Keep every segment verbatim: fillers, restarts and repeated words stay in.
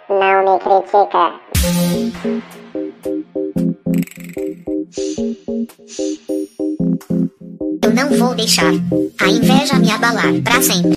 Não me critica. Eu não vou deixar a inveja me abalar pra sempre.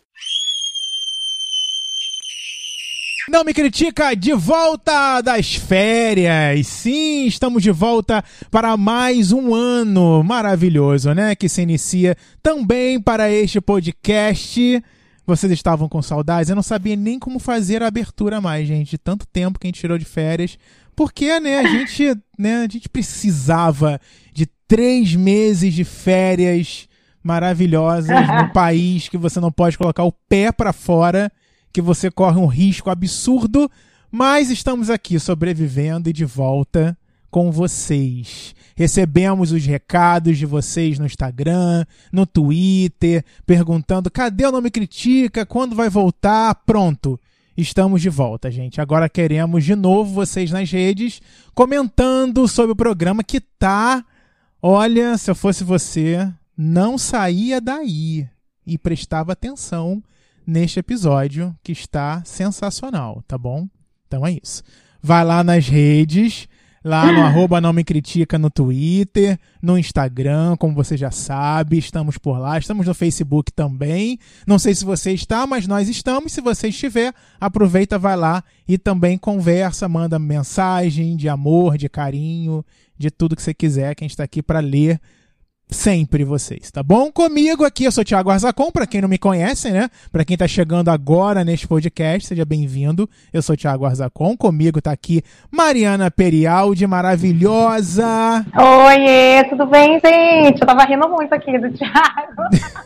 Não me critica, de volta das férias. Sim, estamos de volta para mais um ano maravilhoso, né? Que se inicia também para este podcast. Vocês estavam com saudades? Eu não sabia nem como fazer a abertura mais, gente. De tanto tempo que a gente tirou de férias. Porque, né, a gente, né, a gente precisava de três meses de férias maravilhosas num país que você não pode colocar o pé para fora, que você corre um risco absurdo, mas estamos aqui sobrevivendo e de volta com vocês. Recebemos os recados de vocês no Instagram, no Twitter, perguntando, cadê o Não Me Critica? Quando vai voltar? Pronto, estamos de volta, gente. Agora queremos de novo vocês nas redes, comentando sobre o programa que tá... Olha, se eu fosse você, não saía daí e prestava atenção neste episódio, que está sensacional, tá bom? Então é isso. Vai lá nas redes, lá no arroba não me critica no Twitter, no Instagram, como você já sabe, estamos por lá, estamos no Facebook também. Não sei se você está, mas nós estamos. Se você estiver, aproveita, vai lá e também conversa, manda mensagem de amor, de carinho, de tudo que você quiser, que a gente está aqui para ler sempre vocês, tá bom? Comigo aqui, eu sou o Thiago Arzacon, pra quem não me conhece, né? Pra quem tá chegando agora neste podcast, seja bem-vindo. Eu sou o Thiago Arzacon, comigo tá aqui Mariana Perialdi, maravilhosa. Oiê, tudo bem, gente? Eu tava rindo muito aqui do Thiago.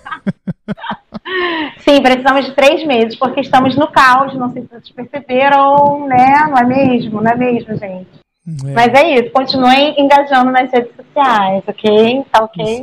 Sim, precisamos de três meses, porque estamos no caos, não sei se vocês perceberam, né? Não é mesmo? Não é mesmo, gente? É. Mas é isso, continuem engajando nas redes sociais, ok? Tá ok?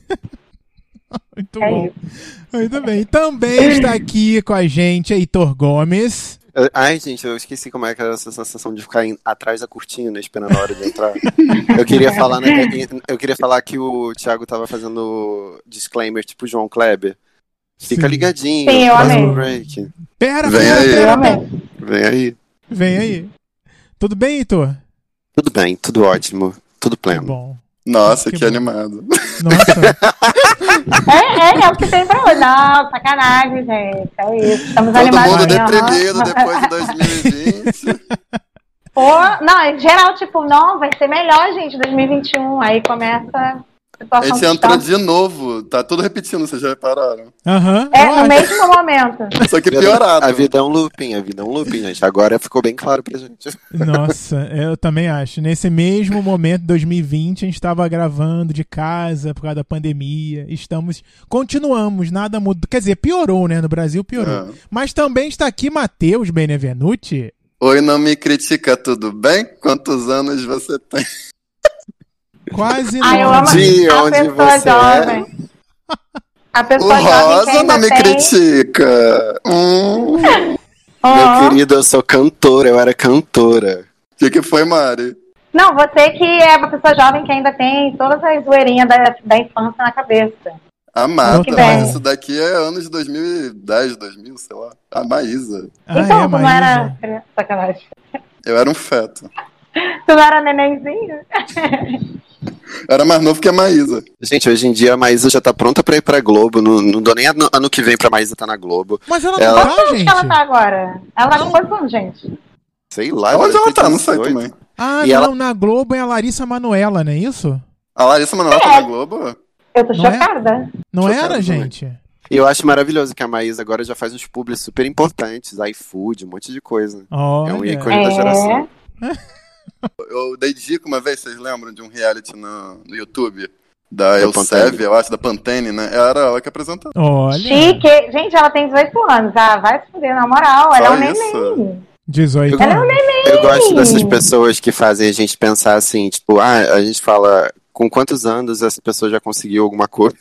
Muito é bom. Isso. Muito bem. Também está aqui com a gente Heitor Gomes. Ai, gente, eu esqueci como é que era essa sensação de ficar em, atrás da cortina esperando a hora de entrar. Eu queria falar, né, eu queria falar que o Thiago tava fazendo disclaimer tipo João Kleber. Fica Sim. ligadinho. Sim, eu amei. Break. Pera, Vem pera, aí. pera, Eu amei. pera. Vem aí. Vem aí. Tudo bem, Heitor? Tudo bem, tudo ótimo, tudo Que pleno. bom. Nossa, Que que, bom. animado. Nossa. É, é, é o que tem pra hoje. Não, sacanagem, gente. É isso. Estamos Todo animados. mundo aí, aham. deprimido depois de dois mil e vinte. Pô, não, em geral, tipo, não, vai ser melhor, gente, dois mil e vinte e um. Aí começa a A situação gente entrou distante. de novo, tá tudo repetindo, vocês já repararam. Aham. É, eu no acho. mesmo momento. Só que piorado. A vida é um looping, a vida é um looping, gente. Agora ficou bem claro pra gente. Nossa, eu também acho. Nesse mesmo momento, dois mil e vinte, a gente estava gravando de casa por causa da pandemia. Estamos, continuamos, nada mudou. Quer dizer, piorou, né? No Brasil piorou. É. Mas também está aqui Matheus Benevenuti. Oi, não me critica, tudo bem? Quantos anos você tem? Quase Ai, eu nove. amo De a onde pessoa você jovem. A O pessoa jovem que Rosa ainda não me tem... critica. Hum. Ó. Meu querido, eu sou cantora, eu era cantora. O que, que foi, Mari? Não, você que é uma pessoa jovem que ainda tem todas as zoeirinhas da, da infância na cabeça. A Marta, Que bem. mas isso daqui é anos de dois mil e dez, dois mil, sei lá. A Maísa. Ah, então, é, tu não Maísa. era... criança, sacanagem. Eu era um feto. Tu não era nenenzinho? Eu era mais novo que a Maísa. Gente, hoje em dia a Maísa já tá pronta pra ir pra Globo. Não, não dou nem ano, ano que vem pra Maísa tá na Globo. Mas ela não Ela- tá, Onde que gente? ela tá agora? Ela tá com quantos anos, gente? Sei lá. Onde deve ela ter tá? Não sei dezoito. também. Ah, E não, ela- na Globo é a Larissa Manoela, não é isso? A Larissa Manoela tá na Globo? Eu tô Não é? chocada. Não Chocado era, também. gente? E eu acho maravilhoso que a Maísa agora já faz uns publis super importantes. iFood, um monte de coisa. Olha. É um ícone da geração. Eu dei dica uma vez, vocês lembram de um reality no, no YouTube? Da Da Pantene. Elsev, eu acho, da Pantene, né? Era ela que apresentou. Olha. Chique. Gente, ela tem dezoito anos. Ah, vai se fuder, na moral. Ela é um isso? neném. dezoito Ela é um anos. Eu gosto dessas pessoas que fazem a gente pensar assim, tipo, ah, a gente fala, com quantos anos essa pessoa já conseguiu alguma coisa?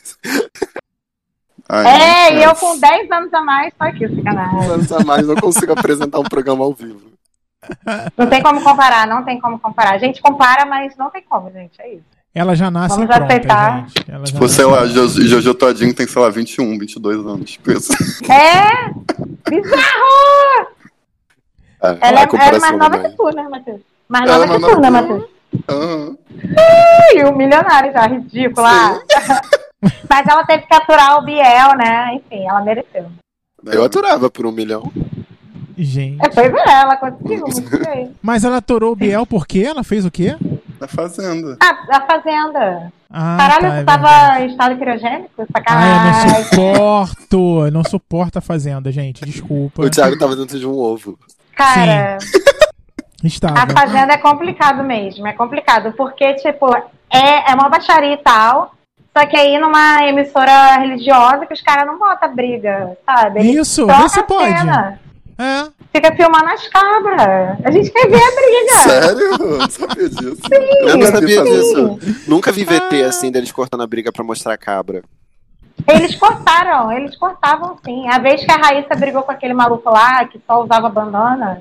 Ai, É, gente, e eu com dez anos a mais tô aqui, sacanagem. anos a mais, não consigo apresentar um programa ao vivo. Não tem como comparar, não tem como comparar. A gente compara, mas não tem como, gente. É isso. Ela já nasce Vamos pronta, aceitar. gente. Ela já Tipo, nasce sei lá, pronta. Jo- Jojo Todinho tem, sei lá, vinte e um, vinte e dois anos. Tipo isso. É! Bizarro! É, Ela a é, ela é comparação mais da nova mãe. que tu, né, Matheus? Mais Ela nova é que mais tu, né, nova que Matheus? Aham. E o milionário já, ridículo. ah. Mas ela teve que aturar o Biel, né? Enfim, ela mereceu. Eu aturava por um milhão. Gente. É, pois é, ela conseguiu, muito bem. Mas ela atorou o Biel por quê? Ela fez o quê? Na fazenda. Ah, a Fazenda. Ah, Caralho, tá, você é tava verdade. em estado criogênico? Ah, eu Sacanagem. não suporto. Eu não suporto a Fazenda, gente. Desculpa. O Thiago tava dentro de um ovo. Cara, Estava. a Fazenda é complicado mesmo, é complicado, porque, tipo, é, é uma baixaria e tal, só que aí numa emissora religiosa que os caras não botam briga, sabe? Eles Isso, trocam vê se a pode. cena, É. fica filmando as cabras. A gente quer ver a briga. Sério? Eu não sabia disso. Eu não vi sabia fazer disso. isso. Nunca vi V T assim deles cortando a briga pra mostrar a cabra. Eles cortaram, eles cortavam sim. A vez que a Raíssa brigou com aquele maluco lá, que só usava bandana.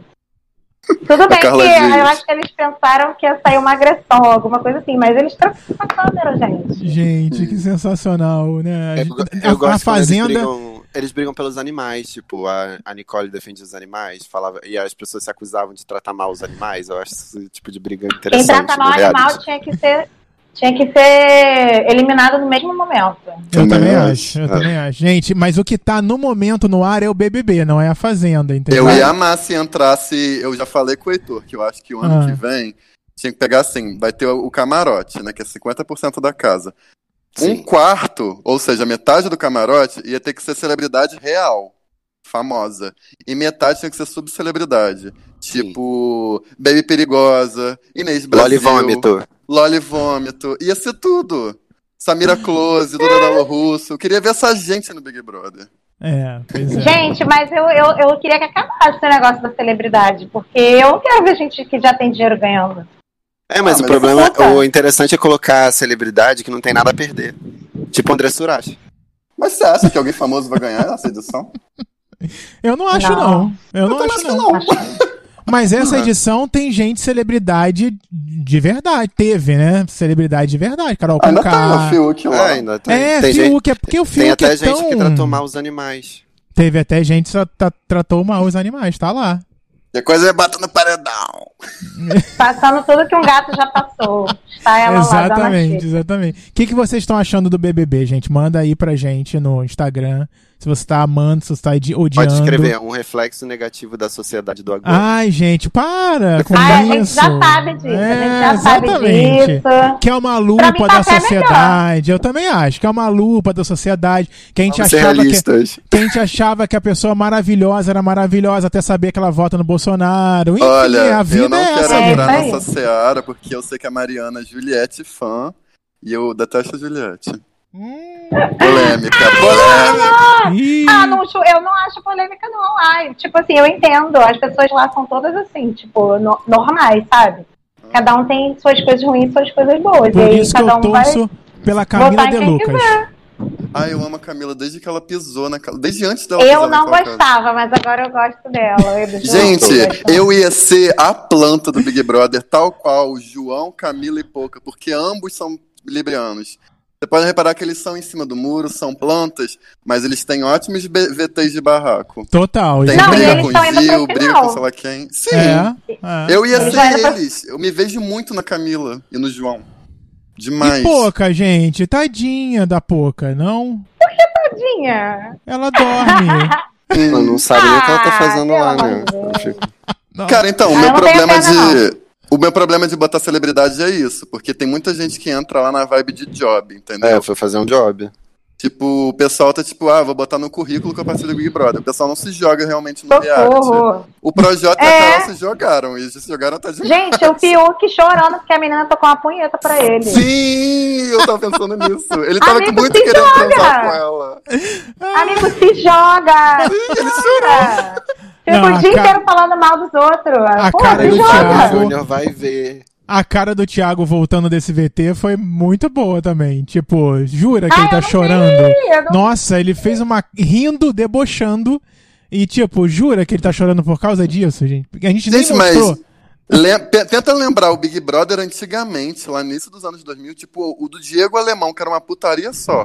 Tudo bem que Carla Dias. eu acho que eles pensaram que ia sair uma agressão, alguma coisa assim, mas eles trocam a câmera, gente. Gente, que sensacional, né? Eu, eu A- a, gosto a Fazenda. quando eles brigam, eles brigam pelos animais, tipo, a, a Nicole defende os animais, falava, e as pessoas se acusavam de tratar mal os animais. Eu acho esse tipo de briga Quem interessante. trata no mal o reality. animal tinha que ser, tinha que ser eliminado no mesmo momento. Eu também Também acho, acho. eu É. também acho. Gente, mas o que tá no momento no ar é o B B B, não é a Fazenda, entendeu? Eu ia amar se entrasse. Eu já falei com o Heitor, que eu acho que o ano Ah. que vem tinha que pegar assim: vai ter o camarote, né? Que é cinquenta por cento da casa. Um Sim. quarto, ou seja, metade do camarote, ia ter que ser celebridade real, famosa. E metade tinha que ser subcelebridade. Tipo, Baby Perigosa, Inês Brasil. Loli Vômito. Loli Vômito. Ia ser tudo. Samira Close, Duda Dalo Russo. Eu queria ver essa gente no Big Brother. É, pois é. Gente, mas eu, eu, eu queria que acabasse o negócio da celebridade, porque eu não quero ver gente que já tem dinheiro ganhando. É, mas Ah, o mas problema, puta. o interessante é colocar a celebridade que não tem nada a perder. Tipo André Surak. Mas você acha que alguém famoso vai ganhar essa edição? Eu não acho, não. Não. Eu não acho, não. Mas essa edição tem gente celebridade de verdade. Teve, né? Celebridade de verdade. Carol Ainda tem o Conká. Fiuk É, lá. ainda tem. É, tem, gente, Fiuk, é porque o tem Fiuk até é gente tão... que tratou mal os animais. Teve até gente que tra- tra- tratou mal os animais, tá lá. E a coisa é bater no paredão. Passando tudo que um gato já passou. Está ela lá dando a Exatamente, xícara. exatamente. O que, que vocês estão achando do B B B, gente? Manda aí pra gente no Instagram. Se você tá amando, se você tá odi- odiando. Pode escrever, um reflexo negativo da sociedade do agora. Ai, gente, para com Ah, a isso. gente já sabe disso. É, a gente já sabe exatamente. disso. Que é uma Pra lupa mim, da café é sociedade. Eu também acho. Que é uma lupa da sociedade. Que a gente Vamos ser achava que, realistas. que a gente achava que a pessoa maravilhosa era maravilhosa até saber que ela vota no Bolsonaro. Enfim, Olha, a vida eu não é quero essa. É, entrar isso aí. nessa seara, porque eu sei que a Mariana é Juliette fã, e eu detesto a Juliette. Hum. Polêmica, polêmica! Ih, Ah, não, chu- eu não acho polêmica, não. Ai, tipo assim, eu entendo. As pessoas lá são todas assim, tipo, no- normais, sabe? Cada um tem suas coisas ruins e suas coisas boas. por e aí isso que cada eu um vai torço pela Camila votar em De quem Lucas. quiser. Ai, eu amo a Camila desde que ela pisou na casa. Desde antes dela pisar Eu não naquela casa. gostava, mas agora eu gosto dela. Eu do João, Gente, gosto. eu ia ser a planta do Big Brother, tal qual João, Camila e Poca, porque ambos são librianos. Você pode reparar que eles são em cima do muro, são plantas, mas eles têm ótimos B- V Ts de barraco. Total. Tem isso é Não, e briga verdade. eles com estão indo Gil, pro briga final. com sei lá quem. Sim, É, é. eu ia Eles já ser indo pra- eles. Eu me vejo muito na Camila e no João. Demais. E Poca, gente, tadinha da Poca, não? Tadinha. Ela dorme. Ela não sabe nem o que ela tá Ah, fazendo pelo lá, né? amor de Deus. Eu fico- Não. Cara, então, o Ah, meu eu não tenho problema pena, de. O meu problema de botar celebridade é isso, porque tem muita gente que entra lá na vibe de job, entendeu? É, foi fazer um job. Tipo, o pessoal tá tipo, ah, vou botar no currículo que eu participei do Big Brother. O pessoal não se joga realmente no reality. Socorro. O Projota e a É. Carol se jogaram, e eles se jogaram até demais. Gente, o Fiuk chorando porque a menina tocou uma punheta pra ele. Sim, eu tava pensando nisso. Ele tava Amigo, muito se querendo joga. transar com ela. Amigo, se joga! Ele chorou. Fica Não, o a dia cara- inteiro falando mal dos outros. A Pô, cara se do joga. Thiago. O Júnior vai ver. A cara do Thiago voltando desse V T foi muito boa também. Tipo, jura que Ah, ele tá eu não chorando? vi, eu não- Nossa, ele fez uma. rindo, debochando. E, tipo, jura que ele tá chorando por causa disso, gente? Porque a gente, Gente, nem mas mostrou. lem- pe- tenta lembrar o Big Brother antigamente, lá no início dos anos dois mil, tipo, o do Diego Alemão, que era uma putaria só.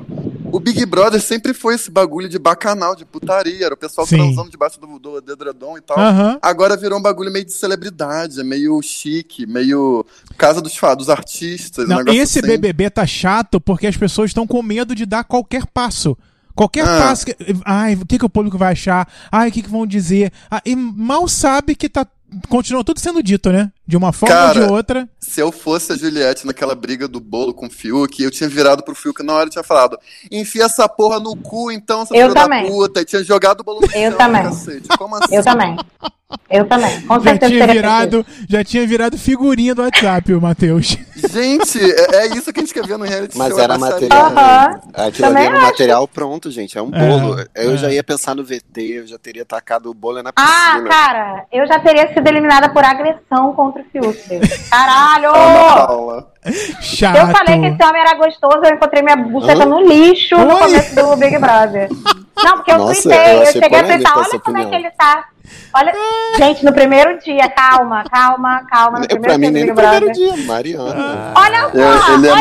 o Big Brother sempre foi esse bagulho de bacanal, de putaria. Era o pessoal Sim. transando debaixo do, do dedredom e tal. Aham. Agora virou um bagulho meio de celebridade, é meio chique, meio casa dos, fa- dos artistas. um Não, negócio esse assim. B B B tá chato porque as pessoas estão com medo de dar qualquer passo. Qualquer Ah. passo. Que, ai, o que, que o público vai achar? Ai, o que, que vão dizer? Ah, e mal sabe que tá. Continua tudo sendo dito, né? De uma forma Cara, ou de outra. Se eu fosse a Juliette naquela briga do bolo com o Fiuk, eu tinha virado pro Fiuk na hora e tinha falado: enfia essa porra no cu, então, seu Eu filho da também. puta. E tinha jogado o bolo no Eu chão, também. cacete. Como assim? Eu também. Eu também. Com Já certeza tinha, teria virado, já tinha virado figurinha do WhatsApp, o Matheus. Gente, é, é isso que a gente quer ver no reality Mas show. era a baixaria. material. Aham. Aquilo ali Também era um acho. material pronto, gente. É um bolo. É, eu é. já ia pensar no V T, eu já teria tacado o bolo na Ah, piscina. cara, eu já teria sido eliminada por agressão contra o Fiuk. Caralho! Ana Paula. Chato. Eu falei que esse homem era gostoso, eu encontrei minha buceta Hã? no lixo no Oi? começo do Big Brother. Não, porque eu Nossa, tuitei, eu eu, achei cheguei a polêmica twittar, essa olha como é que opinião. ele tá. Olha, gente, no primeiro dia, calma, calma, calma, no Eu, primeiro pra mim, dia do nem Big no primeiro Brother. dia, Mariana. Olha Eu- só, ele é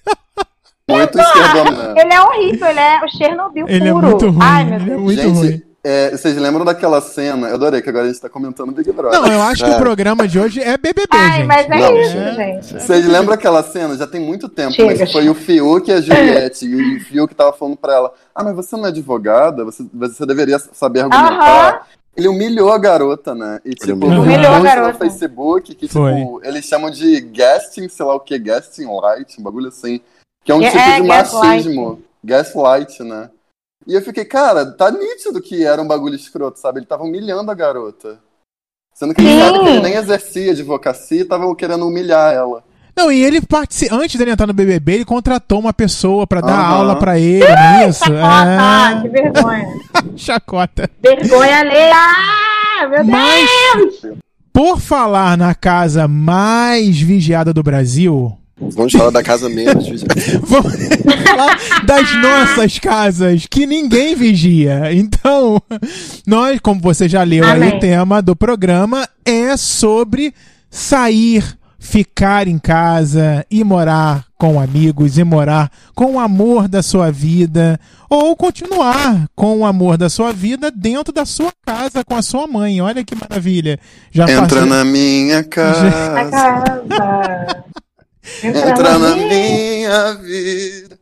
muito esquerdão. ele é horrível, ele é o Chernobyl Ele é puro. muito ruim. Ai, meu ele é Deus. muito Gente, ruim. é, vocês lembram daquela cena? Eu adorei que agora a gente tá comentando Big Brother. Não, eu acho que É. o programa de hoje é B B B, Ai, gente. mas é Não, isso, é. gente. Vocês lembram aquela cena? Já tem muito tempo, Chega, mas foi o Fiuk e a Juliette. E o Fiuk tava falando pra ela: ah, mas você não é advogada? Você, você deveria saber argumentar. Aham. Ele humilhou a garota, né? E tipo, humilhou. tem Humilhou a um post garota. no Facebook que, Foi. tipo, eles chamam de gasting, sei lá o que, gasting light, um bagulho assim. Que é um É, tipo de gaslight. machismo. Gaslight, né? E eu fiquei, cara, tá nítido que era um bagulho escroto, sabe? Ele tava humilhando a garota. Sendo que ele Sim. sabe que ele nem exercia advocacia e tava querendo humilhar ela. Não, e ele partici... antes dele entrar no B B B, ele contratou uma pessoa pra dar Aham. aula pra ele, não é isso? Chacota, que É... vergonha. Chacota. Vergonha alheia. Ah, meu Deus. Mas, por falar na casa mais vigiada do Brasil, Vamos falar da casa menos. vamos falar das nossas casas, que ninguém vigia. Então, nós, como você já leu aí, Amém. o tema do programa é sobre sair, ficar em casa e morar com amigos e morar com o amor da sua vida, ou continuar com o amor da sua vida dentro da sua casa com a sua mãe. Olha que maravilha. Já Entra fazia- na minha A casa, casa. entra na minha vida.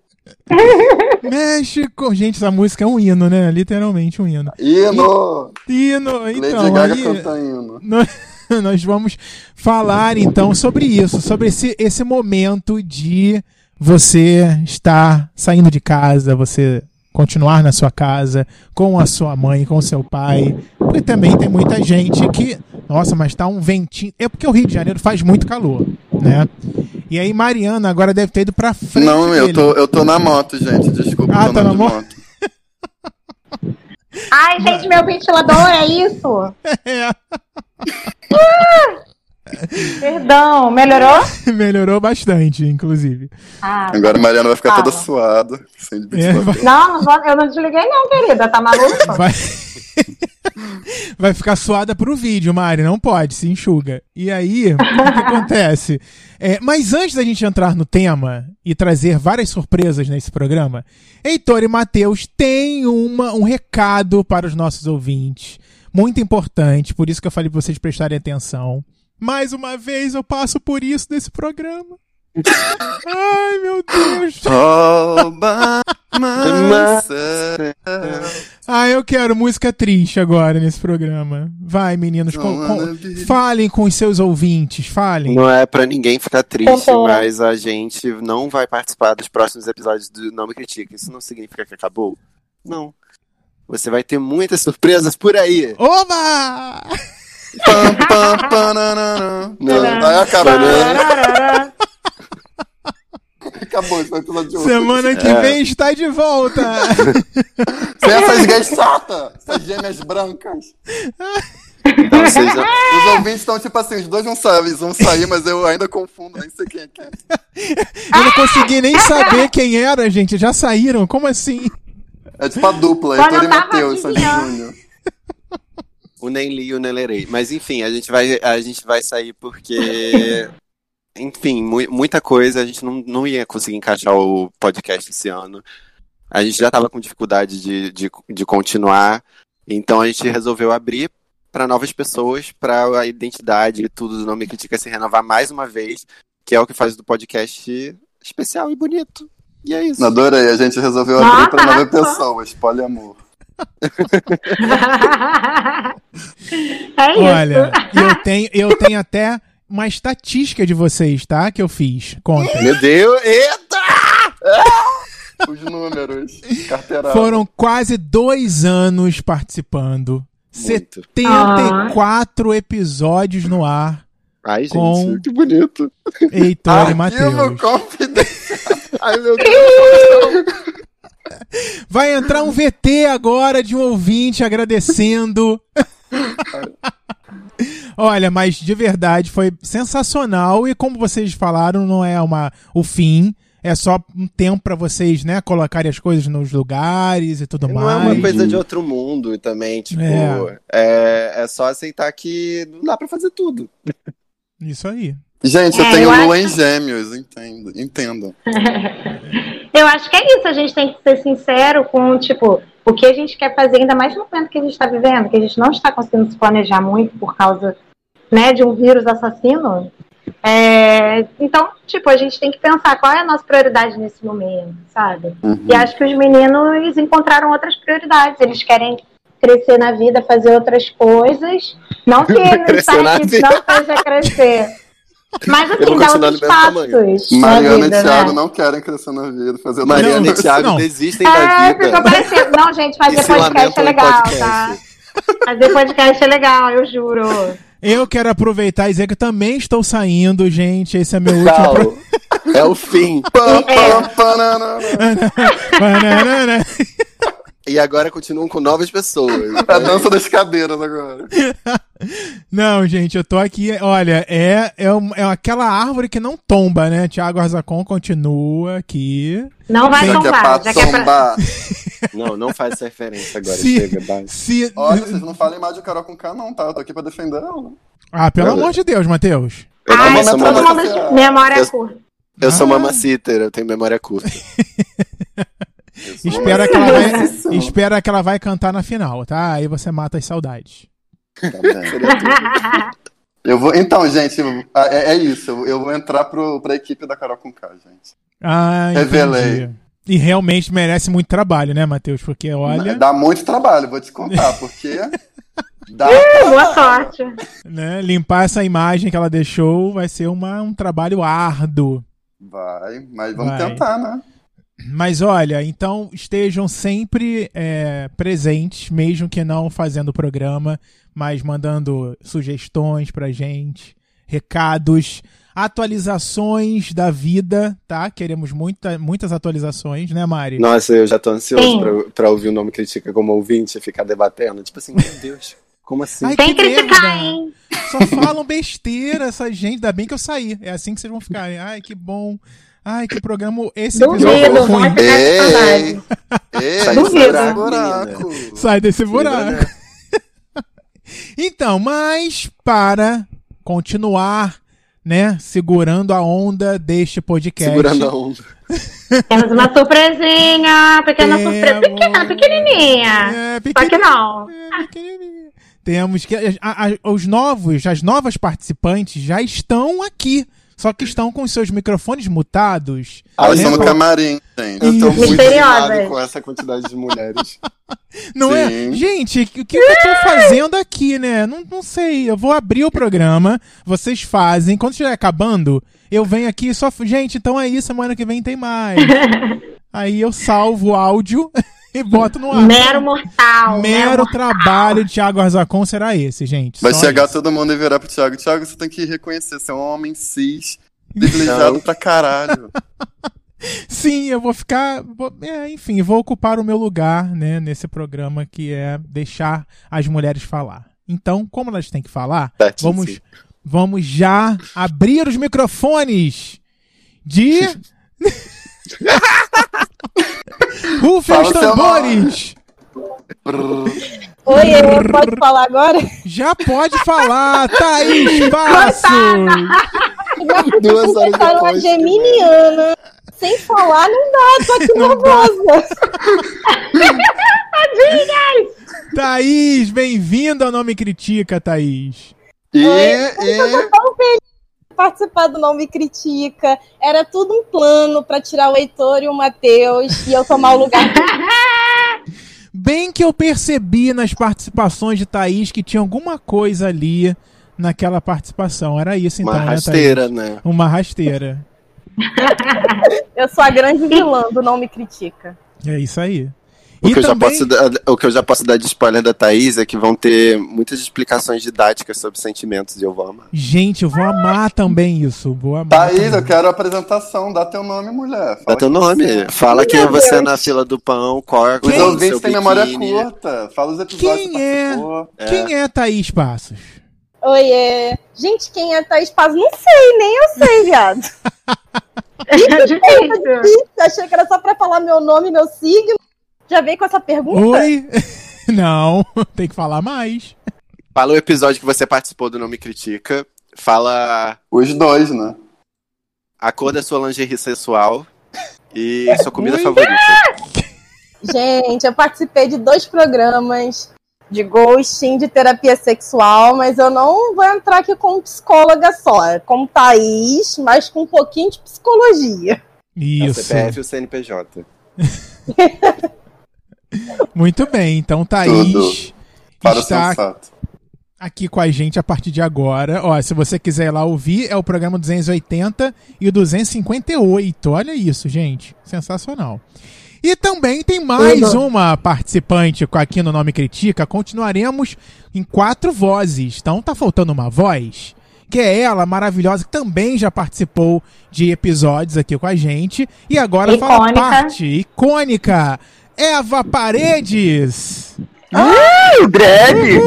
Mexe com... Gente, essa música é um hino, né? Literalmente um hino. Hino! Hino, Lady então, Gaga aí, canta hino. nós, nós vamos falar então sobre isso, sobre esse, esse momento de você estar saindo de casa, você continuar na sua casa com a sua mãe, com o seu pai, porque também tem muita gente que, nossa, mas tá um ventinho, é porque o Rio de Janeiro faz muito calor, né? E aí Mariana agora deve ter ido pra frente Não, eu dele. tô, eu tô na moto, gente. Desculpa, Ah, tô tá na na de moto? moto. Ai, gente, meu ventilador, é isso? É, Perdão, melhorou? melhorou bastante, inclusive. Ah, Agora a Mariana vai ficar Fala. toda suada. Sem É, ventilador. vai- não, não vou- eu não desliguei não, querida, tá maluco? Vai... Vai ficar suada pro vídeo, Mari, não pode, se enxuga. E aí, o que, que acontece? É, mas antes da gente entrar no tema e trazer várias surpresas nesse programa, Heitor e Matheus têm uma, um recado para os nossos ouvintes, muito importante, por isso que eu falei para vocês prestarem atenção. Mais uma vez eu passo por isso nesse programa. Ai, meu Deus. All by myself. Ah, eu quero música triste agora nesse programa. Vai, meninos, com- com- falem com os seus ouvintes, falem. Não é pra ninguém ficar triste, Cantora. mas a gente não vai participar dos próximos episódios do Não Me Critica. Isso não significa que acabou? Não. Você vai ter muitas surpresas por aí. Oba! Pam, pam, pananana. Não. Aí acaba, né? Tararara. Acabou esse episódio de hoje. Semana que É. vem está de volta. Sem essas gays chatas, essas gêmeas brancas. Então, seja... Os ouvintes estão tipo assim, os dois vão sair, vão sair, mas eu ainda confundo, nem sei quem é quem. Eu não consegui nem saber quem era, gente. Já saíram? Como assim? É tipo a dupla, Quando Heitor e eu tava Matheus, Sandy adivinhando. Júnior. O nem li e o nem lerei. Mas enfim, a gente vai, a gente vai sair porque... Enfim, mu- muita coisa. A gente não, não ia conseguir encaixar o podcast esse ano. a gente já estava com dificuldade de, de, de continuar, então a gente resolveu abrir para novas pessoas, para a identidade e tudo do Não Me Critica se renovar mais uma vez, que é o que faz do podcast especial e bonito. E é isso. Adorei, a gente resolveu abrir para novas pessoas, poliamor. É isso. Olha, eu tenho, eu tenho até uma estatística de vocês, tá? Que eu fiz. Conta. Meu Deus, eita! Os números, carteirada. Foram quase dois anos participando. Muito. setenta e quatro ah. episódios no ar. Ai, gente, com que bonito. Heitor e Matheus. Confidencial. Ai, meu Deus. Vai entrar um V T agora de um ouvinte agradecendo. Olha, mas de verdade foi sensacional e como vocês falaram, não é uma, o fim, é só um tempo pra vocês, né, colocarem as coisas nos lugares e tudo não mais. Não é uma coisa de outro mundo também, tipo, é. É, é só aceitar que não dá pra fazer tudo. Isso aí. Gente, eu é, tenho eu lua acho... em gêmeos, entendo, entendam. Eu acho que é isso, a gente tem que ser sincero com, tipo, o que a gente quer fazer, ainda mais no momento que a gente está vivendo, que a gente não está conseguindo se planejar muito por causa, né, de um vírus assassino. É, então, tipo, a gente tem que pensar qual é a nossa prioridade nesse momento, sabe? Uhum. E acho que os meninos encontraram outras prioridades, eles querem crescer na vida, fazer outras coisas, não que não seja crescer. Mas assim, dá outros passos. Mariana vida, e Thiago né? não querem crescer na vida. Fazer Mariana não, e Thiago não. desistem é, da vida. Ficou parecendo. Não, gente, fazer podcast é legal, podcast. Tá? Fazer podcast é legal, eu juro. Eu quero aproveitar e dizer que eu também estou saindo, gente. Esse é meu último... Pro... É o fim. E agora continuam com novas pessoas. A dança das cadeiras agora. Não, gente, eu tô aqui. Olha, é, é, é aquela árvore que não tomba, né? Thiago Arzacon continua aqui. Não vai Tem... tombar. Já que é pra tombar. Não, não faz essa referência agora. Se, chega, vai. Se... Olha, vocês não falem mais de Carol com K, não, tá? Eu tô aqui pra defender ela. Ah, pelo amor de Deus, Matheus. Eu Ai, sou todo mama... mundo de memória eu, curta. Eu sou ah. mamaciter, eu tenho memória curta. Espera que, ela vai, espera que ela vai cantar na final, tá? Aí você mata as saudades. Eu vou, então, gente, é, é isso. Eu, eu vou entrar pro, pra equipe da Carol com K, gente. Ah, Revelei. Entendi. E realmente merece muito trabalho, né, Matheus? Porque, olha... Dá muito trabalho, vou te contar, porque... Dá Boa sorte. Né, limpar essa imagem que ela deixou vai ser uma, um trabalho árduo. Vai, mas vamos vai. tentar, né? Mas olha, então estejam sempre é, presentes, mesmo que não fazendo o programa, mas mandando sugestões pra gente, recados, atualizações da vida, tá? Queremos muita, muitas atualizações, né, Mari? Nossa, eu já tô ansioso pra, pra ouvir o Nome Critica como ouvinte e ficar debatendo. Tipo assim, meu Deus, como assim? Ai, Tem que criticar, merda. hein? Só falam besteira essa gente, ainda bem que eu saí. É assim que vocês vão ficar. Ai, que bom. Ai, que programa. Esse Duvido, episódio foi ruim. Ei, ei, Sai Duvido. desse buraco, buraco. menina. Sai desse buraco. Buraco. Então, mas para continuar, né, segurando a onda deste podcast. Segurando a onda. Temos uma surpresinha, pequena Temos... surpresa, pequena, pequenininha. É, Só que não. É, pequenininha. Temos que a, a, os novos, as novas participantes já estão aqui. Só que estão com os seus microfones mutados. Elas né? estão no camarim, gente. Eu tô muito Misteriosas. animado com essa quantidade de mulheres. Não Sim. é? Gente, o que, que eu tô fazendo aqui, né? Não, não sei. Eu vou abrir o programa, vocês fazem. Quando estiver acabando, eu venho aqui e só. Gente, então aí, semana que vem tem mais. Aí eu salvo o áudio e boto no ar. Mero mortal. Mero mortal. trabalho de Thiago Arzacon será esse, gente. Vai Só chegar isso. todo mundo e virar pro Thiago. Thiago, você tem que reconhecer, você é um homem cis, privilegiado pra caralho. Sim, eu vou ficar. Vou, é, enfim, vou ocupar o meu lugar, né, nesse programa que é deixar as mulheres falar. Então, como elas têm que falar, Certo, vamos, sim. vamos já abrir os microfones de. Rufem Fala os seu tambores! Oi, eu posso falar agora? Já pode falar, tá aí espaço! Duas horas Você tá uma depois. geminiana. sem falar não dá, tô aqui nervosa. Thaís, bem-vinda ao Não Me Critica, Thaís. E, Oi, e... eu tô tão feliz de participar do Não Me Critica. Era tudo um plano pra tirar o Heitor e o Matheus e eu tomar o lugar dele. Bem que eu percebi nas participações de Thaís que tinha alguma coisa ali naquela participação. Era isso então, Uma né, rasteira, Thaís? né? Uma rasteira. Eu sou a grande vilã do Não Me Critica. É isso aí. O E que, eu já também... posso dar, o que eu já posso dar de spoiler da Thaís é que vão ter muitas explicações didáticas sobre sentimentos e eu vou amar. Gente, eu vou amar também isso. Vou amar Thaís, também. eu quero a apresentação. Dá teu nome, mulher. Fala Dá teu quem nome. você é. Fala quem é você na fila do pão, qual é a Os cor do ouvintes seu têm memória biquíni. curta. Fala os episódios Quem que é? participou. Quem é Thaís Passos? Oi, é... Gente, quem é Thaís Paz? Não sei, nem eu sei, viado. Difícil. Achei que era só pra falar meu nome, meu signo. Já veio com essa pergunta? Oi? Não, tem que falar mais. Fala o episódio que você participou do Não Me Critica. Fala Os dois, né? a cor da sua lingerie sensual e sua comida Oi? favorita. Gente, eu participei de dois programas de ghosting, de terapia sexual, mas eu não vou entrar aqui como psicóloga só, como Thaís, mas com um pouquinho de psicologia. É o Isso. C P F e o C N P J. Muito bem, então Thaís Para o está sensato. aqui com a gente a partir de agora. Ó, se você quiser ir lá ouvir, é o programa duzentos e oitenta e o duzentos e cinquenta e oito. Olha isso, gente. Sensacional. E também tem mais uma participante aqui no Nome Critica. Continuaremos em quatro vozes. Então tá faltando uma voz, que é ela, maravilhosa, que também já participou de episódios aqui com a gente. E agora fala Icônica. parte icônica. Eva Paredes. Ai, drag!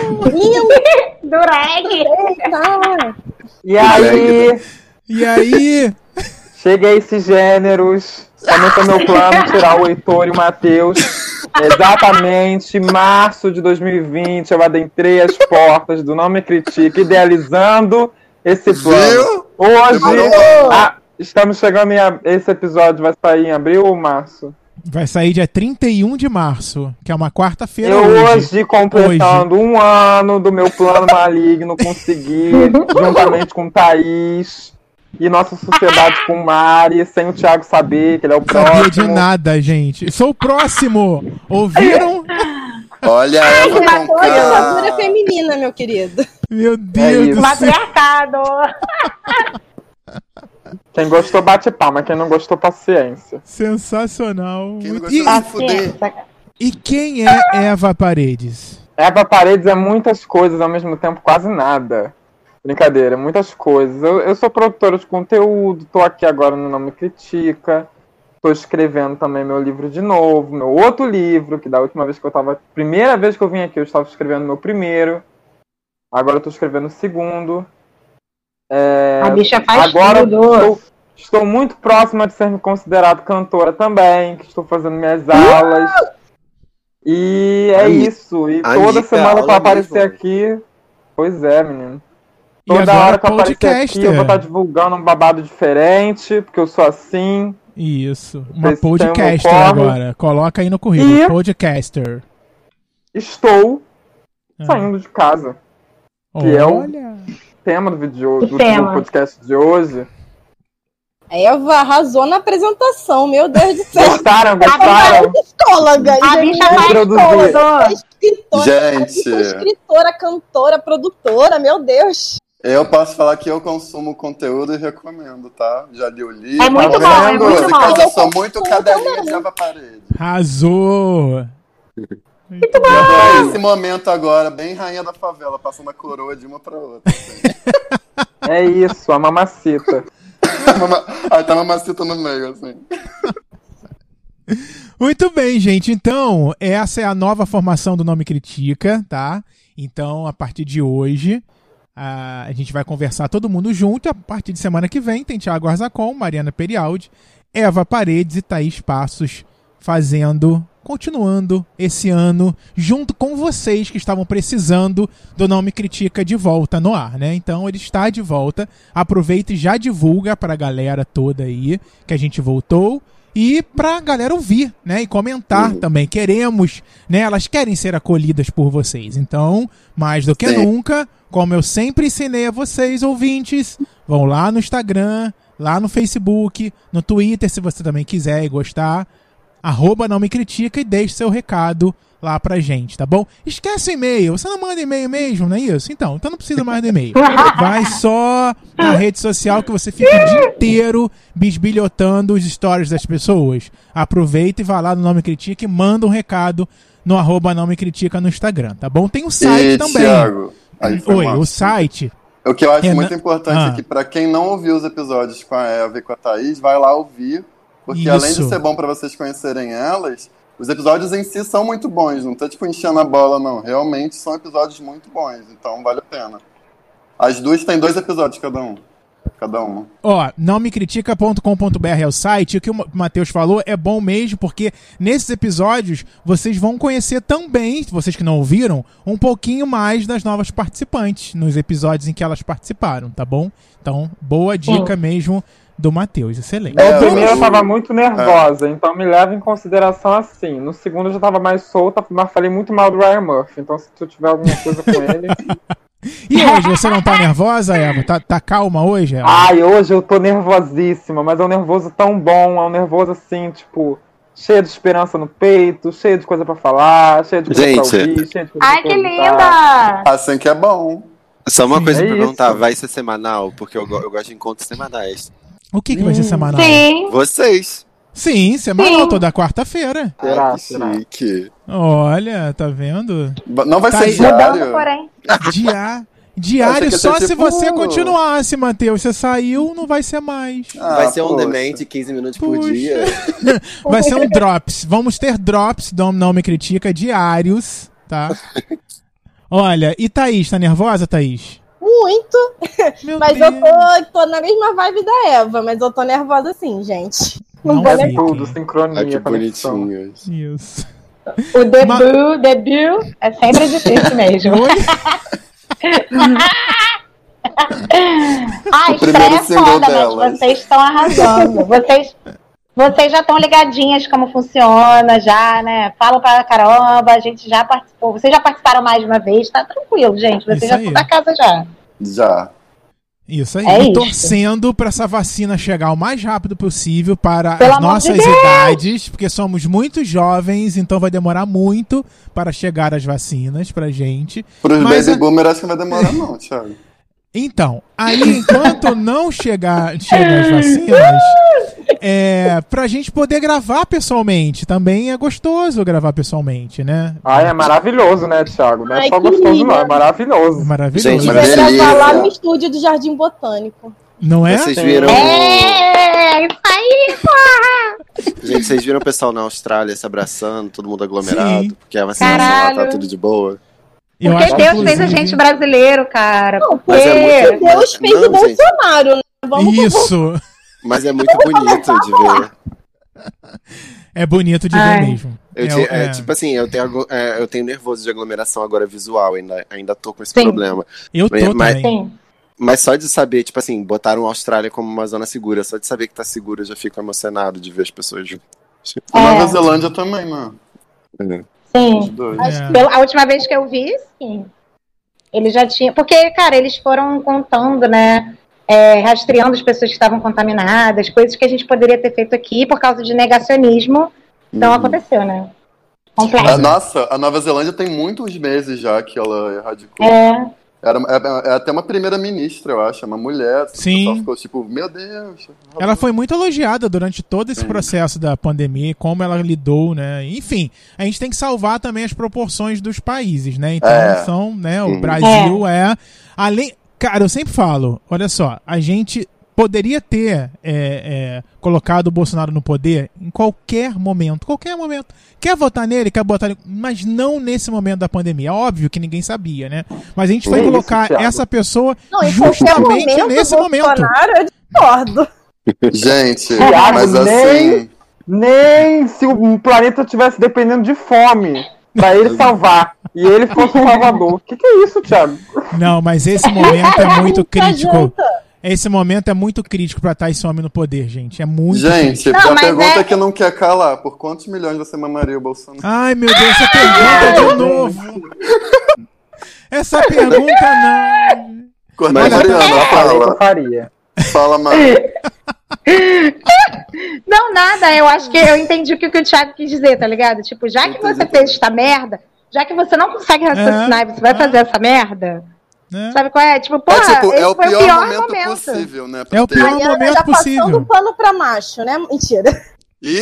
Dureg. Tá. E aí, E aí? cheguei a esses gêneros. Somente é meu plano tirar o Heitor e o Matheus. Exatamente, em março de dois mil e vinte, eu adentrei as portas do Não Me Critica, idealizando esse plano. Viu? Hoje, Demorou. ah, estamos chegando em. ab- Esse episódio vai sair em abril ou março? Vai sair dia trinta e um de março, que é uma quarta-feira Eu hoje. hoje, completando um ano do meu plano maligno, consegui, juntamente com Thaís e nossa sociedade com Mari, sem o Thiago saber que ele é o Sabia de próximo. nada, gente. Sou o próximo. Ouviram? Olha a Eva com Ditadura K. feminina, meu querido. Meu Deus isso. do céu. Matriarcado. Quem gostou, bate palma. Quem não gostou, paciência. Sensacional. Quem não E, gostou de se fuder. e quem é Eva Paredes? Eva Paredes é muitas coisas, ao mesmo tempo quase nada. Brincadeira, muitas coisas. Eu, eu sou produtora de conteúdo, tô aqui agora no Não Me Critica. Tô escrevendo também meu livro de novo, meu outro livro, que da última vez que eu tava... Primeira vez que eu vim aqui, eu estava escrevendo meu primeiro. Agora eu tô escrevendo o segundo. É, A bicha faz agora tudo. estou, estou muito próxima de ser considerado cantora também, que estou fazendo minhas aulas. E é Ami- isso. E amiga, toda semana que eu aula aparecer mesmo. aqui... Pois é, menino. E Toda agora hora que eu aparecer aqui, podcaster. eu vou estar divulgando um babado diferente, porque eu sou assim. Isso. Uma Esse tema podcaster ocorre. agora. Coloca aí no currículo. E- Podcaster. Estou Ah. saindo de casa. que é o- Olha. Tema do vídeo de hoje, do, Tema. do podcast de hoje. A Eva arrasou na apresentação, meu Deus do céu. Gostaram? Gostaram? Psicóloga, A bicha faz Introduzir. tudo. escritora, Gente. a bicha é escritora, cantora, produtora, meu Deus. Eu posso falar que eu consumo conteúdo e recomendo, tá? Já li o livro. É muito bom, é vendo? muito Esse bom. caso, eu Eu sou muito consumo cadelinha também. de Eva Parede. Arrasou. É esse momento agora, bem rainha da favela, passando a coroa de uma pra outra. assim. É isso, a mamacita. Mama- Aí tá uma mamacita no meio, assim. Muito bem, gente. Então, essa é a nova formação do Nome Critica, tá? Então, a partir de hoje, a, a gente vai conversar todo mundo junto. A partir de semana que vem, tem Thiago Arzacon, Mariana Perialdi, Eva Paredes e Thaís Passos fazendo, continuando esse ano, junto com vocês que estavam precisando do Não Me Critica de volta no ar, né? Então ele está de volta. Aproveita e já divulga pra galera toda aí que a gente voltou. E pra galera ouvir, né? E comentar uhum. também. Queremos, né? Elas querem ser acolhidas por vocês. Então, mais do que Sim. nunca, como eu sempre ensinei a vocês, ouvintes, vão lá no Instagram, lá no Facebook, no Twitter, se você também quiser e gostar. Arroba Não Me Critica e deixe seu recado lá pra gente, tá bom? Esquece o e-mail. Você não manda e-mail mesmo, não é isso? Então, então não precisa mais do e-mail. Vai só na rede social que você fica o dia inteiro bisbilhotando os stories das pessoas. Aproveita e vai lá no Não Me Critica e manda um recado no arroba Não Me Critica no Instagram, tá bom? Tem um site e, também. Thiago, Oi, o site... O que eu acho é muito na... importante ah. é que pra quem não ouviu os episódios com a Eva e com a Thaís, vai lá ouvir, porque Isso. além de ser bom pra vocês conhecerem elas... Os episódios em si são muito bons, não tá tipo enchendo a bola, não. Realmente são episódios muito bons, então vale a pena. As duas têm dois episódios cada um. Cada uma. Ó, não me critica ponto com ponto b r é o site. O que o Matheus falou é bom mesmo, porque nesses episódios vocês vão conhecer também, vocês que não ouviram, um pouquinho mais das novas participantes nos episódios em que elas participaram, tá bom? Então, boa dica Sim. mesmo do Matheus, excelente. No primeiro eu tava muito nervosa, é. então me leva em consideração assim. No segundo eu já tava mais solta, mas falei muito mal do Ryan Murphy, então se tu tiver alguma coisa com ele... E hoje, você não tá nervosa, Eva? Tá, tá calma hoje, Eva? Ai, hoje eu tô nervosíssima, mas é um nervoso tão bom, é um nervoso assim, tipo... Cheio de esperança no peito, cheio de coisa pra falar, cheio de coisa Gente. pra ouvir, cheio de coisa Ai, pra que perguntar. linda! Assim que é bom. Só uma Sim, coisa é pra perguntar, isso. vai ser semanal? Porque eu, eu gosto de encontros semanais. O que, que vai ser semanal? Sim. Vocês. Sim, semanal, Sim. toda quarta-feira. Será, Ai, que será? chique. Olha, tá vendo? Não vai Tá ser aí. diário? Mudando, porém. Dia... Diário Achei que ia só ser se tipo- você continuasse, Matheus. Você saiu, não vai ser mais. Ah, vai ser on poxa. demand, quinze minutos por Puxa. dia. Vai ser um drops. Vamos ter drops do Não Me Critica diários, tá? Olha, e Thaís, tá nervosa, Thaís? Muito. Meu Mas Deus. eu tô, tô na mesma vibe da Eva, mas eu tô nervosa sim, gente. Não Não vou fique. É tudo, sincronia, Ai, que conexão. bonitinhos. Isso. O debut, Ma- debut é sempre difícil mesmo. Oi? Ai, O primeiro estreia single foda, delas. mas vocês estão arrasando. Vocês, vocês já estão ligadinhas como funciona, já, né? Falam pra caramba, a gente já participou. Vocês já participaram mais de uma vez, tá tranquilo, gente. Vocês Isso já aí. estão da casa já. Já. Isso aí. É e isso. torcendo pra essa vacina chegar o mais rápido possível para Pelo as amor de nossas Deus! idades, porque somos muito jovens, então vai demorar muito para chegar as vacinas pra gente. Pros Mas baby a- boomer acho que não vai demorar não, Thiago. Então, aí enquanto não chegar, chegar as vacinas, é, pra gente poder gravar pessoalmente, também é gostoso gravar pessoalmente, né? Ai, é maravilhoso, né, Thiago? Não é Ai, só que gostoso, lindo. não. É maravilhoso. É maravilhoso. Gente, Vai mas gravar beleza. lá no estúdio do Jardim Botânico. Não é? Vocês viram. É, isso aí, porra! Gente, vocês viram o pessoal na Austrália se abraçando, todo mundo aglomerado, Sim. porque a vacinação lá tá Caralho. tudo de boa. Eu Porque acho que, Deus fez a inclusive- gente brasileiro, cara. Não, Porque... Mas é muito- Deus fez Não, o Bolsonaro, né? Vamos Isso! Mas é muito bonito de ver. É bonito de Ai. ver mesmo. Eu É, te- é, é. Tipo assim, eu tenho, aglo- é, eu tenho nervoso de aglomeração agora visual, ainda, ainda tô com esse Sim. problema. Eu tô Mas- também. Sim. Mas só de saber, tipo assim, botaram a Austrália como uma zona segura, só de saber que tá segura, eu já fico emocionado de ver as pessoas juntas. A É. Nova Zelândia também, mano. Os Sim. dois. É. Pela- A última vez que eu vi, sim. Ele já tinha. Porque, cara, eles foram contando, né? É, rastreando as pessoas que estavam contaminadas, coisas que a gente poderia ter feito aqui por causa de negacionismo. Então Uhum. aconteceu, né? A, Complexo. nossa, a Nova Zelândia tem muitos meses já que ela erradicou. É. Era, é, é até uma primeira-ministra, eu acho, é uma mulher. Sim. O pessoal ficou tipo, meu Deus. Ela foi muito elogiada durante todo esse Sim. processo da pandemia, como ela lidou, né? Enfim, a gente tem que salvar também as proporções dos países, né? Então, É. são, né? O Uhum. Brasil é. Além. Cara, eu sempre falo, olha só, a gente poderia ter é, é, colocado o Bolsonaro no poder em qualquer momento, qualquer momento. Quer votar nele, quer botar nele, mas não nesse momento da pandemia. É óbvio que ninguém sabia, né? Mas a gente foi É isso, colocar Thiago. essa pessoa Não, em qualquer justamente momento, nesse momento. Bolsonaro, eu discordo. Gente, Thiago, mas nem- assim. Nem se o planeta estivesse dependendo de fome pra ele salvar. E ele fosse o salvador. O que, que é isso, Thiago? Não, mas esse momento é muito crítico. Esse momento é muito crítico pra Thaís Homem no poder, gente. É muito Gente, crítico. a Não, pergunta é... que não quer calar. Por quantos milhões você mamaria o Bolsonaro? Ai, meu Deus, essa pergunta de novo. Essa pergunta não. Mas, Mas, Mariana, Eu falei que eu fala. faria. Fala, Mariana. Não, nada, eu acho que eu entendi o que, que o Thiago quis dizer, tá ligado? Tipo, já que você fez esta merda, já que você não consegue raciocinar e você vai fazer essa merda, É. sabe qual é? Tipo, porra, É, tipo, esse é o foi pior, o pior momento, momento. possível, né? É o ter- pior Mariana momento já possível. passando pano pra macho, né? Mentira. Ih!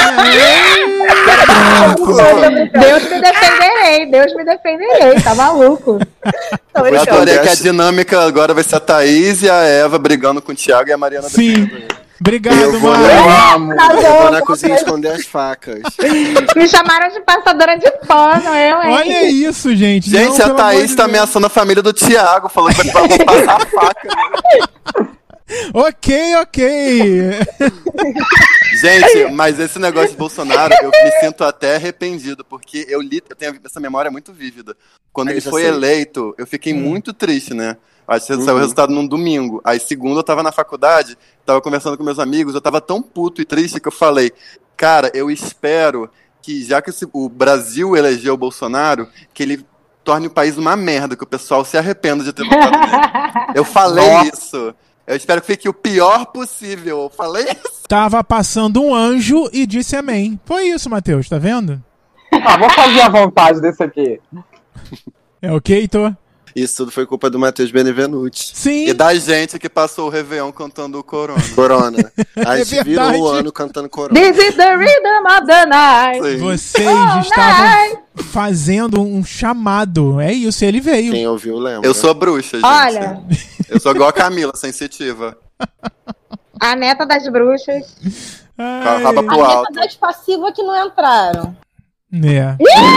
Deus me defenderei, Deus me defenderei, tá maluco? Tô Eu brincando. adorei que a dinâmica agora vai ser a Thaís e a Eva brigando com o Thiago e a Mariana Sim. defendendo ele. Obrigado, Eu vou, mano. Vamos. eu vou na cozinha esconder as facas. Me chamaram de passadora de pano, eu, hein? Olha isso, gente. Gente, Não, a pelo amor Thaís de tá Deus. ameaçando a família do Thiago, falando que vai passar a faca. Né? Ok, ok. Gente, mas esse negócio de Bolsonaro, eu me sinto até arrependido, porque eu li, eu tenho essa memória muito vívida. Quando Eu ele já foi sei. eleito, eu fiquei muito triste, né? Acho que Uhum. saiu o resultado num domingo. Aí, segunda, eu tava na faculdade, tava conversando com meus amigos, eu tava tão puto e triste que eu falei, cara, eu espero que, já que esse- o Brasil elegeu o Bolsonaro, que ele torne o país uma merda, que o pessoal se arrependa de ter votado nele. Eu falei Nossa. isso. Eu espero que fique o pior possível. Eu falei isso. Tava passando um anjo e disse amém. Foi isso, Matheus, tá vendo? Ah, vou fazer a vontade desse aqui. É ok, Heitor? Isso tudo foi culpa do Matheus Benevenuti. Sim. E da gente que passou o Réveillon cantando o Corona. Corona. A gente É virou verdade. o ano cantando Corona. This is the rhythm of the night. Sim. Vocês Oh, estavam fazendo um chamado. É isso, ele veio. Quem ouviu lembra. Eu sou bruxa, gente. Olha, Eu sou igual a Camila, sensitiva. a neta das bruxas. Com a Ai, raba pro A alto. das passivas que não entraram. é.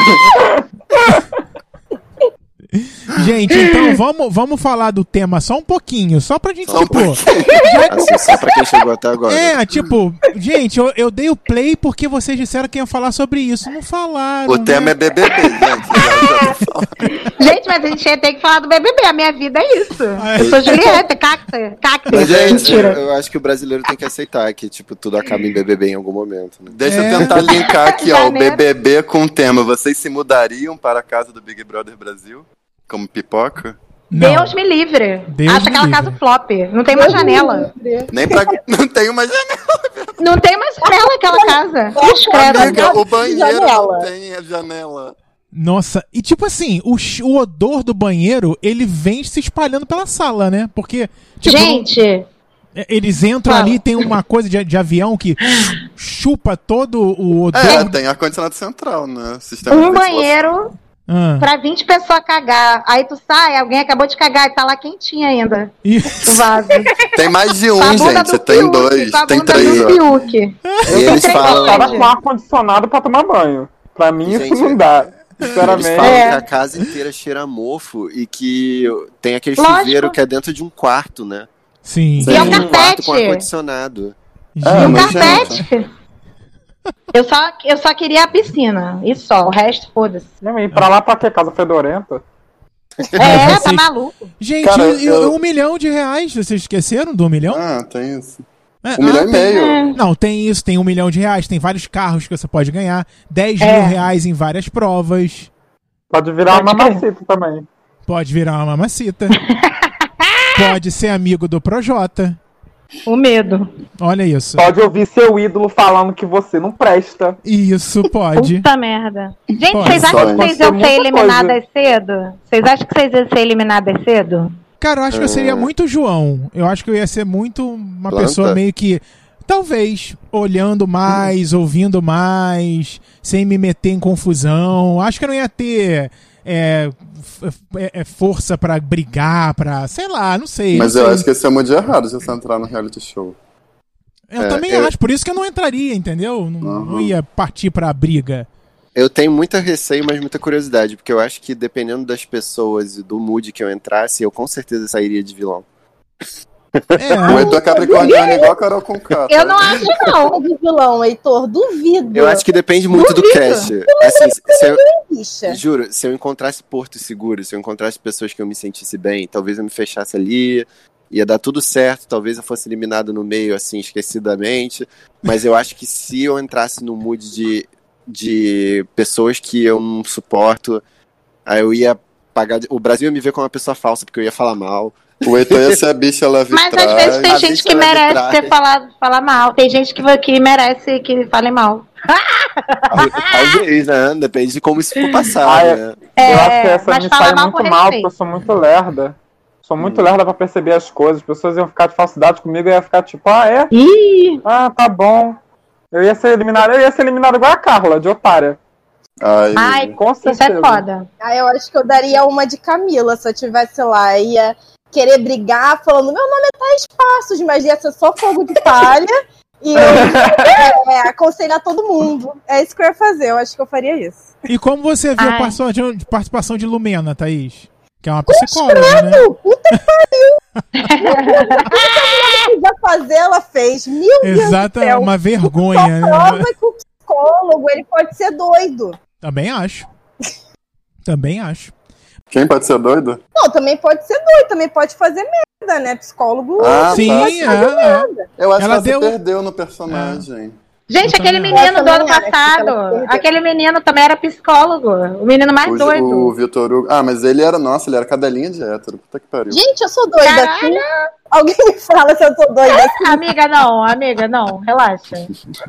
Gente, então vamos, vamos falar do tema só um pouquinho, só pra gente, Só um tipo. Assim, só pra quem chegou até agora. É, tipo, gente, eu, eu dei o play porque vocês disseram que iam falar sobre isso. Não falaram. O tema é B B B, gente. Já- já tô falando. Gente, mas a gente ia ter que falar do B B B. A minha vida é isso. Eu sou Julieta, cacta, cacta. Mas é, Mentira. eu, eu acho que o brasileiro tem que aceitar que, tipo, tudo acaba em B B B em algum momento, né? Deixa É. eu tentar linkar aqui, ó, o B Janela. B B com o tema. Vocês se mudariam para a casa do Big Brother Brasil? Como pipoca? Não. Deus me livre. Deus Acha me aquela livre. casa flop. Não tem uma janela. Nem pra... Não tem uma janela. Não tem uma janela aquela casa. Cruz credo. Amiga, o banheiro janela. não tem a janela. Nossa, e tipo assim, o, ch- o odor do banheiro, ele vem se espalhando pela sala, né? Porque, tipo, Gente, é, eles entram Fala. ali, tem uma coisa de, de avião que chupa todo o odor. É, tem ar-condicionado central, né? Sistema de um ventilação. banheiro Ah, pra vinte pessoas cagar. Aí tu sai, alguém acabou de cagar e tá lá quentinho ainda. O isso. vaso. Tem mais de um, Com a bunda gente. do Tem Fiuk, dois, com a tem bunda três. do ó. Fiuk. E tenho eles três falam, Tava Gente. com ar-condicionado pra tomar banho. Pra mim, Gente, isso não dá. eles Sinceramente. falam É. que a casa inteira cheira a mofo e que tem aquele Lógico. chuveiro que é dentro de um quarto, né? Sim. E é um um quarto carpete. com ar-condicionado. Ah, E um mas, carpete. Eu só, eu só queria a piscina. E só, o resto, foda-se. Não, e pra lá pra quê? Casa fedorenta? É, tá Vocês- maluco. Gente, Cara, e- e eu- um milhão de reais, vocês esqueceram do um milhão? Ah, tem isso. É, Um milhão ah, e tem- meio. Não, tem isso, tem um milhão de reais, tem vários carros que você pode ganhar, dez É. mil reais em várias provas, Pode virar uma Pode mamacita também. pode virar uma mamacita, pode ser amigo do Projota, O medo. olha isso. Pode ouvir seu ídolo falando que você não presta. Isso, pode. Puta merda. Gente, Pode. vocês acham que Pode vocês iam ser ser muita eliminadas cedo? Vocês acham que vocês iam ser eliminadas cedo? Cara, eu acho que eu seria muito João, eu acho que eu ia ser muito uma Planta? pessoa meio que, talvez, olhando mais, ouvindo mais, sem me meter em confusão, acho que eu não ia ter... É, f- é- é força pra brigar, pra. Sei lá, não sei. Mas não eu sei. acho que esse é muito errado se você entrar no reality show. Eu É, também eu- acho, por isso que eu não entraria, entendeu? Não, Uhum. não ia partir pra briga. Eu tenho muita receio, mas muita curiosidade, porque eu acho que dependendo das pessoas e do mood que eu entrasse, eu com certeza sairia de vilão. É. O Heitor Capricorniano é igual a Carol Conká. Eu não acho, não. De vilão, Heitor, duvido. Eu acho que depende muito Duvido. do cast. Assim, se eu, Bicha. juro, se eu encontrasse porto seguro, se eu encontrasse pessoas que eu me sentisse bem, talvez eu me fechasse ali, ia dar tudo certo, talvez eu fosse eliminado no meio, assim, esquecidamente. Mas eu acho que se eu entrasse no mood de, de pessoas que eu não suporto, aí eu ia pagar. O Brasil ia me ver como uma pessoa falsa, porque eu ia falar mal. O Heitor ia ser a bicha lá Mas às vezes tem A gente bicha que lá de merece trás. ter falado, falar mal. Tem gente que, que merece que fale mal. Às vezes, né? Depende de como isso for passado, Ah, é. né? É, Eu acho que essa mas me fala sai mal com muito mal, respeito. porque eu sou muito lerda. Sou muito Hum. lerda pra perceber as coisas. As pessoas iam ficar de falsidade comigo e ia ficar tipo, ah, é? Ih, Ah, tá bom. Eu ia ser eliminado, eu ia ser eliminado igual a Carla, de otária. Ai, ai, Com isso certeza. é foda. Aí eu acho que eu daria uma de Camila, se eu tivesse lá, ia querer brigar, falando, meu nome é Thaís Passos, mas ia ser só fogo de palha, e eu ia é, aconselhar todo mundo. É isso que eu ia fazer, eu acho que eu faria isso. E como você viu a Ai. participação de, participação de Lumena, Thaís? Que é uma psicóloga, né? Puta que pariu! Tudo que ela fazer, ela fez. Mil Deus Exata, do céu. uma vergonha, Só né? prova que o psicólogo, ele pode ser doido. Também acho. Também acho. Quem pode ser doido? Não, também pode ser doido, também pode fazer merda, né? Psicólogo. Ah, Sim, tá. é, é. Eu acho Ela que ela deu- se perdeu no personagem. Gente, Eu aquele também menino acho. do ano Eu também acho que ela passado, perdeu. aquele menino também era psicólogo. O menino mais O, doido. o Vitor Hugo. Ah, mas ele era, nossa, ele era cadelinha de hétero. Puta que pariu. Gente, eu sou doida Caralho. assim. Alguém me fala se eu sou doida assim. Amiga, não, amiga, não, relaxa.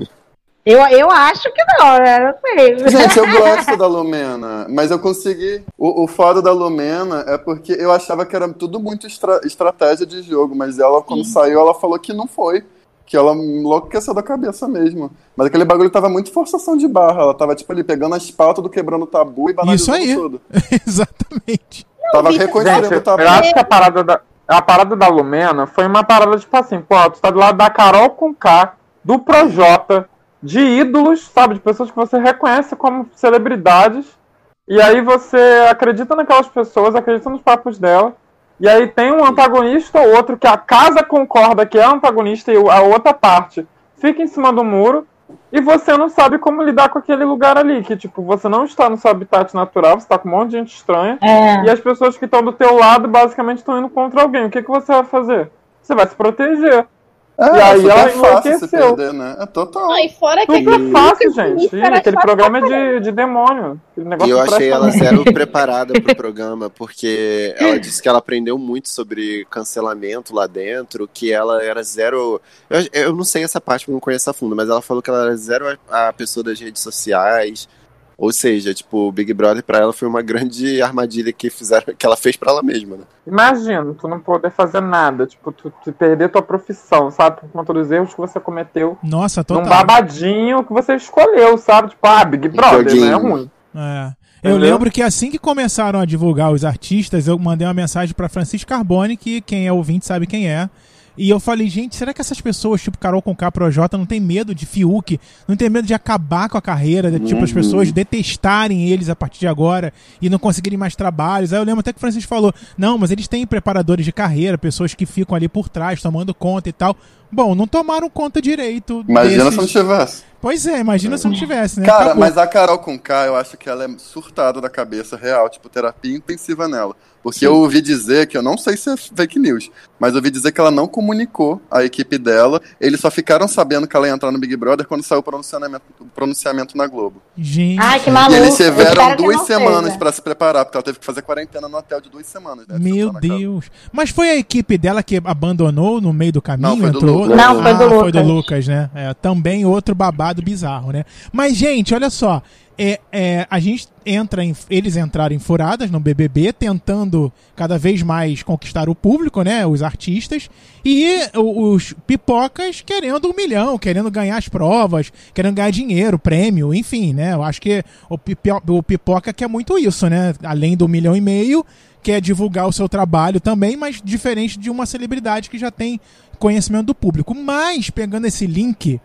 Eu, eu acho que não, né? Não sei. Gente, eu gosto da Lumena, mas eu consegui. O, o foda da Lumena é porque eu achava que era tudo muito estra- estratégia de jogo, mas ela, quando saiu, ela falou que não foi. Que ela enlouqueceu da cabeça mesmo. Mas aquele bagulho tava muito forçação de barra. Ela tava, tipo, ali pegando as pautas do Quebrando o Tabu e banalizando Isso aí. tudo. Exatamente. Tava Gente, reconstruindo Gente, o tabu. eu acho que a parada da, a parada da Lumena foi uma parada tipo assim, pô, tu tá do lado da Carol Conká, do Projota, de ídolos, sabe, de pessoas que você reconhece como celebridades, e aí você acredita naquelas pessoas, acredita nos papos dela, e aí tem um antagonista ou outro que a casa concorda que é antagonista e a outra parte fica em cima do muro, e você não sabe como lidar com aquele lugar ali, que tipo, você não está no seu habitat natural, você tá com um monte de gente estranha, É. e as pessoas que estão do teu lado basicamente estão indo contra alguém. O que, que você vai fazer? Você vai se proteger. É, E aí super ela fácil se enlouqueceu. perder, né? É total. Não, e fora que Tudo aquele é fácil, Lucas gente. Felipe era Aquele chato programa é pra de, de demônio. Aquele E negócio eu não achei presta ela não. zero preparada pro programa, porque ela disse que ela aprendeu muito sobre cancelamento lá dentro, que ela era zero... Eu, eu não sei essa parte, porque eu não conheço a fundo, mas ela falou que ela era zero a, a pessoa das redes sociais, ou seja, tipo, o Big Brother pra ela foi uma grande armadilha que, fizeram, que ela fez pra ela mesma, né? Imagina, tu não poder fazer nada, tipo, tu, tu perder tua profissão, sabe? Por conta dos erros que você cometeu Nossa, num total. babadinho que você escolheu, sabe? Tipo, ah, Big Brother, joguinho. né? É ruim. É. Eu Entendeu? lembro que assim que começaram a divulgar os artistas, eu mandei uma mensagem pra Francisco Carbone, que quem é ouvinte sabe quem é. E eu falei, gente, será que essas pessoas, tipo Carol Conká, Projota, não tem medo de Fiuk, não tem medo de acabar com a carreira, de, tipo, as pessoas detestarem eles a partir de agora e não conseguirem mais trabalhos? Aí eu lembro até que o Francisco falou, não, mas eles têm preparadores de carreira, pessoas que ficam ali por trás, tomando conta e tal. Bom, não tomaram conta direito Imagina desses... se não tivesse. Pois é, imagina se não tivesse, né? Cara, Acabou. mas a Carol Conká, eu acho que ela é surtada da cabeça real, tipo, terapia intensiva nela. Porque eu ouvi dizer, que eu não sei se é fake news, mas eu ouvi dizer que ela não comunicou a equipe dela, eles só ficaram sabendo que ela ia entrar no Big Brother quando saiu o pronunciamento, o pronunciamento na Globo. Gente... Ai, que E maluco. eles Eu tiveram espero que duas não semanas seja. pra se preparar, porque ela teve que fazer quarentena no hotel de duas semanas. Né, Meu na casa. Deus. Mas foi a equipe dela que abandonou no meio do caminho? Não, foi do entrou? Lucas. Não, foi do Ah, foi do Lucas. Lucas, né? É, também outro babado bizarro, né? Mas, gente, olha só. É, é, a gente entra em, eles entraram em furadas no B B B, tentando cada vez mais conquistar o público, né? Os artistas. E o- os pipocas querendo um milhão, querendo ganhar as provas, querendo ganhar dinheiro, prêmio, enfim, né? Eu acho que o, pipo, o pipoca quer muito isso, né? Além do milhão e meio, quer divulgar o seu trabalho também, mas diferente de uma celebridade que já tem conhecimento do público. Mas, pegando esse link,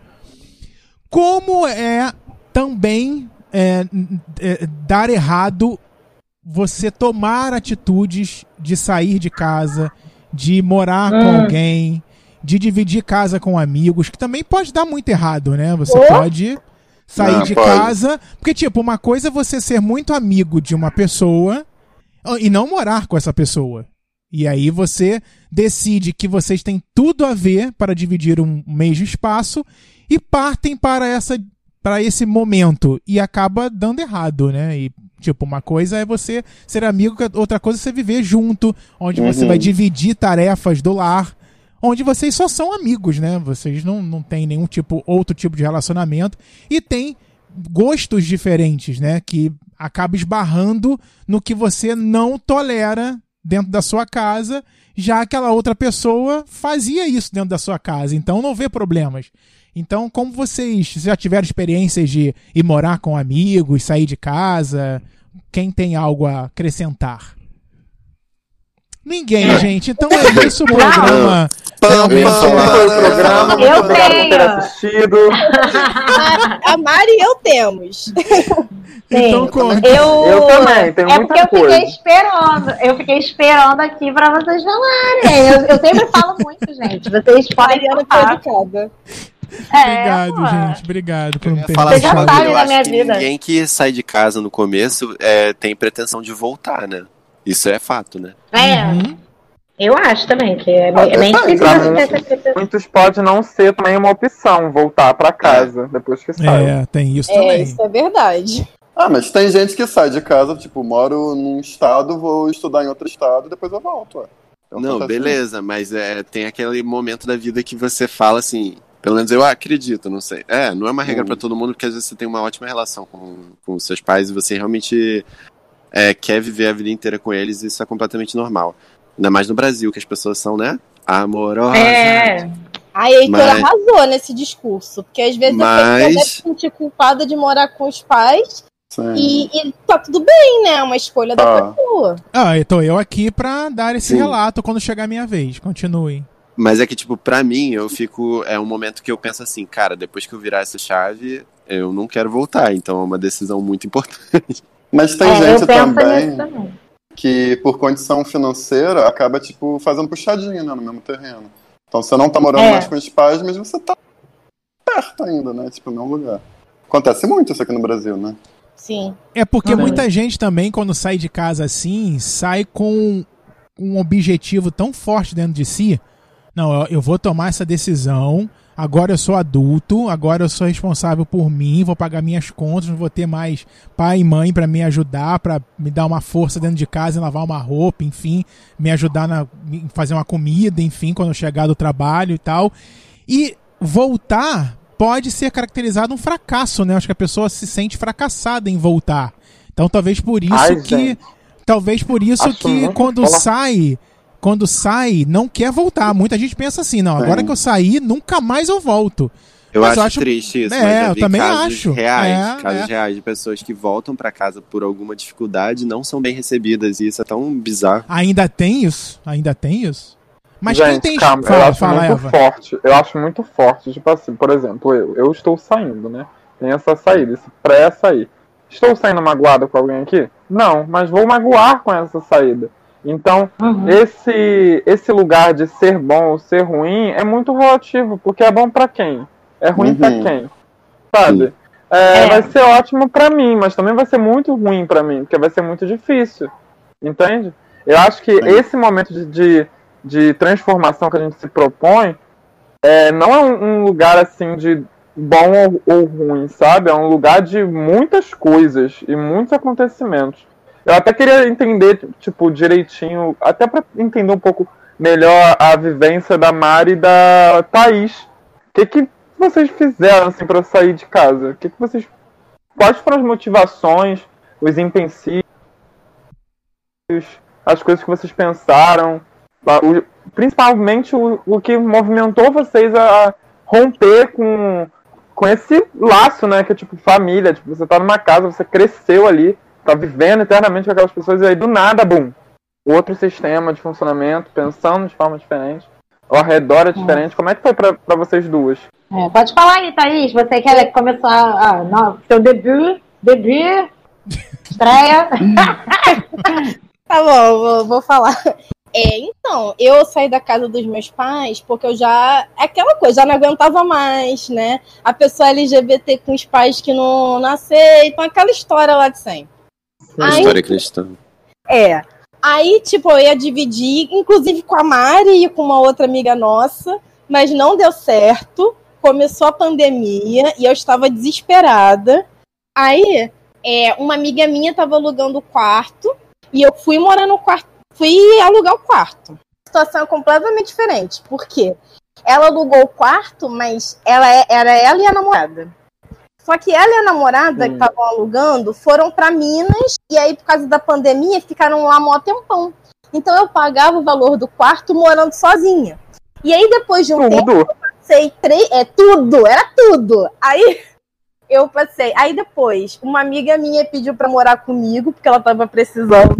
como é também é, é, dar errado você tomar atitudes de sair de casa de morar Hum. com alguém, de dividir casa com amigos, que também pode dar muito errado, né? Você Oh. pode sair Não, de pode. casa... Porque, tipo, uma coisa é você ser muito amigo de uma pessoa e não morar com essa pessoa. E aí você decide que vocês têm tudo a ver para dividir um mesmo espaço e partem para, essa, para esse momento. E acaba dando errado, né? E, tipo, uma coisa é você ser amigo, outra coisa é você viver junto, onde você Uhum. vai dividir tarefas do lar, onde vocês só são amigos, né? Vocês não, não têm nenhum tipo, outro tipo de relacionamento e tem gostos diferentes, né? Que acaba esbarrando no que você não tolera dentro da sua casa, já aquela outra pessoa fazia isso dentro da sua casa, então não vê problemas. Então, como vocês já tiveram experiências de ir morar com amigos, sair de casa, quem tem algo a acrescentar? Ninguém, gente. Então é isso o programa. Pam, Realmente pam, é- pam, Foi o programa, muito Eu obrigado por ter tenho. assistido. A Mari e eu temos. Então, Sim. conta. Eu, Eu também, tenho é muita porque eu coisa. fiquei esperando. Eu fiquei esperando aqui pra vocês falarem. Eu, eu sempre falo muito, gente. Vocês podem Mariana foi falar. educada. É, Obrigado, pô. gente. Obrigado por não Eu ia ter falar Você assim, já deixado. sabe eu da acho minha que vida. ninguém que sai de casa no começo é, tem pretensão de voltar, né? Isso é fato, né? É, Uhum. eu acho também que é bem, Ah, é bem depende, difícil pra você mim- ter essa pretensão. Muitos pode não ser também uma opção voltar pra casa depois que sai. É, tem isso É, também. isso é verdade. Ah, mas tem gente que sai de casa, tipo, moro num estado, vou estudar em outro estado, depois eu volto, ué. Então, Não, acontece beleza, mas é, tem aquele momento da vida que você fala assim, pelo menos eu acredito, não sei. É, não é uma regra Hum. pra todo mundo, porque às vezes você tem uma ótima relação com, com os seus pais e você realmente é, quer viver a vida inteira com eles, e isso é completamente normal. Ainda mais no Brasil, que as pessoas são, né, amorosas. É, A Heitora Mas- arrasou nesse discurso, porque às vezes a pessoa Mas- deve se sentir culpada de morar com os pais Sim. e, e tá tudo bem, né? É uma escolha da Tá. pessoa. Ah, eu tô eu aqui pra dar esse Sim. relato quando chegar a minha vez. Continuem. Mas é que, tipo, pra mim, eu fico. É um momento que eu penso assim, cara, depois que eu virar essa chave, eu não quero voltar. Então é uma decisão muito importante. Mas tem é, gente eu penso também nisso também. que, por condição financeira, acaba, tipo, fazendo puxadinha, né, no mesmo terreno. Então você não tá morando É. mais com os pais, mas você tá perto ainda, né? Tipo, no mesmo lugar. Acontece muito isso aqui no Brasil, né? Sim. É porque Uhum. muita gente também, quando sai de casa assim, sai com um objetivo tão forte dentro de si. Não, eu, eu vou tomar essa decisão, agora eu sou adulto, agora eu sou responsável por mim, vou pagar minhas contas, não vou ter mais pai e mãe pra me ajudar, pra me dar uma força dentro de casa em lavar uma roupa, enfim, me ajudar na, em fazer uma comida, enfim, quando eu chegar do trabalho e tal. E voltar pode ser caracterizado um fracasso, né? Acho que a pessoa se sente fracassada em voltar. Então talvez por isso Ai, que gente. talvez por isso Acho que muito quando foda. sai, quando sai, não quer voltar. Muita gente pensa assim, não, agora Sim. que eu saí, nunca mais eu volto. Eu Mas acho, eu acho- triste isso, É, mas já eu vi também casos acho. reais, É, casos é. reais de pessoas que voltam pra casa por alguma dificuldade e não são bem recebidas, e isso é tão bizarro. Ainda tem isso? Ainda tem isso? Mas Gente, quem tem... calma, eu fala, acho fala, muito Eva. forte. Eu acho muito forte. Tipo assim, por exemplo, eu, eu estou saindo, né? Tem essa saída, esse pré-sair. Estou saindo magoada com alguém aqui? Não, mas vou magoar com essa saída. Então, Uhum. esse, esse lugar de ser bom ou ser ruim é muito relativo, porque é bom pra quem? É ruim Uhum. pra quem? Sabe? É, É. Vai ser ótimo pra mim, mas também vai ser muito ruim pra mim, porque vai ser muito difícil. Entende? Eu acho que Sim. esse momento de, de, de transformação que a gente se propõe é, não é um, um lugar assim de bom ou, ou ruim, sabe? É um lugar de muitas coisas e muitos acontecimentos. Eu até queria entender, tipo, direitinho, até pra entender um pouco melhor a vivência da Mari e da Thaís. O que, que vocês fizeram, assim, pra sair de casa? O que, que vocês... Quais foram as motivações, os empecilhos, as coisas que vocês pensaram? O- principalmente o, o que movimentou vocês a romper com, com esse laço, né? Que é tipo família. Tipo, você tá numa casa, você cresceu ali, tá vivendo eternamente com aquelas pessoas, e aí do nada, bum, outro sistema de funcionamento, pensando de forma diferente, ao redor é diferente. Como é que foi pra, pra vocês duas? É, pode falar aí, Thaís. Você quer começar a, no, seu debut? Debut? Estreia? Tá bom, vou, vou falar. É, então, eu saí da casa dos meus pais porque eu já... É aquela coisa, já não aguentava mais, né? A pessoa L G B T com os pais que não, não aceitam, aquela história lá de sempre. A Aí, história cristã. É. Aí, tipo, eu ia dividir, inclusive com a Mari e com uma outra amiga nossa, mas não deu certo. Começou a pandemia e eu estava desesperada. Aí, é, uma amiga minha estava alugando o quarto e eu fui morar no quarto. Fui alugar o quarto. A situação é completamente diferente. Por quê? Ela alugou o quarto, mas ela é, era ela e a namorada. Só que ela e a namorada hum. que estavam alugando foram para Minas e aí, por causa da pandemia, ficaram lá mó tempão. Então eu pagava o valor do quarto morando sozinha. E aí, depois de um tudo. tempo, eu passei três... É, tudo, era tudo. Aí eu passei... Aí depois, uma amiga minha pediu para morar comigo, porque ela estava precisando.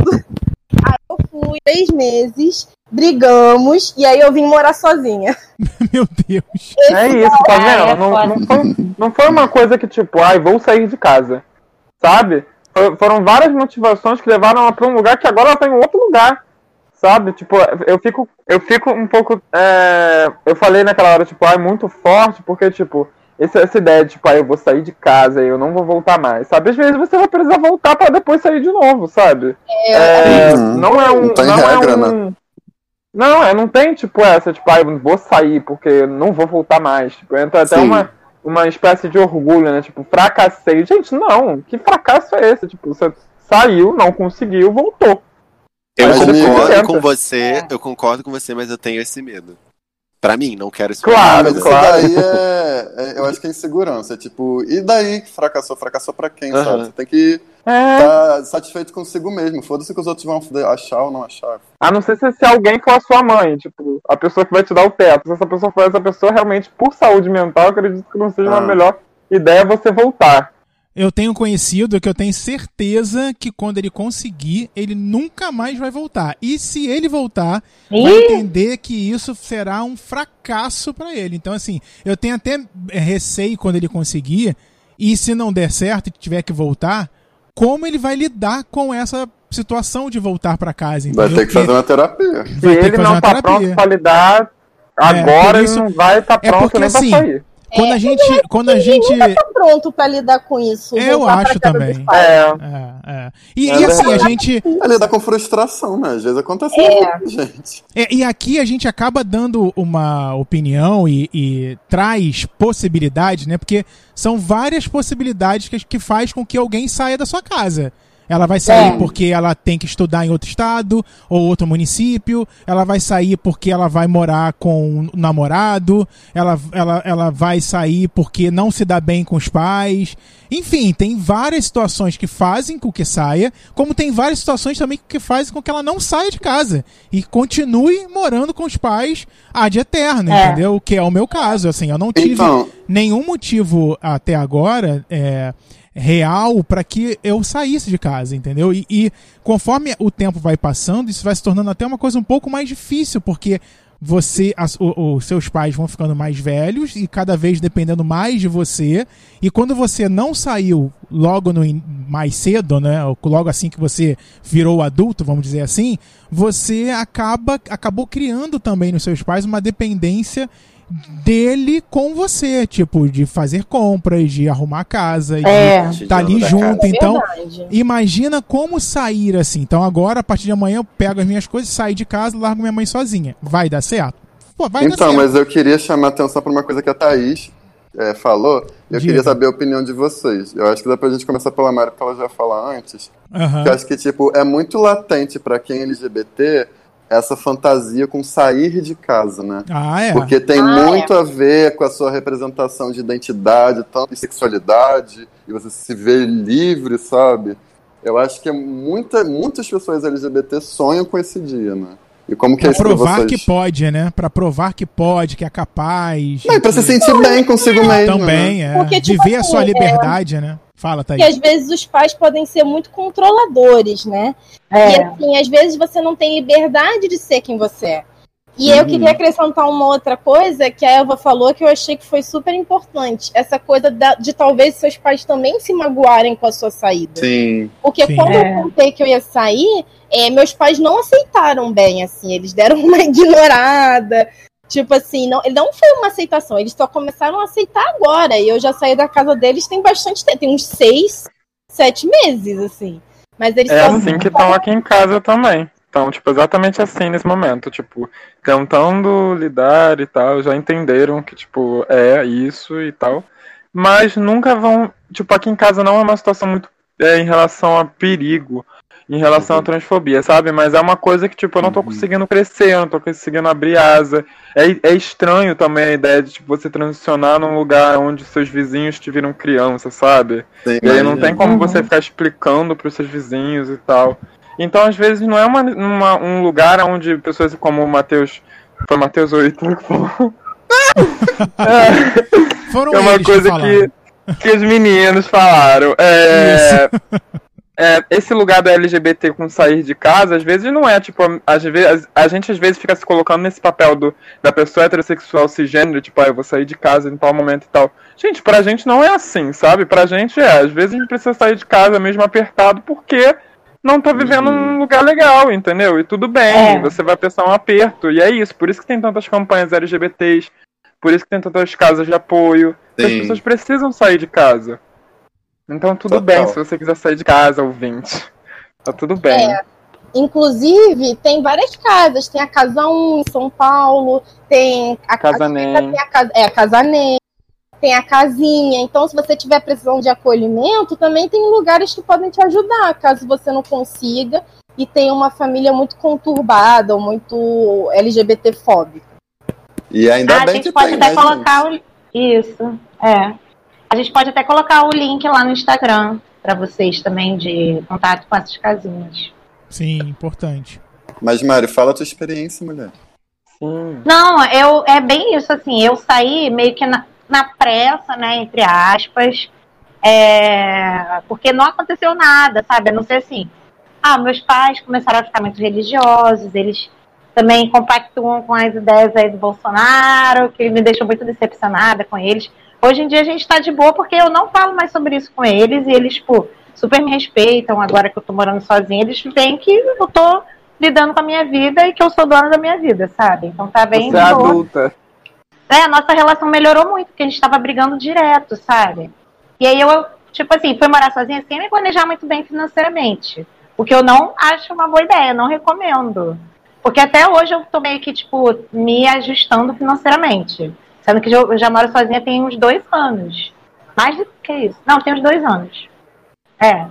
Aí eu fui três meses, brigamos, e aí eu vim morar sozinha. Meu Deus. Esse é isso, tá vendo? É, não, não, foi, não foi uma coisa que tipo, ai, vou sair de casa, sabe? Foi, foram várias motivações que levaram ela pra um lugar que agora ela tá em outro lugar, sabe? Tipo, eu fico, eu fico um pouco... É, eu falei naquela hora, tipo, ai, muito forte, porque, tipo... Essa, essa ideia de, tipo, ah, eu vou sair de casa e eu não vou voltar mais, sabe? Às vezes você vai precisar voltar pra depois sair de novo, sabe? É, é, uhum. Não é um... Não tem não regra, é um, né? Não, é, não tem, tipo, essa, tipo, ah, eu vou sair porque não vou voltar mais. Tipo, entra até uma, uma espécie de orgulho, né? Tipo, fracassei. Gente, não, que fracasso é esse? Tipo, você saiu, não conseguiu, voltou. Eu mas concordo com você, eu concordo com você, mas eu tenho esse medo. Pra mim, não quero isso. Claro, mas claro. Isso daí é, é... Eu acho que é insegurança. É tipo, e daí que fracassou? Fracassou pra quem, uhum. sabe? Você tem que estar é. tá satisfeito consigo mesmo. Foda-se que os outros vão achar ou não achar. A não ser se, se alguém for a sua mãe, tipo, a pessoa que vai te dar o teto. Se essa pessoa for essa pessoa, realmente, por saúde mental, eu acredito que não seja ah. uma melhor ideia você voltar. Eu tenho conhecido que eu tenho certeza que quando ele conseguir, ele nunca mais vai voltar. E se ele voltar, Ih? vai entender que isso será um fracasso pra ele. Então, assim, eu tenho até receio quando ele conseguir, e se não der certo e tiver que voltar, como ele vai lidar com essa situação de voltar pra casa, entendeu? Vai ter que fazer uma terapia. Se ele não tá pronto pra lidar, agora é, isso, ele não vai estar tá pronto é porque, nem assim, pra sair. Quando a gente, é, quando a gente nunca tá pronto pra lidar com isso. Eu acho também. É. É, é. E, é, e assim, a gente... É lidar com frustração, né? Às vezes acontece é. com gente. É, e aqui a gente acaba dando uma opinião e, e traz possibilidades, né? Porque são várias possibilidades que, que faz com que alguém saia da sua casa. Ela vai sair é. porque ela tem que estudar em outro estado ou outro município. Ela vai sair porque ela vai morar com um namorado. Ela, ela, ela vai sair porque não se dá bem com os pais. Enfim, tem várias situações que fazem com que saia, como tem várias situações também que fazem com que ela não saia de casa e continue morando com os pais ad eterno, é. entendeu? O que é o meu caso. Assim, eu não tive então... nenhum motivo até agora... É, real para que eu saísse de casa, entendeu? E, e conforme o tempo vai passando, isso vai se tornando até uma coisa um pouco mais difícil, porque você, as, o, os seus pais vão ficando mais velhos e cada vez dependendo mais de você, e quando você não saiu logo no, mais cedo, né, logo assim que você virou adulto, vamos dizer assim, você acaba, acabou criando também nos seus pais uma dependência dele com você, tipo, de fazer compras, de arrumar a casa, de é. estar tá ali junto. Então, Verdade. imagina como sair assim. Então agora, a partir de amanhã, eu pego as minhas coisas, saio de casa, largo minha mãe sozinha. Vai dar certo? Pô, vai então, dar certo. Mas eu queria chamar a atenção para uma coisa que a Thaís é, falou. Eu Diga. queria saber a opinião de vocês. Eu acho que dá pra gente começar pela Mari, porque ela já ia falar antes. Uhum. Eu acho que, tipo, é muito latente para quem é L G B T essa fantasia com sair de casa, né? Ah, é. Porque tem ah, muito é. a ver com a sua representação de identidade, tanto de sexualidade, e você se vê livre, sabe? Eu acho que é muita, muitas pessoas L G B T sonham com esse dia, né? E como que pra é isso provar pra vocês? que pode, né? Pra provar que pode, que é capaz. Não, e pra que... se sentir bem consigo mesmo. Também, né? é. Porque, tipo, viver a sua assim, liberdade, é... né? Fala, Thaís. Porque às vezes os pais podem ser muito controladores, né? É. E assim, às vezes você não tem liberdade de ser quem você é. E uhum. eu queria acrescentar uma outra coisa que a Eva falou que eu achei que foi super importante. Essa coisa da, de talvez seus pais também se magoarem com a sua saída. Sim. Porque Sim. quando É. eu contei que eu ia sair, é, meus pais não aceitaram bem, assim. Eles deram uma ignorada. Tipo assim, não, não foi uma aceitação. Eles só começaram a aceitar agora. E eu já saí da casa deles tem bastante tempo. Tem uns seis, sete meses, assim. Mas eles É só assim que estão aqui em casa também. Então, tipo, exatamente assim nesse momento, tipo, tentando lidar e tal, já entenderam que, tipo, é isso e tal, mas nunca vão, tipo, aqui em casa não é uma situação muito é, em relação a perigo, em relação à transfobia, sabe? Mas é uma coisa que, tipo, eu não tô conseguindo crescer, eu não tô conseguindo abrir asa. É, é estranho também a ideia de, tipo, você transicionar num lugar onde seus vizinhos te viram criança, sabe? Sim, E aí não tem como Uhum. você ficar explicando pros seus vizinhos e tal. Então, às vezes, não é uma, uma- um lugar onde pessoas como o Matheus. Foi o Matheus oito que falou. É, Foram é uma eles coisa que falaram. que, que os meninos falaram. É, é, esse lugar do L G B T com sair de casa, às vezes não é, tipo, às vezes, a gente às vezes fica se colocando nesse papel do, da pessoa heterossexual cisgênero, tipo, ah, eu vou sair de casa em tal momento e tal. Gente, pra gente não é assim, sabe? Pra gente é, às vezes a gente precisa sair de casa mesmo apertado porque não tá vivendo Uhum. num lugar legal, entendeu? E tudo bem, É. você vai pensar um aperto, e é isso, por isso que tem tantas campanhas L G B T s, por isso que tem tantas casas de apoio, porque as Sim. pessoas precisam sair de casa. Então tudo Total. bem se você quiser sair de casa, ouvinte. Tá tudo bem. É. Inclusive, tem várias casas. Tem a Casa um em São Paulo, tem a Casa a- Nem. tem a, casa- é, a Casa Nem, tem a Casinha. Então, se você tiver precisando de acolhimento, também tem lugares que podem te ajudar, caso você não consiga e tenha uma família muito conturbada ou muito L G B T fóbica. E ainda Ah, a bem gente que pode tem, até né, colocar gente? o. Isso, é. A gente pode até colocar o link lá no Instagram para vocês também de contato com essas casinhas. Sim, importante. Mas, Mário, fala a tua experiência, mulher. Sim. Não, eu, é bem isso, assim, eu saí meio que na, na pressa, né, entre aspas, é, porque não aconteceu nada, sabe, a não ser assim, ah, meus pais começaram a ficar muito religiosos, eles também compactuam com as ideias aí do Bolsonaro, que me deixou muito decepcionada com eles. Hoje em dia a gente tá de boa porque eu não falo mais sobre isso com eles e eles, tipo, super me respeitam agora que eu tô morando sozinha, eles veem que eu tô lidando com a minha vida e que eu sou dona da minha vida, sabe? Então tá bem Você é de boa. adulta. É, a nossa relação melhorou muito, porque a gente tava brigando direto, sabe? E aí eu, tipo assim, fui morar sozinha sem me planejar muito bem financeiramente. O que eu não acho uma boa ideia, não recomendo. Porque até hoje eu tô meio que, tipo, me ajustando financeiramente. Sendo que eu já moro sozinha tem uns dois anos. Mais do que isso. Não, tem uns dois anos. É.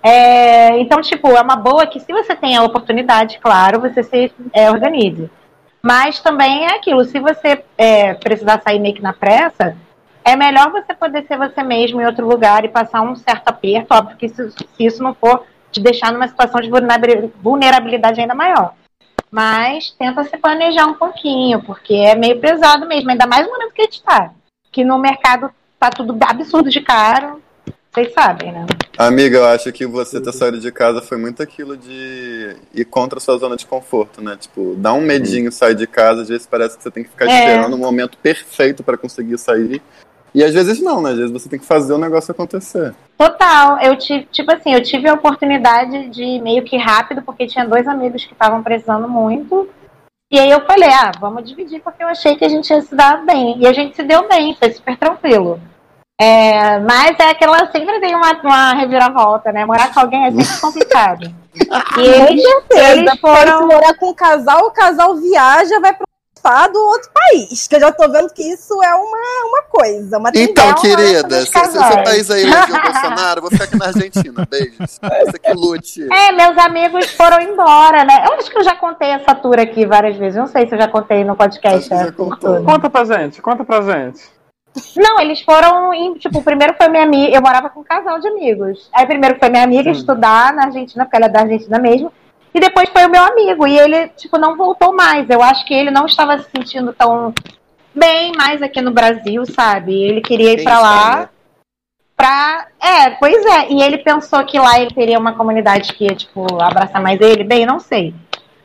É, então, tipo, é uma boa que se você tem a oportunidade, claro, você se é, organize. Mas também é aquilo, se você é, precisar sair meio que na pressa, é melhor você poder ser você mesmo em outro lugar e passar um certo aperto, óbvio que se, se isso não for te deixar numa situação de vulnerabilidade ainda maior. Mas tenta se planejar um pouquinho, porque é meio pesado mesmo, ainda mais no momento que a gente tá. Que no mercado tá tudo absurdo de caro, vocês sabem, né? Amiga, eu acho que você ter saído de casa foi muito aquilo de ir contra a sua zona de conforto, né? Tipo, dá um medinho sair de casa, às vezes parece que você tem que ficar É. esperando o momento perfeito pra conseguir sair. E às vezes não, né? Às vezes você tem que fazer o negócio acontecer. Total, eu tive, tipo assim, eu tive a oportunidade de ir meio que rápido, porque tinha dois amigos que estavam precisando muito. E aí eu falei, ah, vamos dividir, porque eu achei que a gente ia se dar bem. E a gente se deu bem, foi super tranquilo. É, mas é aquela, sempre tem uma, uma reviravolta, né? Morar com alguém é sempre complicado. E eles, eles Porque se foram. morar com um casal, o casal viaja, vai para um estado ou outro país. Que eu já tô vendo que isso é uma, uma coisa, uma Então, tendência. querida, dos se se- se o casais. país aí elegeu o Bolsonaro, eu vou ficar aqui na Argentina. Beijos. Você que lute. É, meus amigos foram embora, né? Eu acho que eu já contei essa tour aqui várias vezes. Não sei se eu já contei no podcast. Acho que já essa tour contou. toda. Conta pra gente, conta pra gente. Não, eles foram, em, tipo, primeiro foi minha amiga, eu morava com um casal de amigos. Aí primeiro foi minha amiga Sim. estudar na Argentina, porque ela é da Argentina mesmo. E depois foi o meu amigo, e ele, tipo, não voltou mais. Eu acho que ele não estava se sentindo tão bem mais aqui no Brasil, sabe? Ele queria ir Quem pra lá sabe, né? pra... É, pois é. E ele pensou que lá ele teria uma comunidade que ia, tipo, abraçar mais ele. Bem, não sei.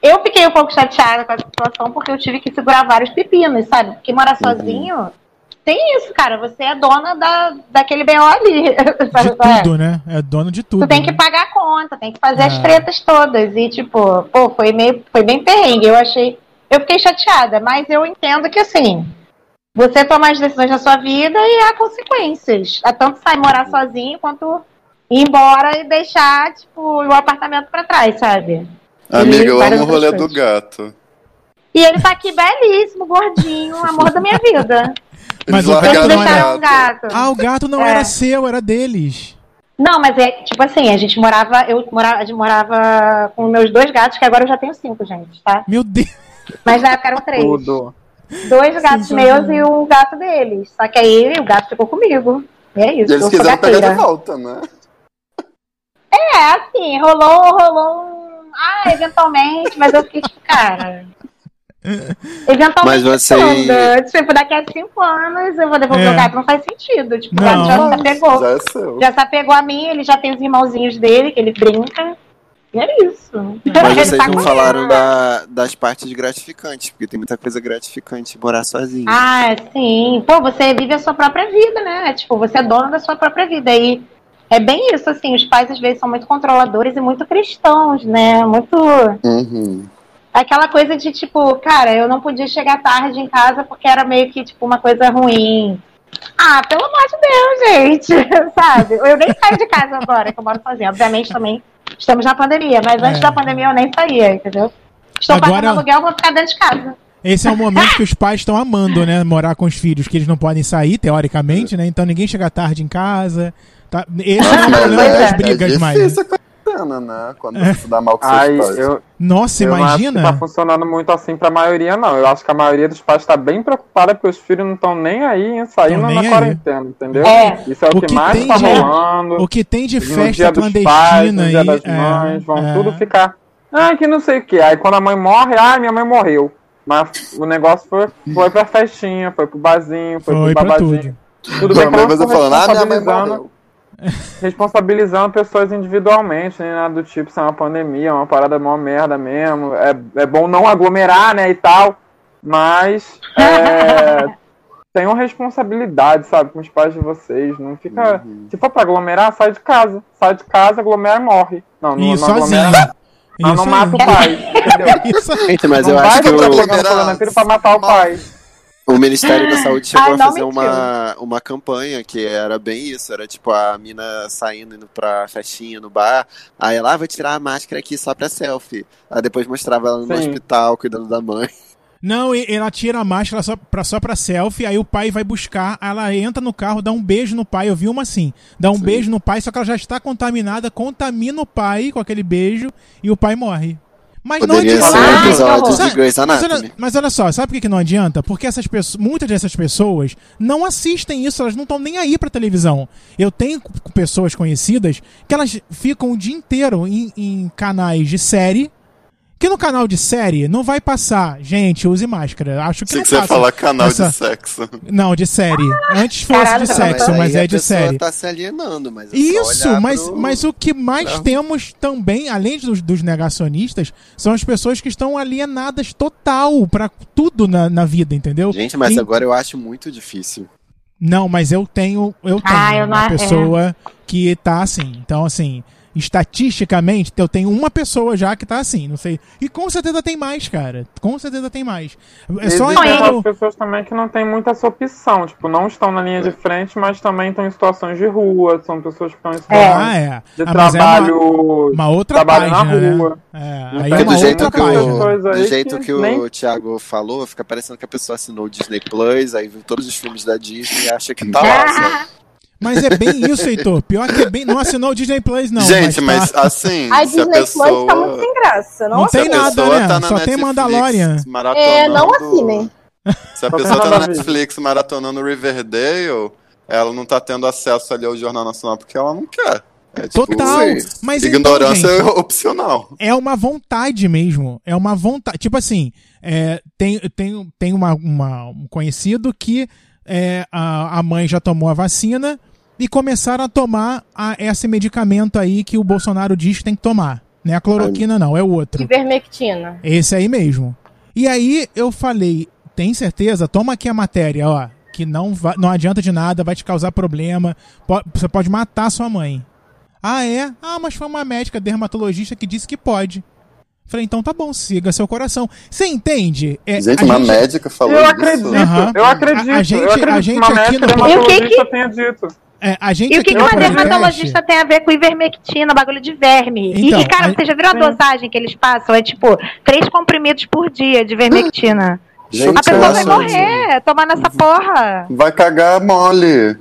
eu fiquei um pouco chateada com a situação porque eu tive que segurar vários pepinos, sabe? Porque morar Uhum. sozinho tem isso, cara. Você é dona da, daquele B O ali. De tudo, né? É dono de tudo. Tu tem né? que pagar a conta, tem que fazer É. as tretas todas. E, tipo, pô, foi meio, foi bem perrengue. Eu achei. Eu fiquei chateada, mas eu entendo que assim, você toma as decisões da sua vida e há consequências. É tanto sair morar sozinho quanto ir embora e deixar, tipo, o apartamento pra trás, sabe? Amiga, E eu várias amo o rolê outras do coisas. gato. E ele tá aqui belíssimo, gordinho, amor da minha vida. Mas Eles o gato largaram Eles não deixaram era... um gato. Ah, o gato não É. era seu, era deles. Não, mas é tipo assim, a gente morava, eu morava, a gente morava com meus dois gatos, que agora eu já tenho cinco, gente, tá? Meu Deus. Mas na época eram três. Tudo. Dois gatos meus e um gato deles. Só que aí o gato ficou comigo. E é isso. E eles eu sou quiseram pegar gateira. de volta, né? É, assim, rolou, rolou um. Ah, eventualmente, mas eu fiquei tipo, cara. Eventualmente, Mas você- quando? Tipo, daqui a cinco anos eu vou devolver É. o gato, não faz sentido. Tipo, Não. o gato já se apegou. Já é seu. Já se apegou a mim, ele já tem os irmãozinhos dele, que ele brinca. E é isso. Mas Ele vocês tá não com- falaram da, das partes gratificantes, porque tem muita coisa gratificante morar sozinho. Ah, sim. Pô, você vive a sua própria vida, né? Tipo, você é dono da sua própria vida. E é bem isso, assim, os pais às vezes são muito controladores e muito cristãos, né? Muito. Uhum. Aquela coisa de, tipo, cara, eu não podia chegar tarde em casa porque era meio que, tipo, uma coisa ruim. Ah, pelo amor de Deus, gente, sabe? Eu nem saio de casa agora, que eu moro sozinha. Obviamente também estamos na pandemia, mas antes É. da pandemia eu nem saía, entendeu? Estou Agora- pagando aluguel, vou ficar dentro de casa. Esse é o momento que os pais estão amando, né? Morar com os filhos, que eles não podem sair, teoricamente, né? Então ninguém chega tarde em casa. Tá? Esse é o Mas problema é, das é brigas é mais. né? difícil a quarentena, né? Quando você se dá mal com seus Ai, pais. eu, Nossa, eu não acho que imagina. tá funcionando muito assim pra maioria, não. Eu acho que a maioria dos pais tá bem preocupada porque os filhos não estão nem aí em saindo Tão nem na aí. quarentena, entendeu? É. Isso é o, O que, que mais tem tá de- rolando. O que tem de No festa dia dos pais, clandestina no dia aí. das é, mães, vão é. tudo ficar. Ah, que não sei o que. Aí quando a mãe morre, ah, minha mãe morreu. Mas o negócio foi, foi pra festinha, foi pro barzinho, foi, Foi pro pra babazinho. tudo. Tudo bem Não, que mas eu não você tô falando, ah, minha mãe responsabilizando- morreu. responsabilizando pessoas individualmente, nem nada do tipo, se é uma pandemia, é uma parada mó merda mesmo. É, é bom não aglomerar, né, e tal, mas é, tenham responsabilidade, sabe, com os pais de vocês. Não fica. Uhum. Se for pra aglomerar, sai de casa. Sai de casa, aglomera e morre. Não, não, E não sozinho. aglomera, não, Isso não mata o aí. pai, entendeu? Isso aí. Gente, mas não eu vai acho que ficar o, pegando coronavírus pra matar o pai. o Ministério da Saúde chegou Ai, a não fazer mentiu. uma, uma campanha que era bem isso. Era tipo a mina saindo, indo pra festinha no bar. Aí ela, ah, vou tirar a máscara aqui só pra selfie. Aí depois mostrava ela no Sim. hospital, cuidando da mãe. Não, e- ela tira a máscara só pra, só pra selfie, aí o pai vai buscar, ela entra no carro, dá um beijo no pai, eu vi uma assim, dá um Sim. beijo no pai, só que ela já está contaminada, contamina o pai com aquele beijo e o pai morre. Mas Poderia não ser um adianta. Ah, episódio que de Sabe- Grey's Mas Anatomy. olha, mas olha só, sabe por que, que não adianta? Porque essas pessoas, muitas dessas pessoas não assistem isso, elas não estão nem aí pra televisão. Eu tenho c- pessoas conhecidas que elas ficam o dia inteiro em, em canais de série, que no canal de série não vai passar, gente, use máscara. Acho que Se não você passa falar canal essa- de sexo. Não, de série. Antes fosse Caralho, de não, sexo, aí mas é a de pessoa série. tá se alienando, mas é só Isso, olhar mas, pro- mas o que mais pra- temos também, além dos, dos negacionistas, são as pessoas que estão alienadas total pra tudo na, na vida, entendeu? Gente, mas E- agora eu acho muito difícil. Não, mas eu tenho, eu tenho Ah, eu não- uma é. pessoa que tá assim. Então, assim, estatisticamente, eu tenho uma pessoa já que tá assim, não sei. E com certeza tem mais, cara. Com certeza tem mais. É só Existem entrar aquelas no... pessoas também que não têm muita essa opção, tipo, não estão na linha de frente, mas também estão em situações de rua, são pessoas que estão em situações Ah, é. de Ah, mas é trabalho, uma, uma outra trabalho na página, né? rua. É, aí Porque é Porque uma do jeito, outra que página. o, Coisa aí do jeito que que o nem- Thiago falou, fica parecendo que a pessoa assinou o Disney Plus, aí viu todos os filmes da Disney e acha que tá lá, sabe? Mas é bem isso, Heitor. Pior que é bem. Não assinou o Disney Plus, não. Gente, mas, mas tá... assim, A se a Disney pessoa... Plus tá muito sem graça. Não, Não tem se a nada, pessoa né? tá na Só tem Netflix Mandalorian. maratonando- É, não assinem. Se a Só pessoa tem tá nada na a ver. Netflix maratonando Riverdale, ela não tá tendo acesso ali ao Jornal Nacional porque ela não quer. É, tipo, Total. Mas ignorância então, gente, é opcional. é uma vontade mesmo. É uma vontade. Tipo assim, é, tem, tem, tem uma, uma- um conhecido que é, a, a mãe já tomou a vacina e começaram a tomar a, esse medicamento aí que o Bolsonaro diz que tem que tomar. Não é a cloroquina, não, é o outro. Ivermectina. Esse aí mesmo. E aí eu falei, tem certeza? Toma aqui a matéria, ó. Que não, vai, não adianta de nada, vai te causar problema. Pode, você pode matar sua mãe. Ah, é? Ah, mas foi uma médica dermatologista que disse que pode. Falei, então tá bom, siga seu coração. Você entende? É, gente, uma gente... médica falou eu isso. Acredito, uhum. Eu acredito, a, a gente, eu acredito a gente que uma aqui médica no dermatologista que que... tenha dito. É, a gente e o que, aqui que uma podcast... dermatologista tem a ver com ivermectina, bagulho de verme? Então, e, e, cara, a... você já viram a dosagem que eles passam? É tipo, três comprimidos por dia de ivermectina. Gente, a pessoa vai gente. morrer tomando essa porra. Vai cagar mole.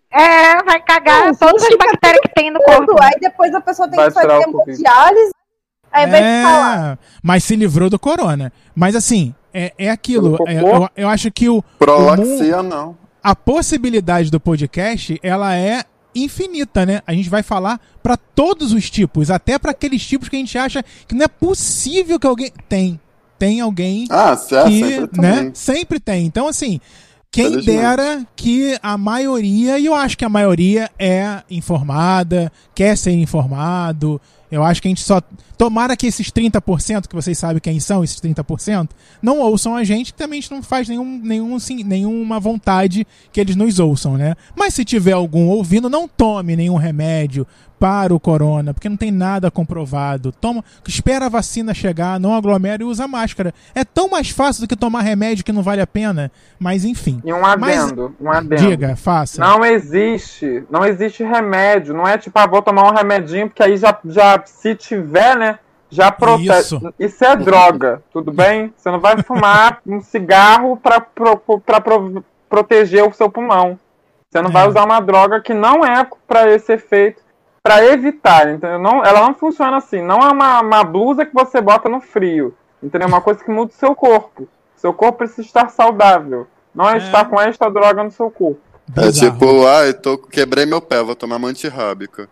É, vai cagar não, todas as bactérias que tem no corpo. Aí depois a pessoa tem vai que fazer hemodiálise. Aí vai é, falar. Mas se livrou do corona. Mas assim, é, é aquilo. É, eu, eu acho que o. Prolaxia, o não. A possibilidade do podcast, ela é infinita, né? A gente vai falar pra todos os tipos, até pra aqueles tipos que a gente acha que não é possível que alguém. Tem. Tem alguém ah, certo, que, sempre né? tem. Sempre tem. Então, assim. Quem dera que a maioria, e eu acho que a maioria é informada, quer ser informado. Eu acho que a gente só... Tomara que esses trinta por cento, que vocês sabem quem são, esses trinta por cento, não ouçam a gente, que também a gente não faz nenhum, nenhum, sim, nenhuma vontade que eles nos ouçam, né? Mas se tiver algum ouvindo, não tome nenhum remédio para o corona, porque não tem nada comprovado. Toma, espera a vacina chegar, não aglomera e usa máscara. É tão mais fácil do que tomar remédio que não vale a pena, mas enfim. E um adendo, mas, um adendo. Diga, faça. Não existe, não existe remédio, não é tipo, ah, vou tomar um remedinho, porque aí já, já se tiver, né, já protege. Isso. Isso é droga, tudo bem? Você não vai fumar um cigarro para pro, pra pro, proteger o seu pulmão. Você não é. vai usar uma droga que não é para esse efeito. Pra evitar, entendeu? Não, ela não funciona assim. Não é uma, uma blusa que você bota no frio. Entendeu? É uma coisa que muda o seu corpo. Seu corpo precisa estar saudável. Não é, é. estar com esta droga no seu corpo. É tipo, ah, eu tô, quebrei meu pé, vou tomar uma antirrábica.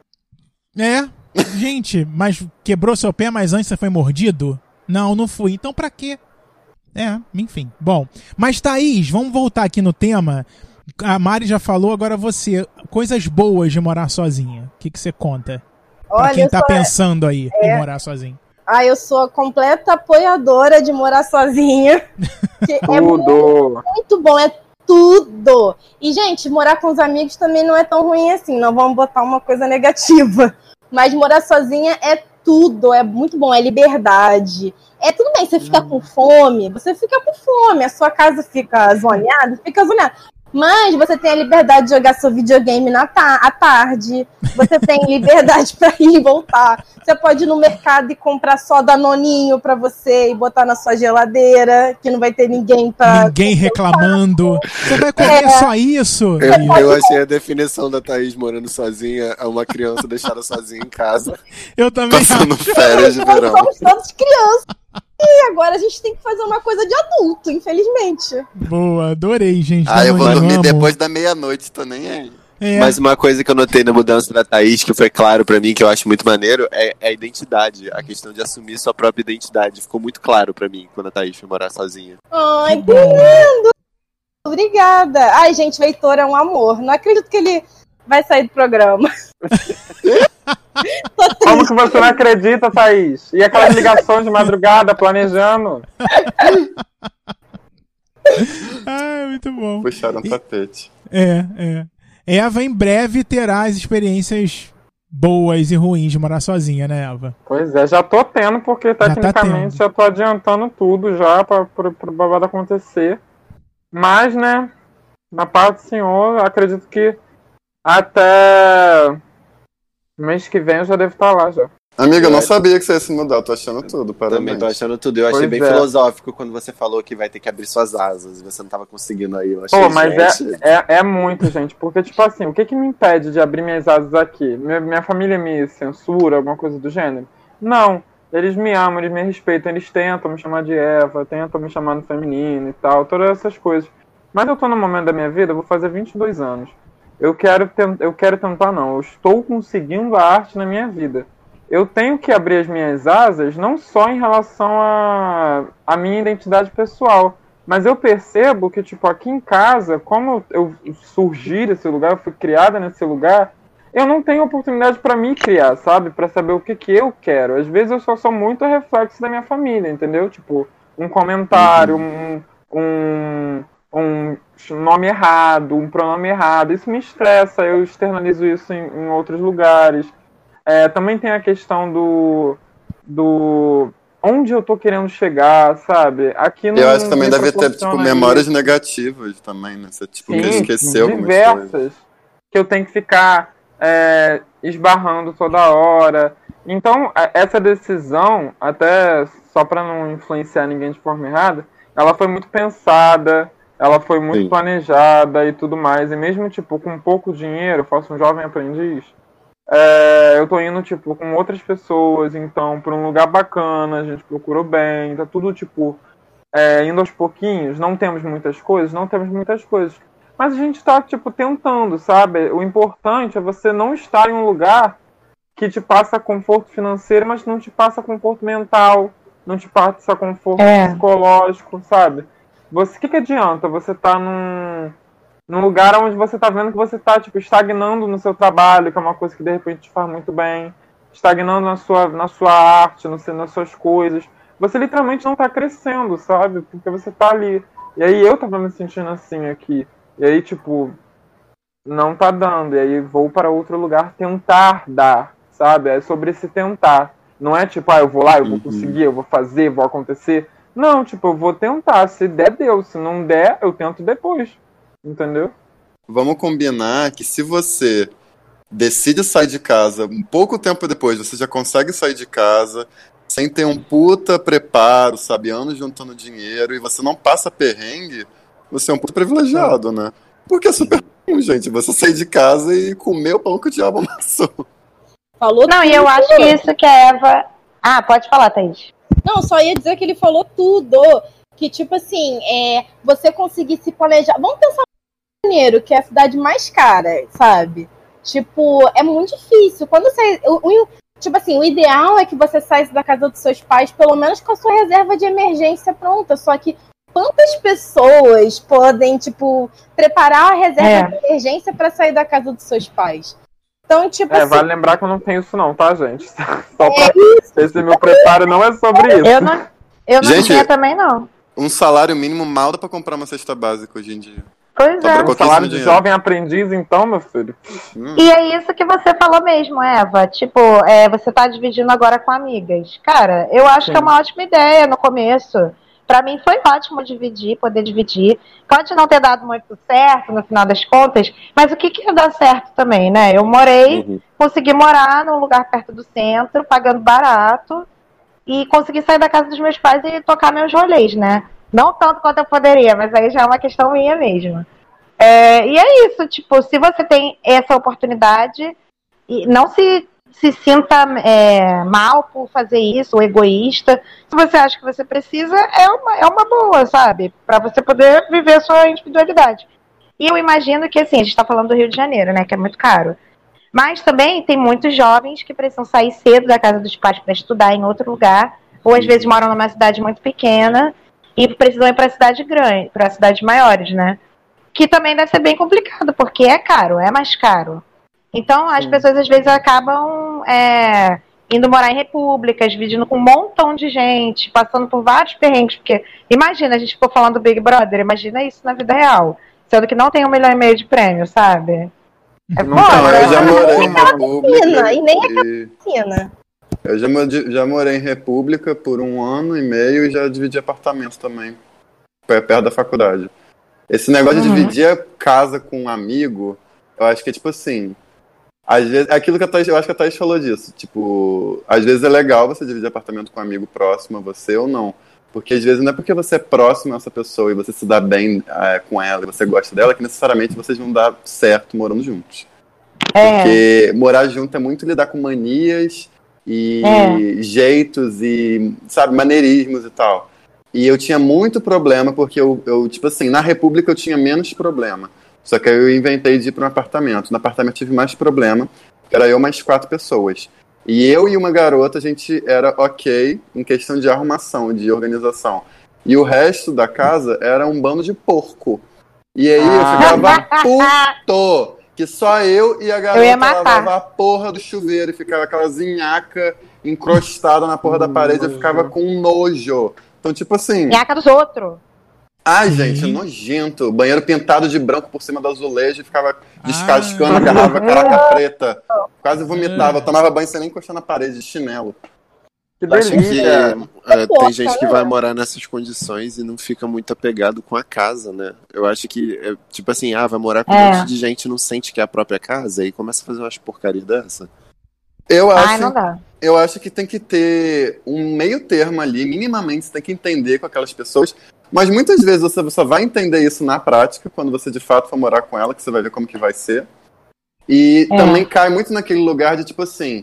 É, gente, mas quebrou seu pé, mas antes você foi mordido? Não, não fui. Então pra quê? É, enfim. Bom, mas Thaís, vamos voltar aqui no tema. A Mari já falou, agora você. Coisas boas de morar sozinha. O que, que você conta? Olha, pra quem tá pensando aí é... em morar sozinho. Ah, eu sou a completa apoiadora de morar sozinha. Que tudo! É muito, muito bom, é tudo! E, gente, morar com os amigos também não é tão ruim assim, não vamos botar uma coisa negativa. Mas morar sozinha é tudo, é muito bom, é liberdade. É tudo bem, você fica com fome, você fica com fome, a sua casa fica zoneada, fica zoneada. Mas você tem a liberdade de jogar seu videogame na ta- à tarde. Você tem liberdade para ir e voltar. Você pode ir no mercado e comprar só Danoninho para você e botar na sua geladeira, que não vai ter ninguém para... Ninguém reclamando. Você vai comer é. só isso? Eu, eu achei a definição da Thaís morando sozinha é uma criança deixada sozinha em casa. Eu também passando acho. férias de verão. Nós somos todos crianças. E agora a gente tem que fazer uma coisa de adulto, infelizmente. Boa, adorei, gente. Ah, eu vou dormir depois da meia-noite, tô nem aí. É. Mas uma coisa que eu notei na mudança da Thaís, que foi claro pra mim, que eu acho muito maneiro, é, é a identidade. A questão de assumir sua própria identidade. Ficou muito claro pra mim quando a Thaís foi morar sozinha. Ai, que lindo! Obrigada. Ai, gente, o Heitor é um amor. Não acredito que ele vai sair do programa. Como que você não acredita, Thaís? E aquelas ligações de madrugada planejando? Ah, muito bom. Puxaram o tapete. É, é. Eva em breve terá as experiências boas e ruins de morar sozinha, né, Eva? Pois é, já tô tendo, porque tecnicamente já, tá já tô adiantando tudo já pra, pra, pra babado acontecer. Mas, né, na parte do senhor, acredito que até mês que vem eu já devo estar lá já. Amiga, eu não sabia que você ia se mudar, eu tô achando tudo, parabéns. Também tô achando tudo, eu achei Pois bem é. filosófico quando você falou que vai ter que abrir suas asas e você não tava conseguindo aí, eu achei, Pô, mas gente... é, é, é muito, gente, porque, tipo assim, o que que me impede de abrir minhas asas aqui? Minha, minha família me censura, alguma coisa do gênero? Não, eles me amam, eles me respeitam, eles tentam me chamar de Eva, tentam me chamar no feminino e tal, todas essas coisas. Mas eu tô num momento da minha vida, eu vou fazer vinte e dois anos. Eu quero, tent, eu quero tentar, não, eu estou conseguindo a arte na minha vida. Eu tenho que abrir as minhas asas não só em relação a, a minha identidade pessoal, mas eu percebo que, tipo, aqui em casa, como eu surgi nesse lugar, eu fui criada nesse lugar, eu não tenho oportunidade pra me criar, sabe? Pra saber o que que eu quero. Às vezes eu só sou muito reflexo da minha família, entendeu? Tipo, um comentário, um, um, um nome errado, um pronome errado. Isso me estressa, eu externalizo isso em, em outros lugares. É, também tem a questão do... do onde eu tô querendo chegar, sabe? Aqui no Eu acho que também deve ter, tipo, memórias negativas também, né? Você, tipo, Sim, esqueceu algumas diversas, coisas. que eu tenho que ficar é, esbarrando toda hora. Então, essa decisão, até só para não influenciar ninguém de forma errada, ela foi muito pensada, ela foi muito Sim. planejada e tudo mais. E mesmo, tipo, com pouco dinheiro, eu faço um jovem aprendiz, É, eu tô indo, tipo, com outras pessoas, então, pra um lugar bacana, a gente procurou bem, tá tudo, tipo, é, indo aos pouquinhos, não temos muitas coisas, não temos muitas coisas, mas a gente tá, tipo, tentando, sabe? O importante é você não estar em um lugar que te passa conforto financeiro, mas não te passa conforto mental, não te passa conforto é. psicológico, sabe? Você, o que que adianta você tá num... num lugar onde você tá vendo que você tá, tipo, estagnando no seu trabalho, que é uma coisa que de repente te faz muito bem, estagnando na sua, na sua arte, no, nas suas coisas. Você literalmente não tá crescendo, sabe? Porque você tá ali. E aí eu tava me sentindo assim aqui. E aí, tipo, não tá dando. E aí vou para outro lugar tentar dar, sabe? É sobre esse tentar. Não é tipo, ah, eu vou lá, eu vou conseguir, eu vou fazer, vou acontecer. Não, tipo, eu vou tentar. Se der, deu. Se não der, eu tento depois. Entendeu? Vamos combinar que se você decide sair de casa, um pouco tempo depois você já consegue sair de casa sem ter um puta preparo, sabe, anos juntando dinheiro, e você não passa perrengue, você é um puta privilegiado, né? Porque é super ruim, gente, você sair de casa e comer o pão que o diabo amassou. Falou Não, e eu acho que isso que a Eva... Ah, pode falar, Thaís. Não, só ia dizer que ele falou tudo. Que, tipo assim, é, você conseguir se planejar... Vamos pensar Janeiro, que é a cidade mais cara, sabe? Tipo, é muito difícil. Quando você... O, o, tipo assim, o ideal é que você saia da casa dos seus pais, pelo menos com a sua reserva de emergência pronta. Só que quantas pessoas podem, tipo, preparar a reserva é. de emergência para sair da casa dos seus pais? Então, tipo é, assim... vale lembrar que eu não tenho isso não, tá, gente? Só pra... é Esse meu preparo não é sobre isso. Eu não, eu não gente, tinha também, não. Um salário mínimo mal dá pra comprar uma cesta básica hoje em dia. Pois Só é. Um salário de jovem aprendiz, então, meu filho. Hum. E é isso que você falou mesmo, Eva. Tipo, é, você tá dividindo agora com amigas. Cara, eu acho Sim. que é uma ótima ideia no começo. Pra mim foi ótimo dividir, poder dividir. Pode não ter dado muito certo no final das contas, mas o que que ia dar certo também, né? Eu morei, uhum. consegui morar num lugar perto do centro, pagando barato, e consegui sair da casa dos meus pais e tocar meus rolês, né? Não tanto quanto eu poderia, mas aí já é uma questão minha mesmo. É, e é isso, tipo, se você tem essa oportunidade, não se... se sinta é, mal por fazer isso, ou egoísta. Se você acha que você precisa, é uma, é uma boa, sabe? Pra você poder viver a sua individualidade. E eu imagino que, assim, a gente tá falando do Rio de Janeiro, né? Que é muito caro. Mas também tem muitos jovens que precisam sair cedo da casa dos pais para estudar em outro lugar, ou às vezes moram numa cidade muito pequena e precisam ir pra cidade grande, para cidades maiores, né? Que também deve ser bem complicado, porque é caro, é mais caro. Então, as Sim. pessoas, às vezes, acabam é, indo morar em repúblicas, dividindo com um montão de gente, passando por vários perrengues. Porque, imagina, a gente ficou falando do Big Brother, imagina isso na vida real. Sendo que não tem um milhão e meio de prêmio, sabe? É não, foda. Eu já morei em república. E nem aquela piscina. Eu já, já morei em república por um ano e meio e já dividi apartamento também, perto da faculdade. Esse negócio uhum. de dividir a casa com um amigo, eu acho que é tipo assim... Às vezes, aquilo que a Thaís, eu acho que a Thaís falou disso, tipo, às vezes é legal você dividir apartamento com um amigo próximo a você ou não, porque às vezes não é porque você é próximo a essa pessoa e você se dá bem é, com ela e você gosta dela que necessariamente vocês vão dar certo morando juntos. É. Porque morar junto é muito lidar com manias e é. jeitos e, sabe, maneirismos e tal. E eu tinha muito problema porque eu, eu, tipo assim, na República eu tinha menos problema. Só que aí eu inventei de ir para um apartamento. No apartamento tive mais problema, que era eu mais quatro pessoas. E eu e uma garota, a gente era ok em questão de arrumação, de organização. E o resto da casa era um bando de porco. E aí eu ficava puto. que só eu e a Eu garota ia matar. lavava a porra do chuveiro e ficava aquela zinhaca encrostada na porra da parede, eu ficava com nojo. Então, tipo assim... Minhaca dos outros. Ai, gente, nojento. Banheiro pintado de branco por cima do azulejo e ficava descascando, ah. agarrava caraca preta. Quase vomitava. Eu tomava banho sem nem encostar na parede, de chinelo. Que Eu acho que delícia. é, tem gente que vai morar nessas condições e não fica muito apegado com a casa, né? Eu acho que, é, tipo assim, ah, vai morar com um É. monte de gente e não sente que é a própria casa e começa a fazer umas porcarias dessa. Eu Ai, acho, não dá. eu acho que tem que ter um meio termo ali, minimamente, você tem que entender com aquelas pessoas. Mas muitas vezes você só vai entender isso na prática, quando você de fato for morar com ela, que você vai ver como que vai ser. E É. também cai muito naquele lugar de, tipo assim,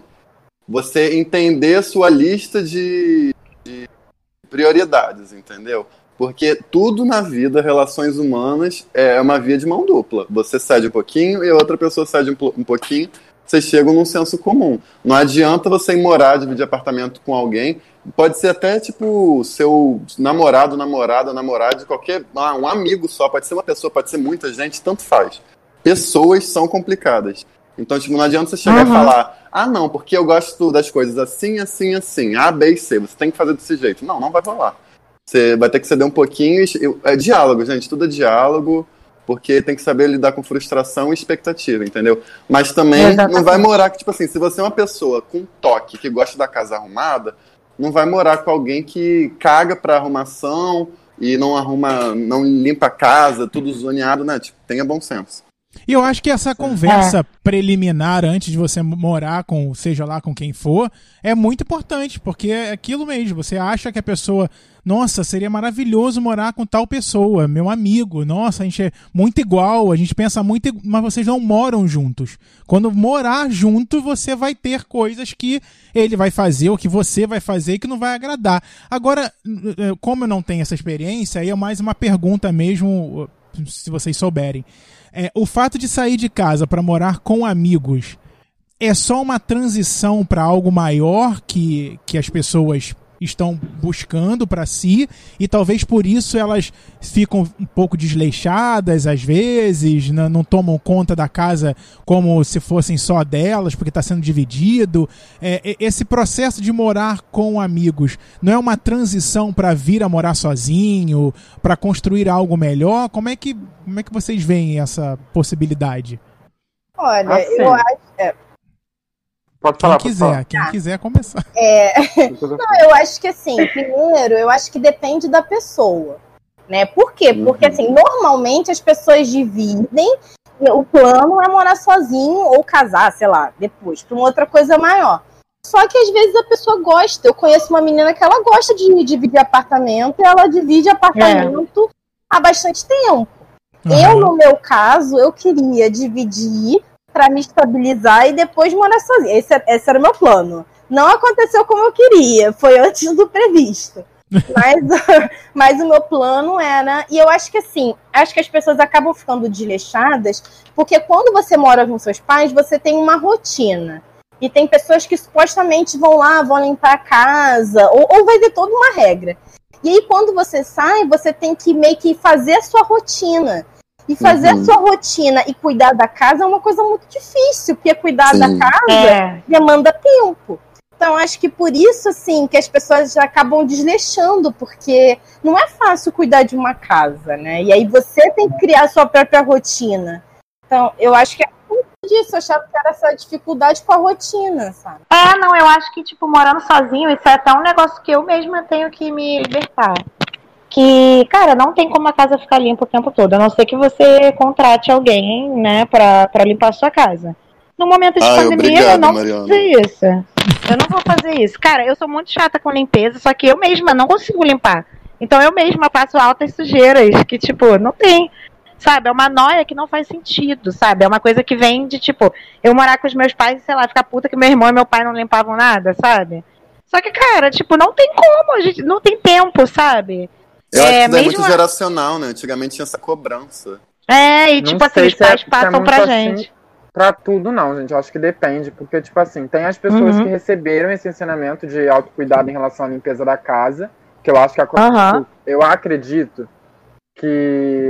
você entender a sua lista de, de prioridades, entendeu? Porque tudo na vida, relações humanas, é uma via de mão dupla. Você cede um pouquinho e a outra pessoa cede um, um pouquinho, vocês chegam num senso comum. Não adianta você ir morar, dividir apartamento com alguém. Pode ser até, tipo, seu namorado, namorada, namorada, de qualquer... Ah, um amigo só, pode ser uma pessoa, pode ser muita gente, tanto faz. Pessoas são complicadas. Então, tipo, não adianta você chegar Uhum. e falar, ah, não, porque eu gosto das coisas assim, assim, assim, A, B e C, você tem que fazer desse jeito. Não, não vai rolar. Você vai ter que ceder um pouquinho. E... É diálogo, gente, tudo é diálogo, porque tem que saber lidar com frustração e expectativa, entendeu? Mas também Exatamente. não vai morar, que, tipo assim, se você é uma pessoa com toque, que gosta da casa arrumada, não vai morar com alguém que caga pra arrumação e não arruma, não limpa a casa, tudo zoneado, né? Tipo, tenha bom senso. E eu acho que essa conversa preliminar antes de você morar com, seja lá com quem for, é muito importante, porque é aquilo mesmo, você acha que a pessoa, nossa, seria maravilhoso morar com tal pessoa, meu amigo, nossa, a gente é muito igual, a gente pensa muito igual, mas vocês não moram juntos. Quando morar junto, você vai ter coisas que ele vai fazer, ou que você vai fazer, que não vai agradar. Agora, como eu não tenho essa experiência, aí é mais uma pergunta mesmo, se vocês souberem. É, o fato de sair de casa para morar com amigos é só uma transição para algo maior que, que as pessoas estão buscando para si, e talvez por isso elas ficam um pouco desleixadas às vezes, não, não tomam conta da casa como se fossem só delas, porque está sendo dividido. É, esse processo de morar com amigos não é uma transição para vir a morar sozinho, para construir algo melhor? Como é que, como é que vocês veem essa possibilidade? Olha, Assim. eu acho. É, Pode Quem falar, pode quiser, falar. quem quiser começar. é, não, eu acho que assim, primeiro, eu acho que depende da pessoa, né? Por quê? Porque assim, normalmente as pessoas dividem, o plano é morar sozinho ou casar, sei lá, depois, para uma outra coisa maior. Só que às vezes a pessoa gosta. Eu conheço uma menina que ela gosta de dividir apartamento e ela divide apartamento há bastante tempo. Uhum. Eu, no meu caso, eu queria dividir para me estabilizar e depois morar sozinha. Esse, esse era o meu plano. Não aconteceu como eu queria, foi antes do previsto. Mas, mas o meu plano era... E eu acho que assim, acho que as pessoas acabam ficando desleixadas, porque quando você mora com seus pais, você tem uma rotina. E tem pessoas que supostamente vão lá, vão limpar a casa, ou, ou vai ter toda uma regra. E aí, quando você sai, você tem que meio que fazer a sua rotina. E fazer Uhum. a sua rotina e cuidar da casa é uma coisa muito difícil, porque cuidar Sim. da casa É. demanda tempo. Então, acho que por isso, assim, que as pessoas já acabam desleixando, porque não é fácil cuidar de uma casa, né? E aí você tem que criar a sua própria rotina. Então, eu acho que é muito disso. Eu achava que era essa dificuldade com a rotina, sabe? É, não, eu acho que, tipo, morando sozinho, isso é até um negócio que eu mesma tenho que me libertar. Que, cara, não tem como a casa ficar limpa o tempo todo, a não ser que você contrate alguém, né, pra, pra limpar a sua casa. No momento de Ai, pandemia, obrigado, eu não Mariana. vou fazer isso. Eu não vou fazer isso. Cara, eu sou muito chata com limpeza, só que eu mesma não consigo limpar. Então eu mesma faço altas sujeiras, que, tipo, não tem... Sabe, é uma noia que não faz sentido, sabe? É uma coisa que vem de, tipo, eu morar com os meus pais e, sei lá, ficar puta que meu irmão e meu pai não limpavam nada, sabe? Só que, cara, tipo, não tem como, a gente não tem tempo, sabe? Eu acho É, que isso é mesmo muito a- geracional, né? Antigamente tinha essa cobrança. É, e Não tipo assim, sei os se é- pais se é passam muito pra assim gente. Pra tudo não, gente. Eu acho que depende. Porque, tipo assim, tem as pessoas Uhum. que receberam esse ensinamento de autocuidado em relação à limpeza da casa, que eu acho que a co- Aham. eu acredito que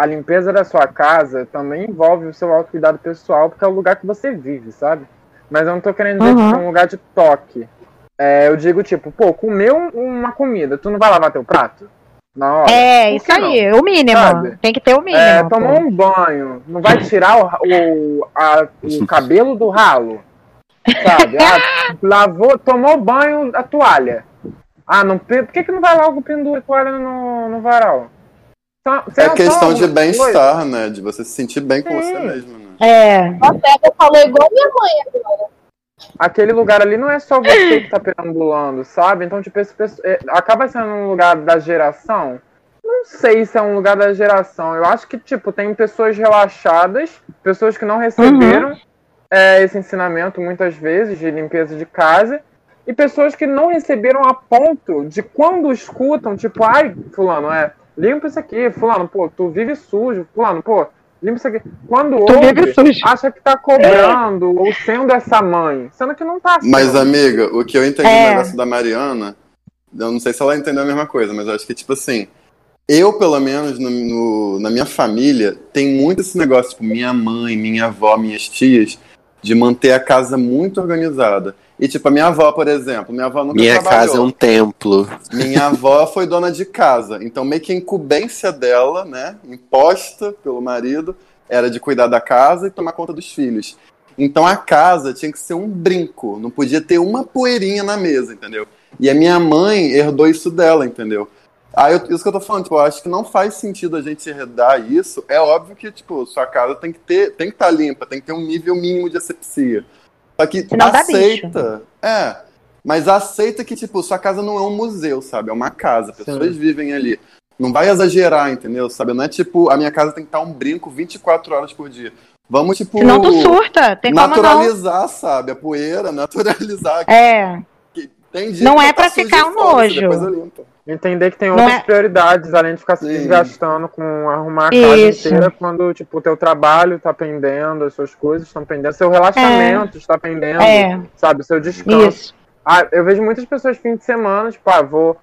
a limpeza da sua casa também envolve o seu autocuidado pessoal, porque é o lugar que você vive, sabe? Mas eu não tô querendo dizer Uhum. que é um lugar de toque. É, eu digo, tipo, pô, comeu uma comida, tu não vai lavar teu prato? Na hora? É, Por isso que aí, não? o mínimo. Sabe? Tem que ter o mínimo. É, pô. tomou um banho, não vai tirar o, o, a- o cabelo do ralo, sabe? Ah, lavou, tomou banho, a toalha. Ah, não, pe- por que, que não vai logo pendura a toalha no, no varal? São- É são- questão são de algumas bem-estar, né? De você se sentir bem com Sim. você mesmo, né? É. A Pega falou igual minha mãe agora. Aquele lugar ali não é só você que tá perambulando, sabe? Então, tipo, esse, pesso- é, acaba sendo um lugar da geração. Não sei se é um lugar da geração. Eu acho que, tipo, tem pessoas relaxadas, pessoas que não receberam é, esse ensinamento, muitas vezes, de limpeza de casa, e pessoas que não receberam a ponto de, quando escutam, tipo, ai, fulano, é, limpa isso aqui, fulano, pô, tu vive sujo, fulano, pô, limpa isso aqui. Quando Tu ouve, vive sujo. acha que tá cobrando ou sendo essa mãe, sendo que não tá sendo. Mas, amiga, o que eu entendi É. no negócio da Mariana, eu não sei se ela entendeu a mesma coisa, mas eu acho que, tipo assim, eu, pelo menos, no, no- na minha família, tem muito esse negócio, tipo, minha mãe, minha avó, minhas tias, de manter a casa muito organizada. E, tipo, a minha avó, por exemplo, minha avó nunca Minha trabalhou. casa é um templo. Minha avó foi dona de casa, então meio que a incumbência dela, né, imposta pelo marido, era de cuidar da casa e tomar conta dos filhos. Então a casa tinha que ser um brinco, não podia ter uma poeirinha na mesa, entendeu? E a minha mãe herdou isso dela, entendeu? Aí eu, isso que eu tô falando, tipo, eu acho que não faz sentido a gente herdar isso. É óbvio que, tipo, sua casa tem que ter, tem que estar limpa, tem que ter um nível mínimo de asepsia. Só que Senão dá aceita. É. Mas aceita que, tipo, sua casa não é um museu, sabe? É uma casa. Pessoas vivem ali. Não vai exagerar, entendeu? Sabe? Não é tipo, a minha casa tem que estar um brinco vinte e quatro horas por dia. Vamos, tipo, Senão tu surta, tem como não. naturalizar, sabe? A poeira, naturalizar. É. Tem dia Não que é vai pra tá sujo ficar e um foda-se, nojo. depois eu limpo. Entender que tem Não outras é- prioridades, além de ficar se Sim. desgastando com arrumar a casa Isso. inteira, quando, tipo, o teu trabalho tá pendendo, as suas coisas estão pendendo, seu relaxamento está pendendo, É. sabe, seu descanso. Isso. Ah, eu vejo muitas pessoas fim de semana, tipo, ah, vou,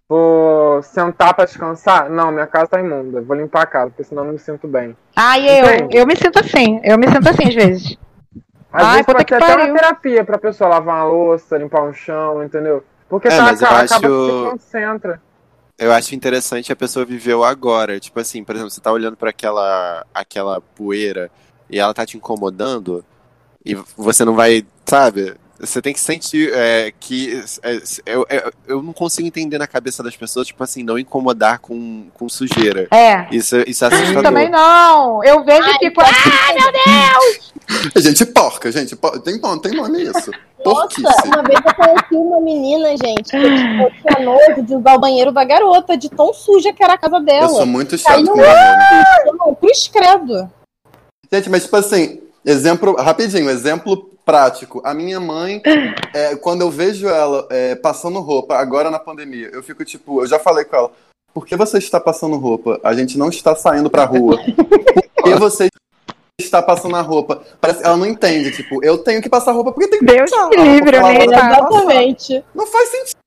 vou sentar pra descansar. Não, minha casa tá imunda, vou limpar a casa, porque senão eu não me sinto bem. Ai, eu, Entende? eu me sinto assim. Eu me sinto assim às vezes. Às Ai, vezes puta pode que ser até pariu. uma terapia pra pessoa lavar uma louça, limpar um chão, entendeu? Porque É, tá, mas eu acaba, acho- acaba que se concentra. Eu acho interessante a pessoa viver o agora. Tipo assim, por exemplo, você tá olhando pra aquela, aquela poeira e ela tá te incomodando e você não vai, sabe? Você tem que sentir é, que... é, eu, eu, eu não consigo entender na cabeça das pessoas, tipo assim, não incomodar com, com sujeira. É. Isso, isso é assustador. Também não. Eu vejo e fico. Ah, meu Deus! Gente, porca, gente. por- Tem nome, tem nome isso. Nossa, Porquice. uma vez eu conheci uma menina, gente, que tipo, tinha nojo de usar o banheiro da garota, de tão suja que era a casa Eu dela. sou muito chato Caiu com banheiro. Não, cruz credo. Gente, mas tipo assim, exemplo, rapidinho, exemplo prático. A minha mãe, é, quando eu vejo ela é, passando roupa, agora na pandemia, eu fico tipo, eu já falei com ela, por que você está passando roupa? A gente não está saindo pra rua. Por que você está passando a roupa? Parece, ela não entende, tipo, eu tenho que passar roupa porque tem que Deus passar. me Ela livre, eu fala, nem "Ela vai faço." passar." Exatamente. Não faz sentido.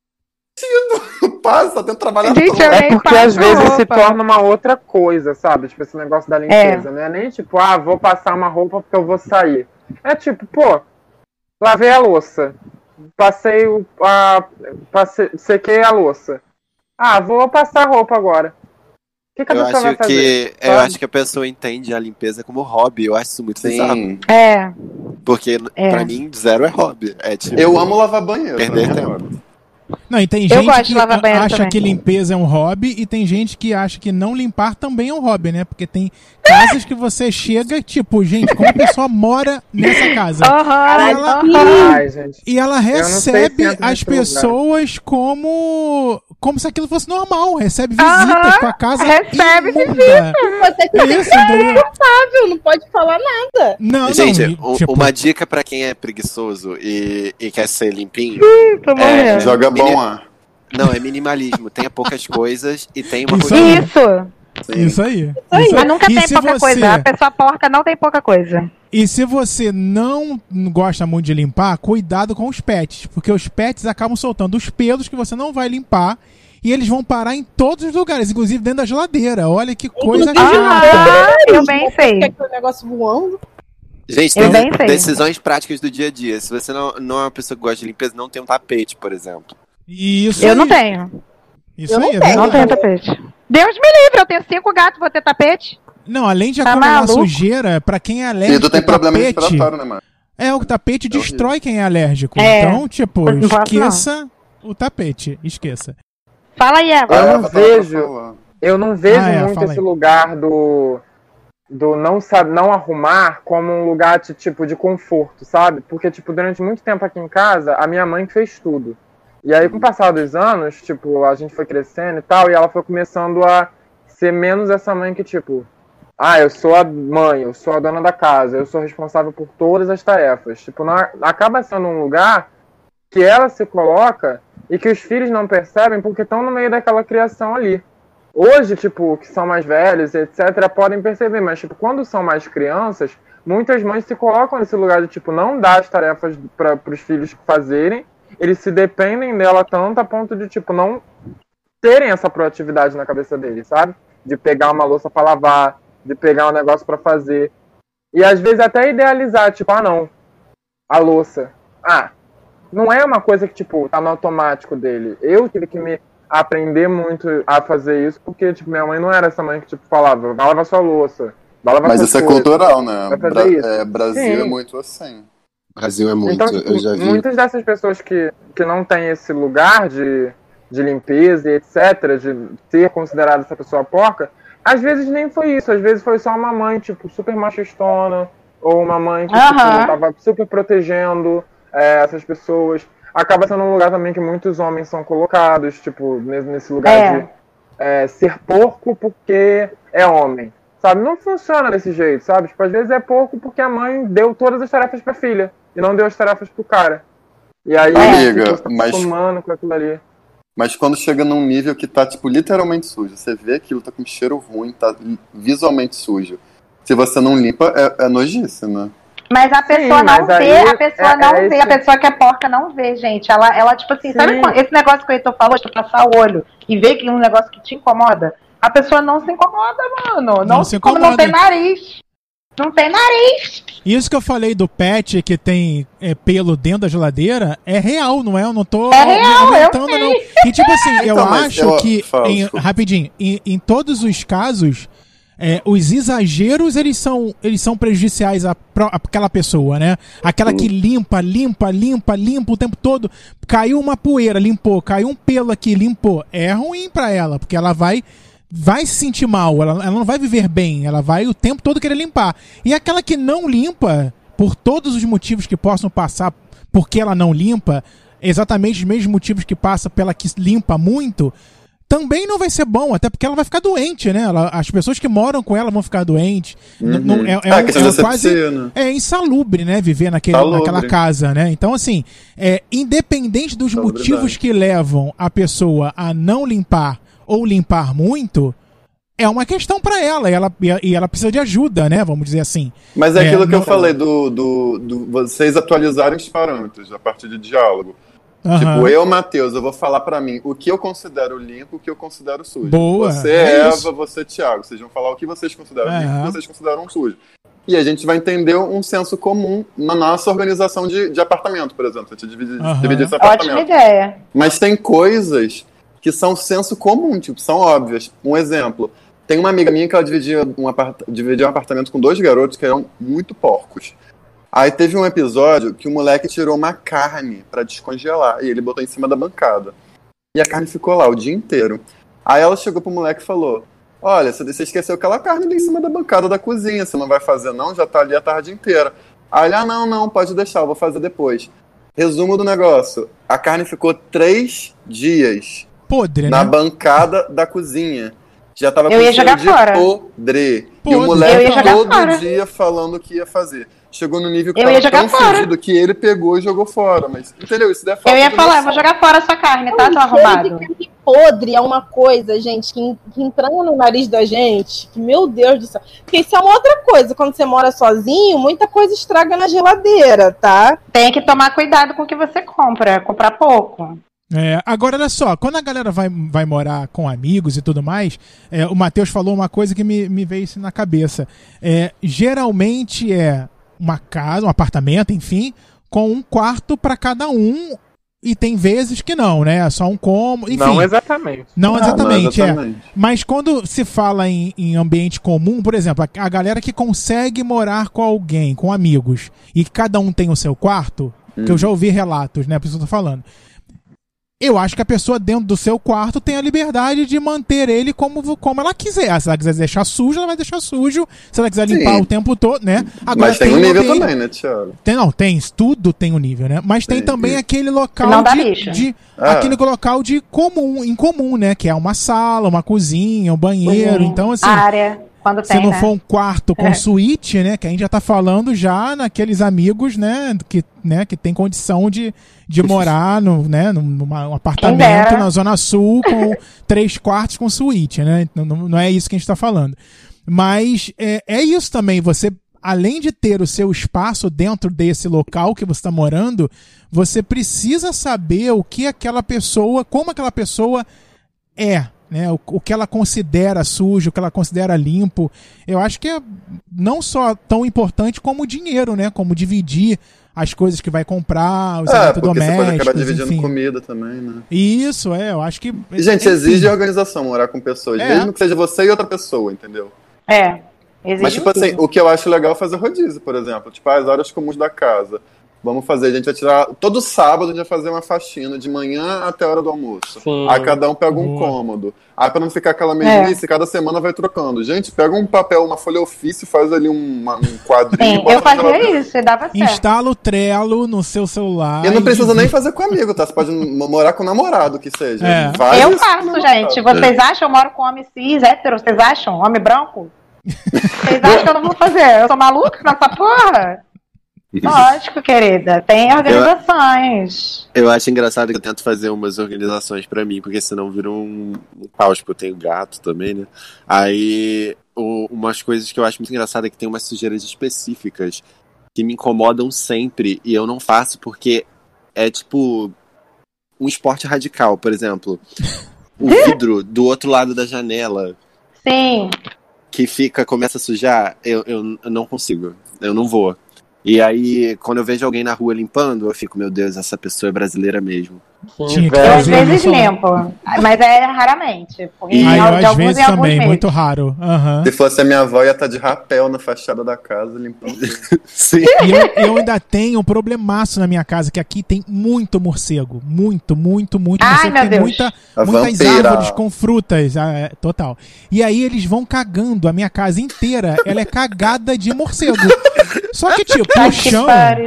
Passa, tá tendo trabalhado Gente, todo. eu É nem porque passo às vezes se roupa. torna uma outra coisa, sabe? Tipo, esse negócio da limpeza. Não é nem tipo, ah, vou passar uma roupa porque eu vou sair. É tipo, pô, lavei a louça. Passei o. A, passei, sequei a louça. Ah, vou passar roupa agora. O que, que a Eu pessoa vai acho fazer? que eu sabe? acho que a pessoa entende a limpeza como hobby. Eu acho isso muito bizarro. Sim. É. Porque É. pra mim, zero é hobby. É tipo. Eu amo lavar banheiro. Perder pra mim é tempo. óbvio. Não, e tem Eu gente gosto de que lavar a- banheiro acha também. que limpeza é um hobby e tem gente que acha que não limpar também é um hobby, né? Porque tem casas que você chega e, tipo, gente, como a pessoa mora nessa casa? Aham. Ela- aham. Ai, gente. E ela não sei se recebe entra as nesse lugar. pessoas como como se aquilo fosse normal. Recebe Aham, visitas com a casa recebe imunda. Você que É tem isso, entendeu? confortável, não pode falar nada. Não, Gente, não. u- tipo, uma dica pra quem é preguiçoso e, e quer ser limpinho. Tô morrendo. Joga Mini- bom ar. Não, é minimalismo. Tenha poucas coisas e tem uma Isso coisa. aí. Isso. Sim. Isso aí. aí. Isso Mas nunca E tem se pouca você- coisa. A pessoa porca não tem pouca coisa. E se você não gosta muito de limpar, cuidado com os pets, porque os pets acabam soltando os pelos que você não vai limpar e eles vão parar em todos os lugares, inclusive dentro da geladeira. Olha que coisa Ah, eu bem sei. Aquele negócio voando. Gente, Eu tem bem sei. decisões práticas do dia a dia. Se você não, não é uma pessoa que gosta de limpeza, não tem um tapete, por exemplo. Isso Eu aí. não tenho. Isso Eu não aí, é tenho. Não verdade. tenho tapete. Deus me livre, eu tenho cinco gatos, vou ter tapete? Não, além de Tá acumular maluco? sujeira, pra quem é E alérgico, tu tem o problema tapete, respiratório, né, mano? é, o tapete destrói quem é alérgico. É. Então, tipo, Não posso, esqueça o tapete, esqueça. Fala aí, Eva. Eu Ah, não Eva tava pra vejo. falar. Eu não vejo Ah, é, muito fala esse aí. lugar do, do não, sabe, não arrumar como um lugar de, tipo, de conforto, sabe? Porque, tipo, durante muito tempo aqui em casa, a minha mãe fez tudo. E aí, com o passar dos anos, tipo, a gente foi crescendo e tal, e ela foi começando a ser menos essa mãe que, tipo, ah, eu sou a mãe, eu sou a dona da casa, eu sou responsável por todas as tarefas. Tipo, não, acaba sendo um lugar que ela se coloca e que os filhos não percebem porque estão no meio daquela criação ali. Hoje, tipo, que são mais velhos, etcétera, podem perceber, mas, tipo, quando são mais crianças, muitas mães se colocam nesse lugar de, tipo, não dar as tarefas para os filhos fazerem, eles se dependem dela tanto a ponto de, tipo, não terem essa proatividade na cabeça deles, sabe? De pegar uma louça para lavar, de pegar um negócio para fazer. E às vezes até idealizar, tipo, ah, não, a louça. Ah, não é uma coisa que, tipo, tá no automático dele. Eu tive que me aprender muito a fazer isso, porque, tipo, minha mãe não era essa mãe que, tipo, falava, vai lavar sua louça, vai lavar Mas suas isso é coisas. cultural, né? Vai fazer Bra isso. é, Brasil Sim. é muito assim. O Brasil é muito, Então, tipo, eu já vi. muitas dessas pessoas que, que não têm esse lugar de, de limpeza e etcétera, de ser considerada essa pessoa porca, às vezes nem foi isso, às vezes foi só uma mãe, tipo, super machistona, ou uma mãe que, Aham. tipo, tava super protegendo é, essas pessoas. Acaba sendo um lugar também que muitos homens são colocados, tipo, nesse, nesse lugar É. de é, ser porco porque é homem, sabe? Não funciona desse jeito, sabe? Tipo, às vezes é porco porque a mãe deu todas as tarefas pra filha e não deu as tarefas pro cara. E aí, Amiga, tipo, você tá mas- acostumando com aquilo ali. Mas quando chega num nível que tá, tipo, literalmente sujo, você vê aquilo, tá com cheiro ruim, tá visualmente sujo. Se você não limpa, é, é nojice, né? Mas a pessoa Sim, não mas vê, aí a pessoa é- não é vê, esse- a pessoa que é porca não vê, gente. Ela, ela tipo assim, sabe Sim. quando- esse negócio que o Heitor falou, de passar o olho e ver que é um negócio que te incomoda? A pessoa não se incomoda, mano. Não, Não se como incomoda. não tem nariz. Não tem nariz. Isso que eu falei do pet que tem é, pelo dentro da geladeira é real, não é? Eu não tô É real, eu inventando, sei. não. E tipo assim, eu Então, mas acho eu- que, fala, em- desculpa. rapidinho, em, em todos os casos, é, os exageros, eles são, eles são prejudiciais à pró- àquela pessoa, né? Aquela que limpa, limpa, limpa, limpa o tempo todo. Caiu uma poeira, limpou. Caiu um pelo aqui, limpou. É ruim pra ela, porque ela vai... vai se sentir mal, ela, ela não vai viver bem, ela vai o tempo todo querer limpar. E aquela que não limpa, por todos os motivos que possam passar porque ela não limpa, exatamente os mesmos motivos que passa pela que limpa muito, também não vai ser bom, até porque ela vai ficar doente, né? Ela, as pessoas que moram com ela vão ficar doentes. N- não- é, é Ah, um- questão é de quase asepsia, né? é insalubre, né? Viver naquele, Salubre. naquela casa, né? Então, assim, é, independente dos Salubridade. motivos que levam a pessoa a não limpar ou limpar muito, é uma questão pra ela e, ela e ela precisa de ajuda, né? Vamos dizer assim. Mas é, É, aquilo que não- eu falei, do, do, do vocês atualizarem os parâmetros a partir de diálogo. Aham. Tipo, eu, Matheus, eu vou falar pra mim o que eu considero limpo, o que eu considero sujo. Boa, Você, é Eva, isso. você, Thiago. Vocês vão falar o que vocês consideram limpo e o Aham. que vocês consideram sujo. E a gente vai entender um senso comum na nossa organização de, de apartamento, por exemplo. A gente divide, Aham. divide esse Ótima apartamento. ideia. Mas tem coisas que são senso comum, tipo, são óbvias. Um exemplo, tem uma amiga minha que ela dividia um, apart... dividia um apartamento com dois garotos que eram muito porcos. Aí teve um episódio que o moleque tirou uma carne pra descongelar e ele botou em cima da bancada. E a carne ficou lá o dia inteiro. Aí ela chegou pro moleque e falou: olha, você esqueceu aquela carne ali em cima da bancada da cozinha, você não vai fazer não? Já tá ali a tarde inteira. Aí ele, ah, não, não, pode deixar, eu vou fazer depois. Resumo do negócio, a carne ficou três dias Podre, na né? bancada da cozinha. Já tava Eu com ia cheiro jogar de fora. podre. Podre. E o Eu moleque ia jogar todo fora. dia falando o que ia fazer. Chegou no nível que Eu ia tava jogar tão fora. fedido que ele pegou e jogou fora. Mas, entendeu? Isso daí é falta Eu ia de falar, eu noção. vou jogar fora a sua carne, tá, seu O cheiro arrombado? de carne podre é uma coisa, gente, que, que entrando no nariz da gente, que, meu Deus do céu. Porque isso é uma outra coisa. Quando você mora sozinho, muita coisa estraga na geladeira, tá? Tem que tomar cuidado com o que você compra, comprar pouco. É, agora, olha só, quando a galera vai, vai morar com amigos e tudo mais, é, o Matheus falou uma coisa que me, me veio isso na cabeça. É, geralmente é uma casa, um apartamento, enfim, com um quarto para cada um, e tem vezes que não, né? Só um cômodo, enfim. Não exatamente. Não exatamente, Ah, não exatamente. é. Mas quando se fala em, em ambiente comum, por exemplo, a, a galera que consegue morar com alguém, com amigos, e que cada um tem o seu quarto, hum. que eu já ouvi relatos, né? Por isso que eu tô falando. Eu acho que a pessoa dentro do seu quarto tem a liberdade de manter ele como, como ela quiser. Se ela quiser deixar sujo, ela vai deixar sujo. Se ela quiser limpar Sim. o tempo todo, né? Agora, Mas tem, tem um nível ambiente... também, né, Thiago? Tem, não, tem. Tudo tem um nível, né? Mas tem, tem também isso. aquele local não dá de... lixo. de ah. Aquele local de comum, em comum, né? Que é uma sala, uma cozinha, um banheiro. Uhum. Então, assim... área. Quando se tem, não né? for um quarto com é. suíte, né? Que a gente já tá falando já naqueles amigos, né? Que, né, que tem condição de, de morar no, né, num, num apartamento na Zona Sul com três quartos com suíte, né? Não, não é isso que a gente tá falando. Mas é, é isso também, você, além de ter o seu espaço dentro desse local que você está morando, você precisa saber o que aquela pessoa, como aquela pessoa é. Né, o, o que ela considera sujo, o que ela considera limpo. Eu acho que é não só tão importante como o dinheiro, né? Como dividir as coisas que vai comprar, os é, eletrodomésticos. Você pode acabar dividindo enfim. comida também, né? Isso, é, eu acho que... Gente, exige organização morar com pessoas, é. mesmo que seja você e outra pessoa, entendeu? É, exige. Mas, tipo assim, o que eu acho legal é fazer rodízio, por exemplo. Tipo, as horas comuns da casa. Vamos fazer, a gente vai tirar... Todo sábado a gente vai fazer uma faxina, de manhã até a hora do almoço. Sim. Aí cada um pega um Boa. cômodo. Aí pra não ficar aquela mesmice, é. cada semana vai trocando. Gente, pega um papel, uma folha ofício, faz ali um, um quadrinho. Sim, eu fazia isso, e dava certo. Instala o Trello no seu celular. E não precisa nem fazer com amigo, tá? Você pode morar com namorado, que seja. É. Eu faço, gente. Vocês acham? Eu moro com homem cis, hétero, vocês acham? Homem branco? Vocês acham que eu não vou fazer? Eu sou maluca nessa porra? Lógico, querida. Tem organizações. Eu, eu acho engraçado que eu tento fazer umas organizações pra mim, porque senão vira um, um caos, porque eu tenho gato também, né? Aí, o, umas coisas que eu acho muito engraçado é que tem umas sujeiras específicas que me incomodam sempre e eu não faço porque é tipo um esporte radical, por exemplo. O vidro do outro lado da janela. Sim. Que fica, começa a sujar, eu, eu, eu não consigo. Eu não vou. E aí, quando eu vejo alguém na rua limpando, eu fico, meu Deus, essa pessoa é brasileira mesmo. Sim, eu às vezes limpo, mas é raramente. E aí, eu, às vezes também, meses. Muito raro. Uhum. Se fosse a minha avó, ia estar de rapel na fachada da casa, limpando. Sim. E eu, eu ainda tenho um problemaço na minha casa, que aqui tem muito morcego. Muito, muito, muito Ai, morcego. Meu tem Deus. muita, a muitas vampira. árvores com frutas. É, total. E aí eles vão cagando. A minha casa inteira, ela é cagada de morcego. Só que, tipo, o chão...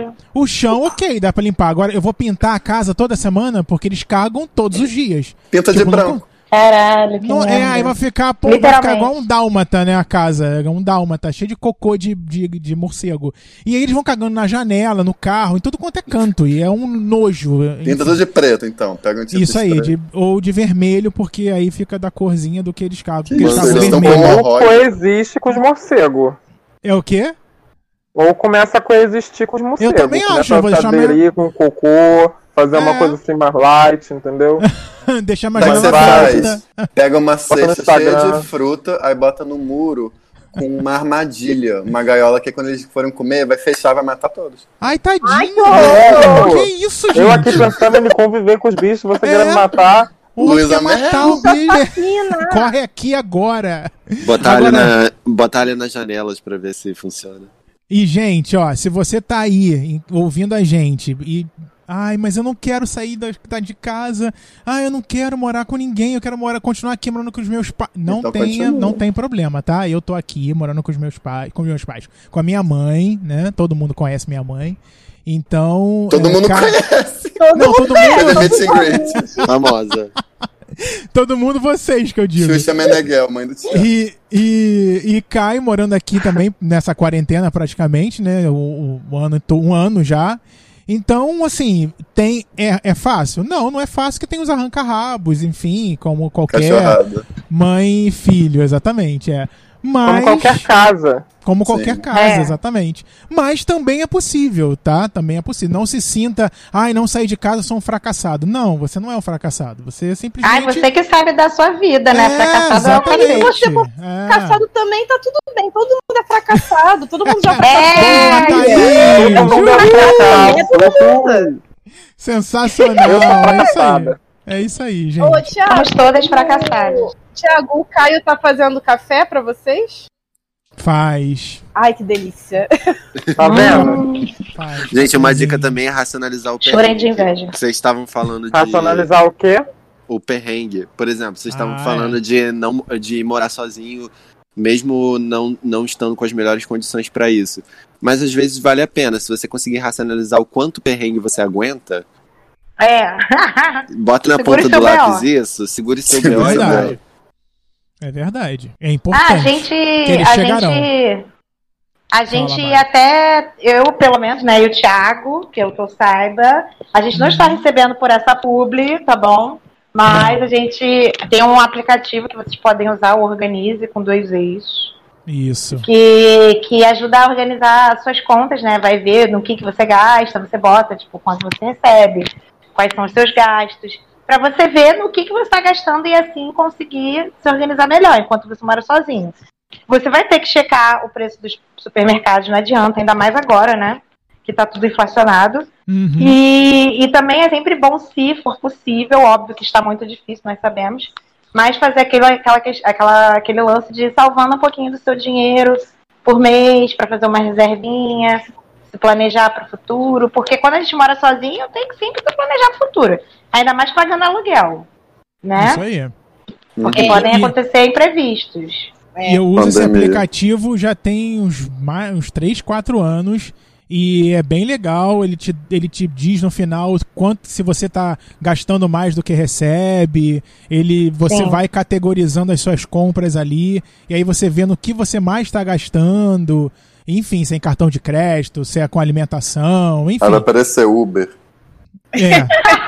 O chão, ok, dá pra limpar. Agora, eu vou pintar a casa toda semana, porque eles cagam todos os dias. Pinta tipo, de branco. Caralho, que não, merda. é, aí vai ficar, pô, vai ficar igual um dálmata, né, a casa. Um dálmata, cheio de cocô de, de, de morcego. E aí eles vão cagando na janela, no carro, em tudo quanto é canto. E é um nojo. Pinta tudo de preto, então. Pega um tipo Isso aí, de, ou de vermelho, porque aí fica da corzinha do que eles cagam. Que eles isso, cagam eles vermelho. Ou coexiste com os morcegos. É o quê? Ou começa a coexistir com os morcegos. Eu também começa acho, eu vou a deixar aderir minha... com cocô, fazer É. uma coisa assim mais light, entendeu? Deixar mais Mas você janela faz, pega uma Bota no cesta cheia Instagram. de fruta, aí bota no muro com uma armadilha, uma gaiola que quando eles forem comer, vai fechar, vai matar todos. Ai, tadinho. Ai, que horror. Que isso, gente? Eu aqui pensando em conviver com os bichos, você É. querendo matar. O Luísa quer matar o bicho. Corre aqui agora. Botar, Agora- ali na, botar ali nas janelas pra ver se funciona. E, gente, ó, se você tá aí em- ouvindo a gente e... Ai, mas eu não quero sair da, tá de casa. Ai, eu não quero morar com ninguém. Eu quero morar, continuar aqui morando com os meus pais. Não Então tenha, continua. não tem problema, tá? Eu tô aqui morando com os meus pais, com meus pais, com a minha mãe, né? Todo mundo conhece minha mãe. Então, Todo é, mundo ca- conhece. Não, todo Cadê mundo, meet and greet? Famosa. todo mundo vocês que eu digo. Xuxa Meneghel, mãe do Thiago. E, e, e Kai morando aqui também nessa quarentena praticamente, né? O, o- o ano, to- um ano já. Então, assim, tem é, é fácil? Não, não é fácil, que tem os arranca-rabos, enfim, como qualquer Cachorrada. mãe e filho, exatamente, é. Mas... Como qualquer casa. Como qualquer Sim. casa, É. exatamente. Mas também é possível, tá? Também é possível. Não se sinta, ai, não saí de casa, sou um fracassado. Não, você não é um fracassado. Você simplesmente... Ai, você que sabe da sua vida, né? É, Fracassado é o exatamente. caminho. Você for É. Fracassado também tá tudo bem. Todo mundo é fracassado. Todo mundo já Boa, É, Thaís! Todo mundo é É todo fracassado. mundo. Sensacional. Eu sou É isso aí. fracassada. É isso aí, gente. Ô, Thiago, Somos todas fracassadas. Thiago, o Caio tá fazendo café pra vocês? Faz. Ai, que delícia. Tá vendo? Faz. Gente, uma dica Cafezinho. também é racionalizar o Chorei de perrengue. inveja. Vocês estavam falando de Racionalizar o quê? o perrengue. Por exemplo, vocês estavam Ah, falando é. de, não, de morar sozinho, mesmo não, não estando com as melhores condições pra isso. Mas às vezes vale a pena. Se você conseguir racionalizar o quanto perrengue você aguenta, É. bota na Segure ponta seu do B O. lápis isso, segure seu B O e Verdade. vai. É verdade. É Ah, importante. a gente. eles A chegarão. gente. A gente Mari. até, eu pelo menos, né, e o Thiago, que eu, que eu saiba, a gente não está recebendo por essa publi, tá bom? Mas a gente tem um aplicativo que vocês podem usar, o Organize, com dois e's, Isso. que, que ajuda a organizar as suas contas, né? Vai ver no que, que você gasta, você bota, tipo, quanto você recebe, quais são os seus gastos, para você ver no que, que você está gastando e assim conseguir se organizar melhor enquanto você mora sozinho. Você vai ter que checar o preço dos supermercados, não adianta, ainda mais agora, né? Que tá tudo inflacionado. Uhum. E, e também é sempre bom, se for possível, óbvio que está muito difícil, nós sabemos, mas fazer aquele, aquela, aquela, aquele lance de ir salvando um pouquinho do seu dinheiro por mês, para fazer uma reservinha, se planejar para o futuro, porque quando a gente mora sozinho, tem que sempre se planejar para o futuro, ainda mais pagando aluguel, né? Isso aí. Porque É, podem e- acontecer imprevistos. E eu uso esse Pandemia. aplicativo já tem uns, mais, uns três, quatro anos. E é bem legal, ele te, ele te diz no final quanto, se você tá gastando mais do que recebe, ele, você Sim. vai categorizando as suas compras ali, e aí você vê no que você mais está gastando, enfim, se é em cartão de crédito, se é com alimentação, enfim. Aí vai aparecer Uber. É,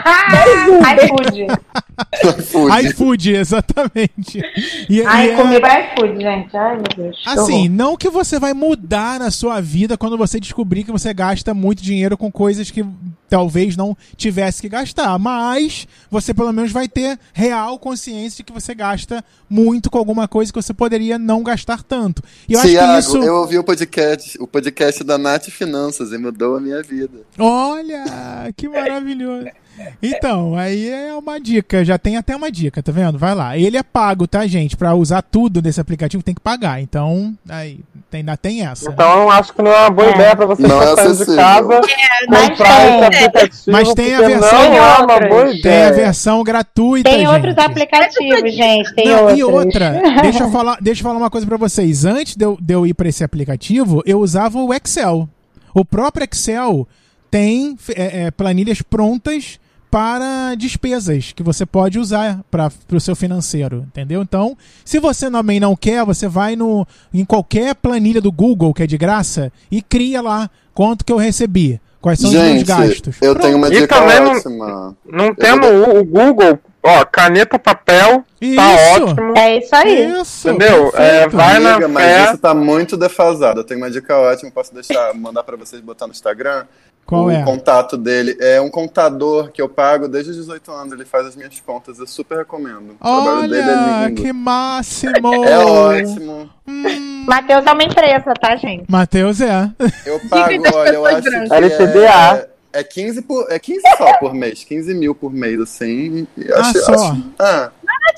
iFood. Food. iFood, exatamente. E, Ai, e é- comigo é iFood, gente. Ai, meu Deus. que Assim, horror. não que você vai mudar na sua vida quando você descobrir que você gasta muito dinheiro com coisas que talvez não tivesse que gastar, mas você pelo menos vai ter real consciência de que você gasta muito com alguma coisa que você poderia não gastar tanto. E eu Tiago, acho que isso... eu ouvi o podcast, o podcast da Nath Finanças e mudou a minha vida. Olha, que maravilhoso. Então, aí é uma dica, já tem até uma dica, tá vendo? Vai lá. Ele é pago, tá, gente? Pra usar tudo desse aplicativo tem que pagar, então aí tem, ainda tem essa. Então eu acho que não é uma boa É. ideia pra você Não estar é saindo de acessível. casa mas comprar tem. esse aplicativo. Mas tem a porque versão- não é uma Tem boa outros. Tem a ideia. versão gratuita, Tem gente. outros aplicativos, gente. Tem Não, outros. e outra, deixa eu falar, deixa eu falar uma coisa pra vocês. Antes de eu, de eu ir pra esse aplicativo, eu usava o Excel. O próprio Excel tem é, é, planilhas prontas para despesas que você pode usar para o seu financeiro, entendeu? Então, se você também não quer, você vai no, em qualquer planilha do Google, que é de graça, e cria lá quanto que eu recebi, quais são os meus Gente, gastos. eu Pronto. tenho uma E dica também não- ótima. Não temos o, o Google, ó, caneta, papel, tá Isso. ótimo. É isso aí. Isso, Entendeu? É, perfeito. vai na Amiga, mas fé. isso tá muito defasado. Eu tenho uma dica ótima, posso deixar, mandar pra vocês botar no Instagram. Qual o é? contato dele é um contador que eu pago desde os dezoito anos. Ele faz as minhas contas, eu super recomendo. O trabalho dele é Olha, lindo. que máximo! É ótimo. Hum, Matheus é uma empresa, tá, gente? Matheus é. Eu pago, das olha, eu pessoas acho brancas. que L C D A. é, é, quinze por, é quinze só por mês, quinze mil por mês, assim. e Ah, acho, só? acho- ah,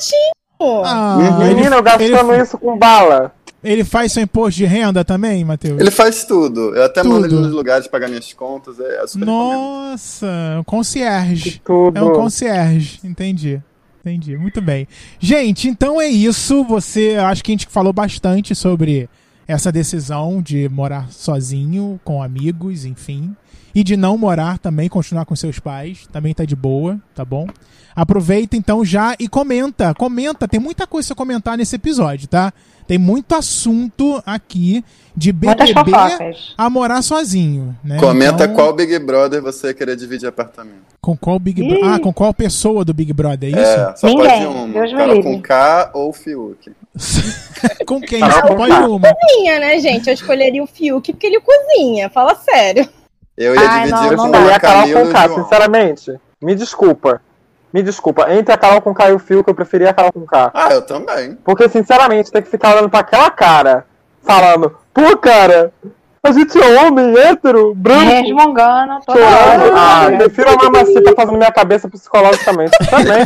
Pô, Ah, Uhum. ele, Menino, eu gastando ele, isso com bala. ele faz seu imposto de renda também, Matheus? ele faz tudo. Eu até Tudo. mando ele nos lugares pagar minhas contas. É, é super recomendo. Nossa, um concierge. Tudo. É um concierge, entendi. Entendi, muito bem. Gente, então é isso. Você, acho que a gente falou bastante sobre essa decisão de morar sozinho, com amigos, enfim. E de não morar também, continuar com seus pais. Também tá de boa, tá bom? Aproveita então já e comenta. Comenta, tem muita coisa pra você comentar nesse episódio, tá? Tem muito assunto aqui de B B B a morar sozinho, né? Comenta então, qual Big Brother você querer dividir apartamento. Com qual Big Brother? Ah, com qual pessoa do Big Brother, é isso? É, só Ninguém. pode um. Deus me Cara livre. com K ou Fiuk. Com quem? Ah, Só com pode K. uma. Cozinha, né, gente? Eu escolheria o Fiuk porque ele cozinha, fala sério. Eu ia Ai, dividir não, com não Eu dá. e a a Carol Camila e com o K, João. sinceramente. Me desculpa. Me desculpa. Entre a Carol com K e o Fio, que eu preferia a Carol com K. Ah, eu também. Porque, sinceramente, tem que ficar olhando pra aquela cara, falando, pô, cara, a gente é homem, hétero, branco, Resmungando toda chorando. hora. Ah, eu prefiro a mamacita fazendo minha cabeça psicologicamente. Também.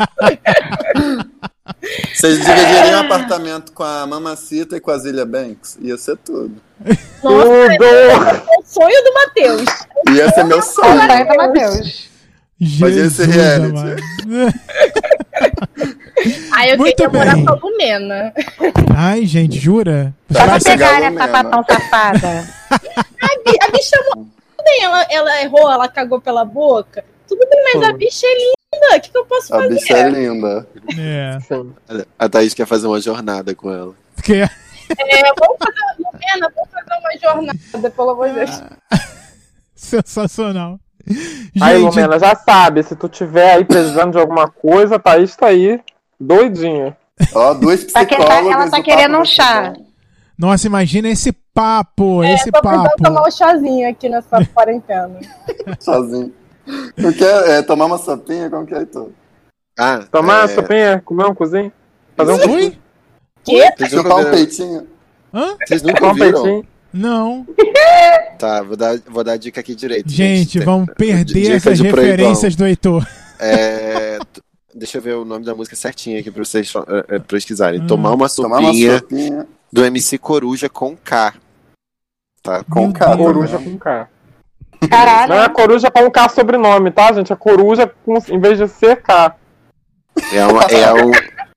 Vocês dividiriam um apartamento com a Mamacita e com a Zilia Banks? Ia ser tudo. Nossa, Tudo! é o sonho do Matheus. Ia ser meu sonho. Sai do Matheus. Fazer esse Jesus, reality. amado. Aí eu Muito queria morar bem. com a Lumena. Ai, gente, jura? Você Só vai pra ser... pegar pegar, a né, Lumena. sapatão safada. A, bi- a bicha é muito bem, ela, ela errou, ela cagou pela boca. Tudo bem, mas a bicha é linda. O que, que eu posso A fazer? bicha é linda. É. Sim. A Thaís quer fazer uma jornada com ela. Porque... É, vamos fazer, Lumena, vamos fazer uma jornada, pelo amor de Deus. Sensacional. Aí, Gente, Lumena, já sabe, se tu tiver aí precisando de alguma coisa, a Thaís tá aí, doidinha. Ó, duas Pra quem psicólogas. tá, ela tá o querendo papo um vai chá. ser bom. nossa, imagina esse papo, É, esse tô precisando papo. tomar um chazinho aqui nessa quarentena. Sozinho. Tu quer é, tomar uma sopinha? Como que é, Heitor? Ah, Tomar uma é... sopinha, comer um cozinho, fazer um cozinho, Oi? Que? Vocês nunca Chupar um viram? peitinho? Hã? Vocês nunca tomar um viram? peitinho. Não. Tá, vou dar, vou dar a dica aqui direito. Gente, vamos perder Dica essas de proibão. referências do Heitor. É, t- deixa eu ver o nome da música certinho aqui pra vocês é, é, pesquisarem. Hum. Tomar uma Tomar uma sopinha sopinha. do M C Coruja com K. Tá? Com Meu K. Deus. Coruja com K. Não é Caralho. coruja com K sobrenome, tá, gente? É coruja com, em vez de ser K. É, uma, é, um,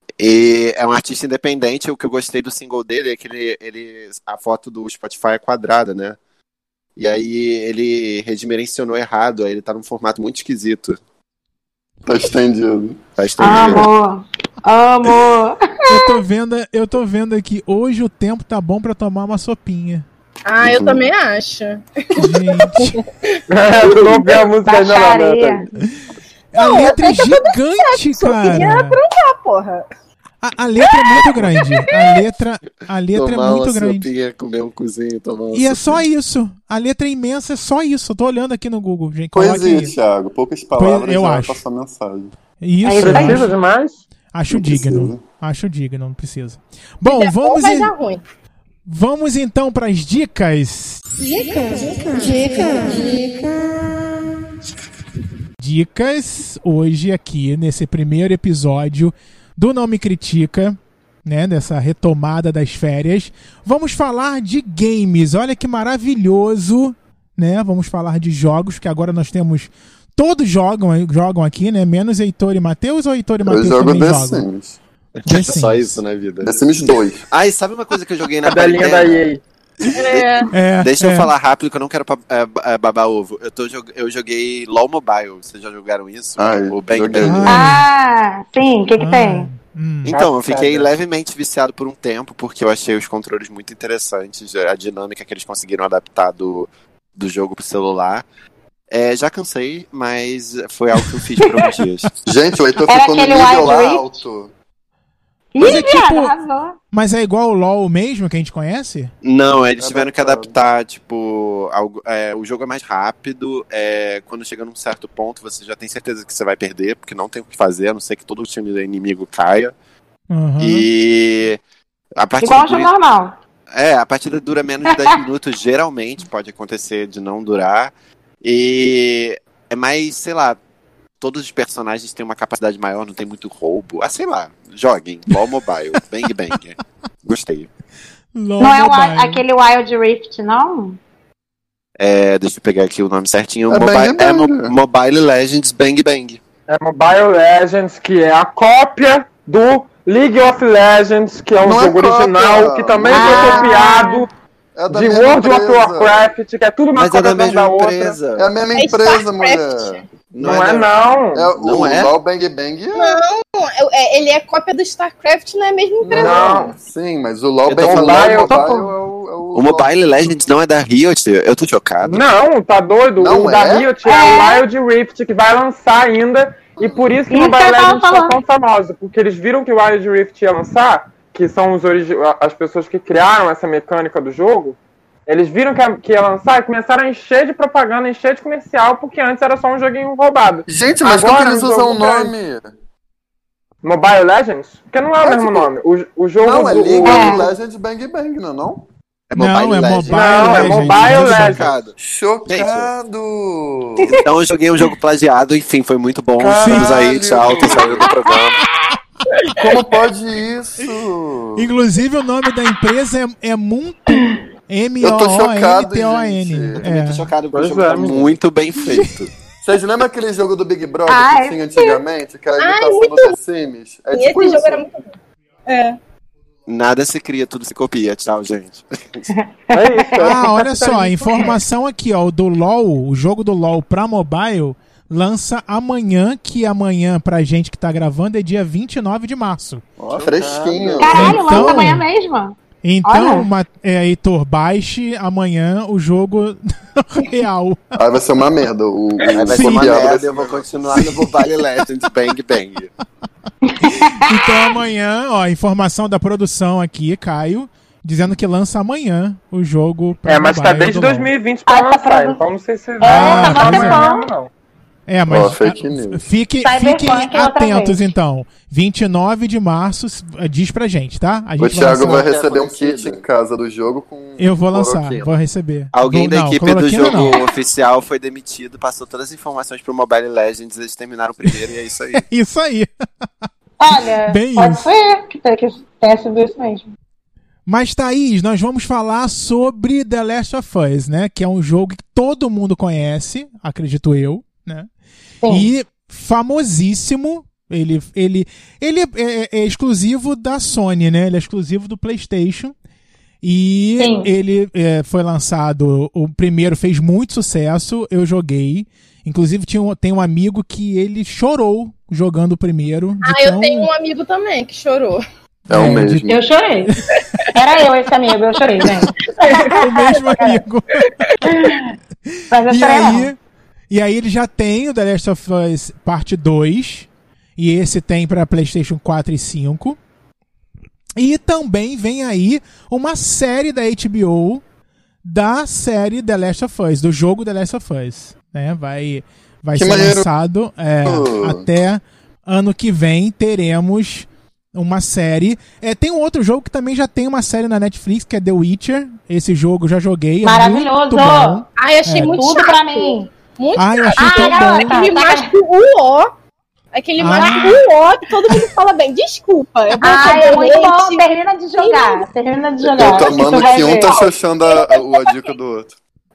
e é um artista independente. O que eu gostei do single dele é que ele, ele, a foto do Spotify é quadrada, né? E aí ele redimensionou errado. Aí ele tá num formato muito esquisito. Tá estendido. Tá estendido. Amor. Amor. Eu tô vendo, eu tô vendo aqui, hoje o tempo tá bom pra tomar uma sopinha. Ah, eu também acho. Gente, É, tu não vê a música ainda não, né, Baixaria. Thaís? a Não, letra é eu sei que tá gigante, Só queria cara. transar, porra. A, a letra é muito grande. A letra, a letra Tomar é muito uma grande. sopinha, comer um cozinho, tomar uma E é sopinha. só isso. A letra é imensa, é só isso. Eu tô olhando aqui no Google, gente. Coloque Poesia, aí. Thiago. Poucas palavras eu já acho. passou a mensagem. Isso, É isso eu aí. Precisa acho, demais? acho Não digno. precisa. Acho digno, não precisa. Bom, Ou vamos, vai em- dar ruim. vamos então para as dicas. Dicas hoje aqui nesse primeiro episódio do Não Me Critica, né, dessa retomada das férias. Vamos falar de games. Olha que maravilhoso, né? Vamos falar de jogos que agora nós temos. Todos jogam, jogam aqui, né? Menos Heitor e Matheus, ou Heitor e Eu Matheus jogo também The jogam? Sims. The Só Sims. isso na vida. The Sims dois. Ah, e sabe uma coisa que eu joguei na A delinha da quarentena? E A. É. É, Deixa é. eu falar rápido que eu não quero pa- é, ba- é, babar ovo. Eu, tô, jog- eu joguei LOL Mobile. Vocês já jogaram isso? Ai, o Bang joguei. Bang. Ah. Ah, sim, o que que Ah, tem? hum. Então, eu fiquei Cascada. levemente viciado por um tempo, porque eu achei os controles muito interessantes, a dinâmica que eles conseguiram adaptar do, do jogo pro celular. É, já cansei, mas foi algo que eu fiz por alguns dias. Gente, o Heitor Era ficou no aquele nível Wild lá Rift? alto. Mas Ih, é viado, tipo- arrasou. Mas é igual o LoL mesmo que a gente conhece? Não, eles tiveram que Adaptado. adaptar, tipo, algo, é, o jogo é mais rápido, é, quando chega num certo ponto você já tem certeza que você vai perder, porque não tem o que fazer, a não ser que todo o time do inimigo caia. Uhum. E a partida, Igual um jogo dura, normal. é, a partida dura menos de dez minutos, geralmente pode acontecer de não durar. E é mais, sei lá, todos os personagens têm uma capacidade maior, não tem muito roubo. Ah, sei lá, joguem, LOL Mobile, Bang Bang. Gostei. LoL Não é o, Mobile. aquele Wild Rift, não? É, deixa eu pegar aqui o nome certinho. É Mobile, Bang Bang. é Mo- Mobile Legends Bang Bang. É Mobile Legends, que é a cópia do League of Legends, que é um Não é jogo original, cópia. que também Ah. foi copiado É da de mesma World of empresa. Warcraft, que é tudo uma Mas é cópia da mesma da outra. empresa. É a mesma É empresa, StarCraft. mulher. Não, não é, não. é o, não o é? LOL Bang Bang é. Não, é, ele é cópia do StarCraft, não é a mesma empresa. Não, sim, mas o LOL Eu tô Bang falando- Bang eu tô- Mobile é o, é o, O Mobile Legends não é da Riot? Eu tô chocado. Não, tá doido. Não o é? da Riot é, É. o Wild Rift, que vai lançar ainda. E por isso que o Isso Mobile que eu tava Legends tá falando. tão famoso. Porque eles viram que o Wild Rift ia lançar, que são os origi- as pessoas que criaram essa mecânica do jogo. Eles viram que, a- que ia lançar e começaram a encher de propaganda, encher de comercial, porque antes era só um joguinho roubado. Gente, mas Agora, como que eles o usam jogo o nome? Mobile Legends? Porque não é o É, mesmo tipo- nome. O, o jogo Não, é do... League o- of Legends Bang Bang, não é não? É Não, Mobile é Legends. Mobile Não, é Legends. Mobile Muito Legends. Chocado. Chocado! Então eu joguei um jogo plagiado, enfim, foi muito bom. Caralho. Estamos aí, tchau, tô saindo do programa. Como pode isso? Inclusive, o nome da empresa é, é Muito. M Eu O tô O N chocado, T O A N. gente. Eu também tô É. chocado porque Pois o jogo é, tá menino. muito bem feito. Vocês lembram aquele jogo do Big Brother Ah, que tinha antigamente? Que era a Ai, imitação muito do The Sims? É E tipo esse isso. jogo era muito bom. É. Nada se cria, tudo se copia. Tchau, gente. É isso. Ah, olha só, a informação aqui, ó, do LoL, o jogo do LoL pra mobile, lança amanhã, que amanhã pra gente que tá gravando é dia vinte e nove de março. Ó, fresquinho. Caralho, Então- lança amanhã mesmo. Então, Olha. ma- é, Heitor, baixe amanhã o jogo real. Aí vai ser uma merda. O, o Aí vai Sim. ser uma copiado vai merda, ser eu vou uma- continuar no Mobile Legends Bang Bang. Então amanhã, ó, informação da produção aqui, Caio, dizendo que lança amanhã o jogo pra É, mas tá mobile desde do LoL. dois mil e vinte pra Ah, tá lançar, pra- então não sei se vai tá lançar bom. amanhã mesmo, não. É, mas Ó, fake ah, news. fique, Cyberpunk fiquem é outra atentos vez. então. vinte e nove de março, s- diz pra gente, tá? A O gente Thiago vai lançar- receber um conhecido. kit em casa do jogo com. Eu vou lançar, cloroquina. vou receber. Alguém Vou- da não, equipe do cloroquina jogo não. oficial foi demitido, passou todas as informações pro Mobile Legends, eles terminaram primeiro e é isso aí. Isso aí. Olha, Bem pode isso. ser que tenha, que tenha sido isso mesmo. Mas, Thaís, nós vamos falar sobre The Last of Us, né? Que é um jogo que todo mundo conhece, acredito eu, né? Sim. E famosíssimo. Ele, ele, ele é, é- é exclusivo da Sony, né? Ele é exclusivo do PlayStation. E Sim. ele é, foi lançado. O primeiro fez muito sucesso. Eu joguei. Inclusive, tinha um, tem um amigo que ele chorou jogando o primeiro. de Ah, eu tão- tenho um amigo também que chorou. É o É, mesmo. Eu chorei. Era eu esse amigo, eu chorei, gente. o mesmo amigo. Mas eu E chorei não. aí, e aí ele já tem o The Last of Us parte dois. E esse tem para PlayStation quatro e cinco. E também vem aí uma série da H B O da série The Last of Us, do jogo The Last of Us. Né? Vai, vai Que ser maneiro. lançado é, Oh. até ano que vem. Teremos uma série. É, tem um outro jogo que também já tem uma série na Netflix, que é The Witcher. Esse jogo eu já joguei. É Maravilhoso. muito bom. Ai, achei É. muito Tudo chato. pra mim. Muito Ah, eu achei chato. tão Ah, bom. aquele Tá, mágico U O. Aquele Ah. mágico U O que todo mundo fala bem. Desculpa. Eu vou Ai, é muito bom. hate. Termina de jogar. Termina de jogar. Eu tô Acho que amando tu vai que um ver. tá xoxando a, a, a dica do outro.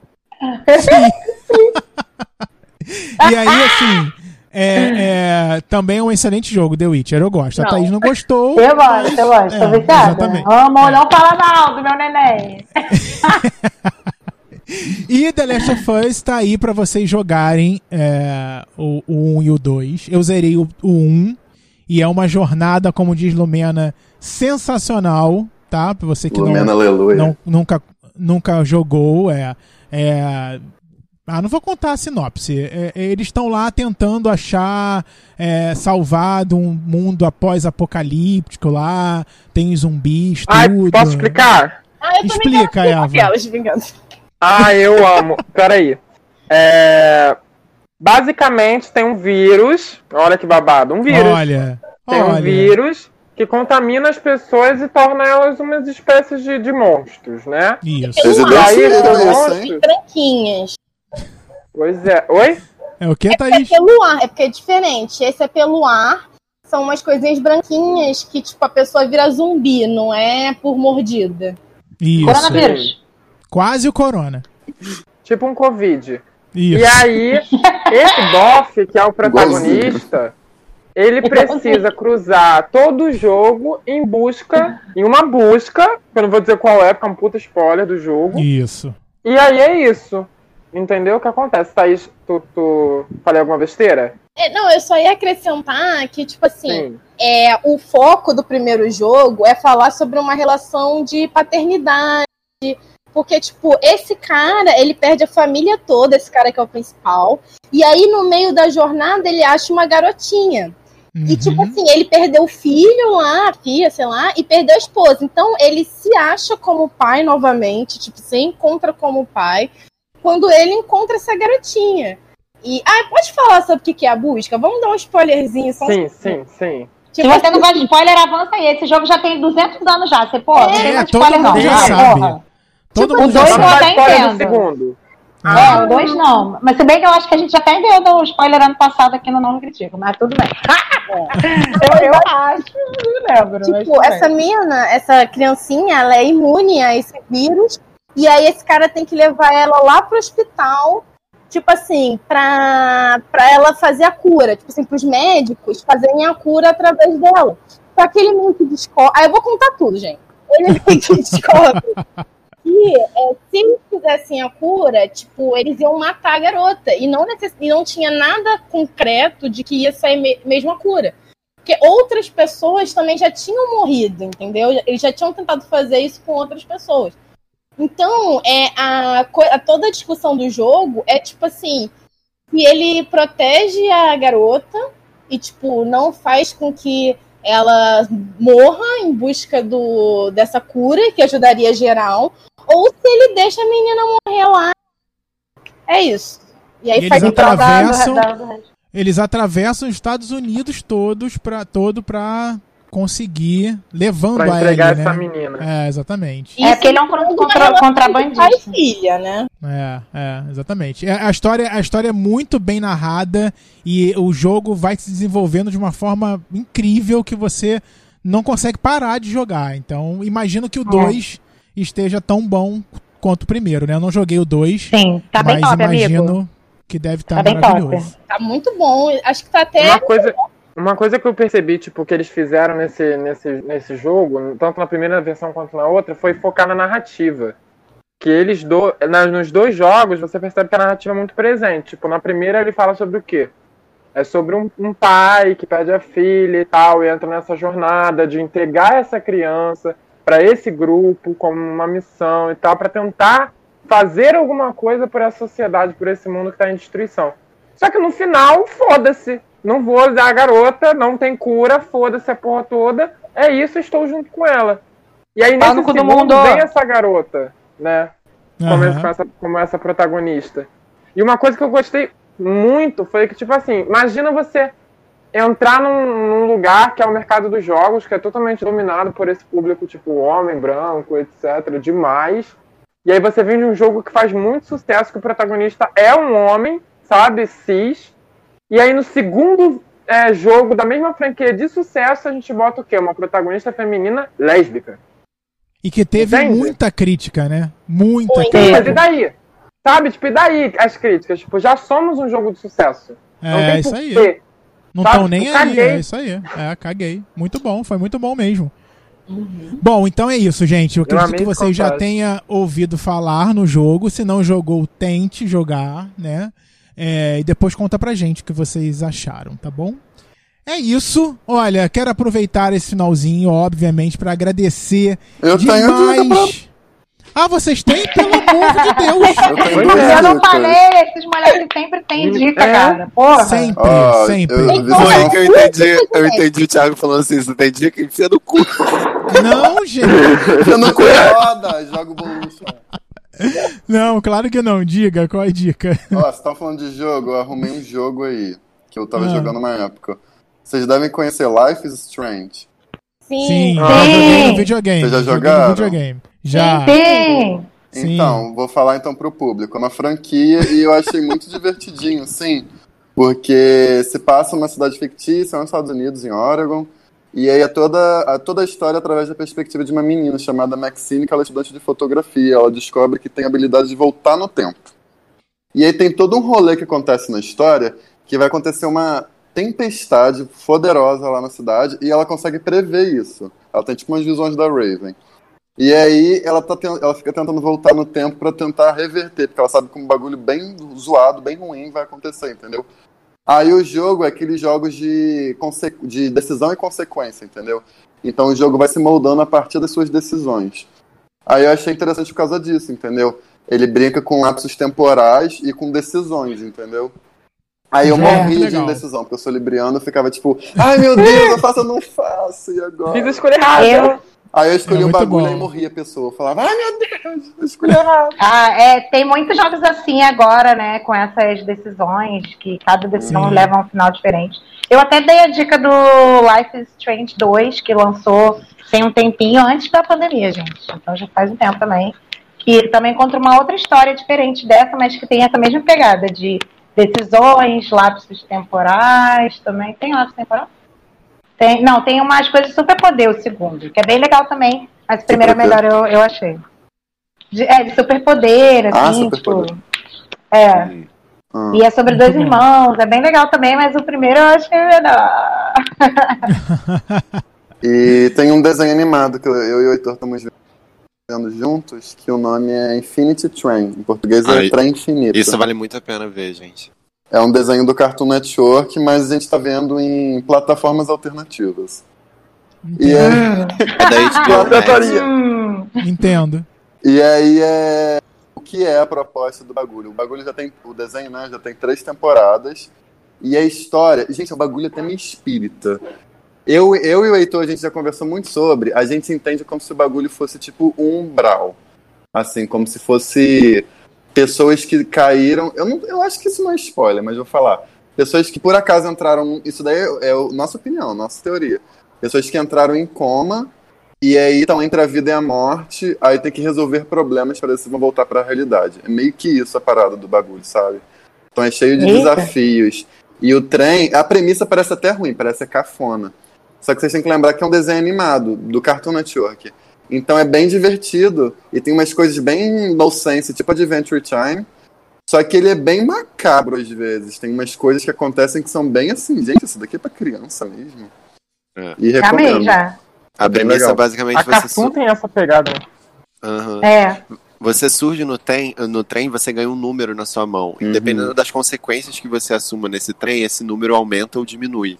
E aí, assim, é, é, também é um excelente jogo, The Witcher. Eu gosto. A Não. Thaís não gostou. Eu gosto, eu gosto. É, Tô viciada. exatamente. Amo, não fala mal do meu neném. E The Last of Us tá aí pra vocês jogarem é, o, o um e o dois. Eu zerei o, o um. E é uma jornada, como diz Lumena, sensacional, tá? Pra você que não, Lumena, aleluia. não, nunca, nunca jogou. É, é... Ah, não vou contar a sinopse. É, é, eles estão lá tentando achar, é, salvar de um mundo após-apocalíptico lá. Tem zumbis, Ai, tudo. posso explicar? Ah, eu também Explica, quero Eva. aquelas vinganças. Ah, eu amo. Peraí. É... Basicamente tem um vírus. Olha que babado. Um vírus. Olha, tem um olha. vírus que contamina as pessoas e torna elas umas espécies de, de monstros, né? Isso. Pelo Resident ar, Aí, Evil, pelo isso, monstro. hein? branquinhas. Pois é. Oi? É o que, É Thaís? pelo ar, é porque é diferente. Esse é pelo ar. São umas coisinhas branquinhas que, tipo, a pessoa vira zumbi, não é por mordida. Isso. Coronavírus. Quase o corona. Tipo um Covid. Isso. E aí, esse Boff, que é o protagonista, ele precisa cruzar todo o jogo em busca, em uma busca, que eu não vou dizer qual é, porque é um puta spoiler do jogo. Isso. E aí é isso. entendeu o que acontece? Thaís, tu, tu falei alguma besteira? É, não, eu só ia acrescentar que, tipo assim, é, o foco do primeiro jogo é falar sobre uma relação de paternidade, porque, tipo, esse cara, ele perde a família toda, esse cara que é o principal, e aí no meio da jornada ele acha uma garotinha. Uhum. E, tipo assim, ele perdeu o filho lá, a filha, sei lá, e perdeu a esposa. Então, ele se acha como pai novamente, tipo, se encontra como pai, quando ele encontra essa garotinha. E, ah, pode falar sobre o que é a busca? Vamos dar um spoilerzinho. Só sim, um... sim, sim. Tipo, se você não gosta de spoiler, avança aí. Esse jogo já tem duzentos anos já. Você, pô, é, não tem mais todo spoiler mundo não. já Ah, sabe. porra. Todo Tipo, mundo o já dois sabe. eu até spoiler entendo. do segundo. É, o dois não. Mas se bem que eu acho que a gente até deu um spoiler ano passado aqui no Não Me Critico, mas tudo bem. eu, eu acho, não lembro. Tipo, essa mina, essa criancinha, ela é imune a esse vírus, e aí esse cara tem que levar ela lá pro hospital, tipo assim, pra, pra ela fazer a cura. Tipo assim, pros médicos fazerem a cura através dela. Só que ele meio que descobre... Aí eu vou contar tudo, gente. Ele meio que descobre que é, se eles fizessem a cura, tipo, eles iam matar a garota. E não, necess... e não tinha nada concreto de que ia sair me... mesmo a cura. Porque outras pessoas também já tinham morrido, entendeu? Eles já tinham tentado fazer isso com outras pessoas. Então, é, a, a, toda a discussão do jogo é, tipo assim, que ele protege a garota e, tipo, não faz com que ela morra em busca do, dessa cura, que ajudaria geral, ou se ele deixa a menina morrer lá. É isso. E aí e faz eles atravessam, da, da, da... eles atravessam os Estados Unidos todos pra, todo pra conseguir, levando pra a entregar Ellie, essa né? menina. É, exatamente. É porque ele é um contra, contrabandista. Pai e filha, né? É, é, exatamente. A história, a história é muito bem narrada e o jogo vai se desenvolvendo de uma forma incrível que você não consegue parar de jogar. Então, imagino que o dois é. esteja tão bom quanto o primeiro, né? Eu não joguei o dois, Sim, tá bem mas top, imagino amigo. que deve estar tá maravilhoso. Top. Tá muito bom. Acho que tá até... Uma coisa... Uma coisa que eu percebi, tipo, que eles fizeram nesse, nesse, nesse jogo, tanto na primeira versão quanto na outra, foi focar na narrativa. Que eles, do, nas, nos dois jogos, você percebe que a narrativa é muito presente. Tipo, na primeira ele fala sobre o quê? É sobre um, um pai que perde a filha e tal, e entra nessa jornada de entregar essa criança para esse grupo como uma missão e tal, para tentar fazer alguma coisa por essa sociedade, por esse mundo que tá em destruição. Só que no final, foda-se. Não vou usar a garota, não tem cura, foda-se a porra toda. É isso, estou junto com ela. E aí, nesse segundo, mundo vem essa garota, né? Uhum. Como, essa, como essa protagonista. E uma coisa que eu gostei muito foi que, tipo assim, imagina você entrar num, num lugar que é o mercado dos jogos, que é totalmente dominado por esse público, tipo, homem, branco, etcétera, demais. E aí você vem de um jogo que faz muito sucesso, que o protagonista é um homem, sabe, cis. E aí no segundo é, jogo da mesma franquia de sucesso, a gente bota o quê? Uma protagonista feminina lésbica. E que teve Entende? muita crítica, né? Muita Sim, crítica. Mas e daí? Sabe? Tipo, e daí as críticas? Tipo, já somos um jogo de sucesso. É, não tem isso aí. Ter. Não estão nem tipo, aí, caguei. É isso aí. É, caguei. Muito bom, foi muito bom mesmo. Uhum. Bom, então é isso, gente. Eu acredito que você já tenha ouvido falar no jogo. Se não jogou, tente jogar, né? É, e depois conta pra gente o que vocês acharam, tá bom? É isso. Olha, quero aproveitar esse finalzinho, obviamente, pra agradecer eu demais. Tenho pra... Ah, vocês têm? Pelo amor de Deus! Eu, eu não falei, esses moleques sempre têm dica, é. cara. Porra. Sempre, oh, sempre. Eu, eu, Foi que eu entendi, eu entendi o Thiago falando assim, você tem dica, enfia no cu. Não, gente. Eu não roda, joga o volume só. Não, claro que não. Diga, qual é a dica? Ó, vocês estão falando de jogo, eu arrumei um jogo aí, que eu tava ah. jogando uma época. Vocês devem conhecer Life is Strange. Sim, Sim. Ah. Eu joguei no videogame. Vocês já joguei jogaram? no videogame. Já. Sim. Então, Sim. vou falar então pro público. É uma franquia e eu achei muito divertidinho, sim. Porque se passa uma cidade fictícia nos Estados Unidos, em Oregon. E aí é toda, a, toda a história através da perspectiva de uma menina chamada Maxine, que ela é estudante de fotografia. Ela descobre que tem a habilidade de voltar no tempo. E aí tem todo um rolê que acontece na história, que vai acontecer uma tempestade poderosa lá na cidade, e ela consegue prever isso. Ela tem tipo umas visões da Raven. E aí ela, tá tent... ela fica tentando voltar no tempo pra tentar reverter, porque ela sabe que um bagulho bem zoado, bem ruim vai acontecer, entendeu? Aí o jogo é aqueles jogos de, conse... de decisão e consequência, entendeu? Então o jogo vai se moldando a partir das suas decisões. Aí eu achei interessante por causa disso, entendeu? Ele brinca com lapsos temporais e com decisões, entendeu? Aí eu É, morria de legal. indecisão, porque eu sou libriano, eu ficava tipo, ai meu Deus, eu faço, eu não faço, e agora? Fiz a escolha errada. Eu, Aí eu escolhi É o muito bagulho bom. e morria a pessoa. Eu falava, ai meu Deus, eu escolhi errado. ah, é, tem muitos jogos assim agora, né? Com essas decisões, que cada decisão Sim. leva a um final diferente. Eu até dei a dica do Life is Strange dois, que lançou tem um tempinho antes da pandemia, gente. Então já faz um tempo também. Que também conta uma outra história diferente dessa, mas que tem essa mesma pegada de decisões, lapsos temporais, também. Tem lapsos temporais? Tem, não, tem umas coisas de superpoder, o segundo, que é bem legal também, mas o primeiro é melhor, eu, eu achei. De, é, de superpoder, Ah, assim, superpoder. tipo. É. Ah. E é sobre dois irmãos, é bem legal também, mas o primeiro eu achei melhor. E tem um desenho animado que eu, eu e o Heitor estamos vendo juntos, que o nome é Infinity Train. Em português é Ai, Trem Infinito. Isso vale muito a pena ver, gente. É um desenho do Cartoon Network, mas a gente tá vendo em plataformas alternativas. E, é, É da H B O Max. Aleatoria. Hum, Entendo. e aí é... O que é a proposta do bagulho? O bagulho já tem... O desenho, né, já tem três temporadas. E a história... Gente, o bagulho até me espírita. Eu, eu e o Heitor, a gente já conversou muito sobre. A gente entende como se o bagulho fosse tipo um umbral. Assim, como se fosse pessoas que caíram... Eu, não, eu acho que isso não é spoiler, mas vou falar. Pessoas que por acaso entraram... Isso daí é a nossa opinião, nossa teoria. Pessoas que entraram em coma e aí estão entre a vida e a morte, aí tem que resolver problemas para ver se vão voltar para a realidade. É meio que isso a parada do bagulho, sabe? Então é cheio de Eita. desafios. E o trem... A premissa parece até ruim, parece cafona. Só que vocês têm que lembrar que é um desenho animado, do Cartoon Network. Então é bem divertido. E tem umas coisas bem low sense, tipo Adventure Time. Só que ele é bem macabro às vezes. Tem umas coisas que acontecem que são bem assim. Gente, isso daqui é pra criança mesmo. É. E já amei, recomendo. já. A Bem premissa legal. basicamente A você, Cartoon su- tem essa pegada. Aham. É. Você surge no trem, no trem, você ganha um número na sua mão. E Uhum. dependendo das consequências que você assuma nesse trem, esse número aumenta ou diminui.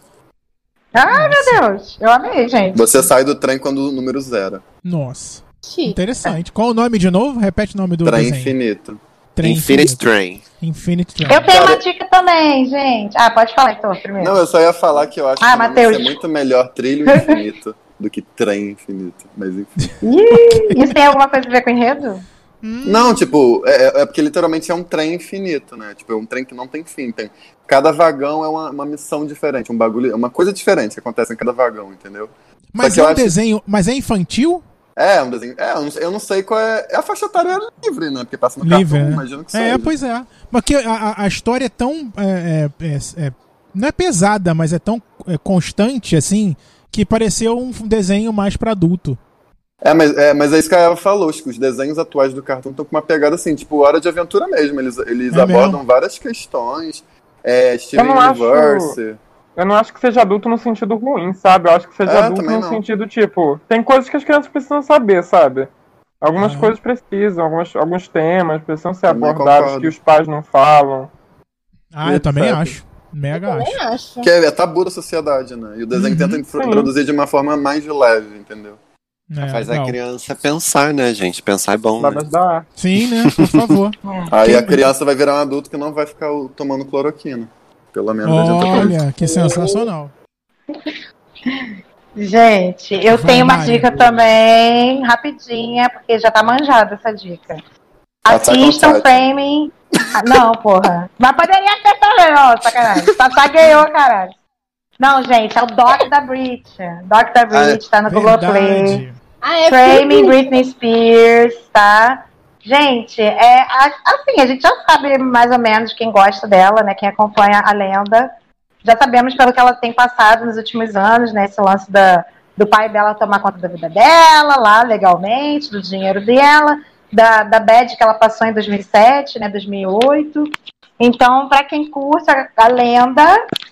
Ai, meu Deus. Eu amei, gente. Você sai do trem quando o número zero. Nossa. Chique. Interessante. Qual o nome de novo? Repete o nome do Trem desenho. infinito. Trem Infinite Infinito. Train. Infinite Train. Eu tenho Cara- uma dica também, gente. Ah, pode falar, então, primeiro. Não, eu só ia falar que eu acho Ah, que vai Matheus. ser muito melhor Trilho Infinito do que Trem Infinito. Mas enfim. Ih, isso tem alguma coisa a ver com enredo? Não, tipo, é, é porque literalmente é um trem infinito, né? Tipo, é um trem que não tem fim. Tem... Cada vagão é uma, uma missão diferente, um bagulho, é uma coisa diferente que acontece em cada vagão, entendeu? Mas que é eu um acho- desenho. Mas é infantil? É, um desenho. É, eu não, eu não sei qual é. É a faixa etária livre, né? Porque passa no Livre, cartão, né? imagino que É, seja. pois é. Porque a, a- a história é tão. é, é, é, é- não é pesada, mas é tão é, constante, assim, que pareceu um desenho mais pra adulto. É, mas é, mas é isso que a Eva falou, acho que os desenhos atuais do cartão estão com uma pegada assim, tipo, Hora de Aventura mesmo. Eles, eles É abordam mesmo? várias questões. É, Steven Eu não acho- Universe. Eu não acho que seja adulto no sentido ruim, sabe? Eu acho que seja É, adulto também no não. sentido, tipo, tem coisas que as crianças precisam saber, sabe? Algumas Ah. coisas precisam, algumas, alguns temas precisam ser Também abordados concordo. que os pais não falam. Ah, eu também etcétera. acho. Mega acho. Nem acho. Que é, é tabu da sociedade, né? E o desenho Uhum, tenta intro- sim. introduzir de uma forma mais leve, entendeu? É, Faz legal. a criança pensar, né, gente? Pensar é bom, né? Dadas da arte. Sim, né? Por favor. Aí Quem- a criança vai virar um adulto que não vai ficar o- tomando cloroquina. Pelo menos adianta pra isso. Olha, que sensacional. Gente, eu Vai, tenho uma Mari. dica também, rapidinha, porque já tá manjada essa dica. Attack on Assistam Titan. Framing. Ah, não, porra. Mas poderia ter também, ó, sacanagem. Tatá ganhou, caralho. Não, gente, é o Doc da Breach. Doc da Breach, tá no Globoplay. Verdade. Ah, é Framing filme. Britney Spears, tá? Gente, é a- assim, a gente já sabe mais ou menos quem gosta dela, né? Quem acompanha a lenda. Já sabemos pelo que ela tem passado nos últimos anos, né? Esse lance da, do pai dela tomar conta da vida dela, lá legalmente, do dinheiro dela, da, da bad que ela passou em dois mil e sete, né? dois mil e oito. Então, pra quem curte a, a lenda,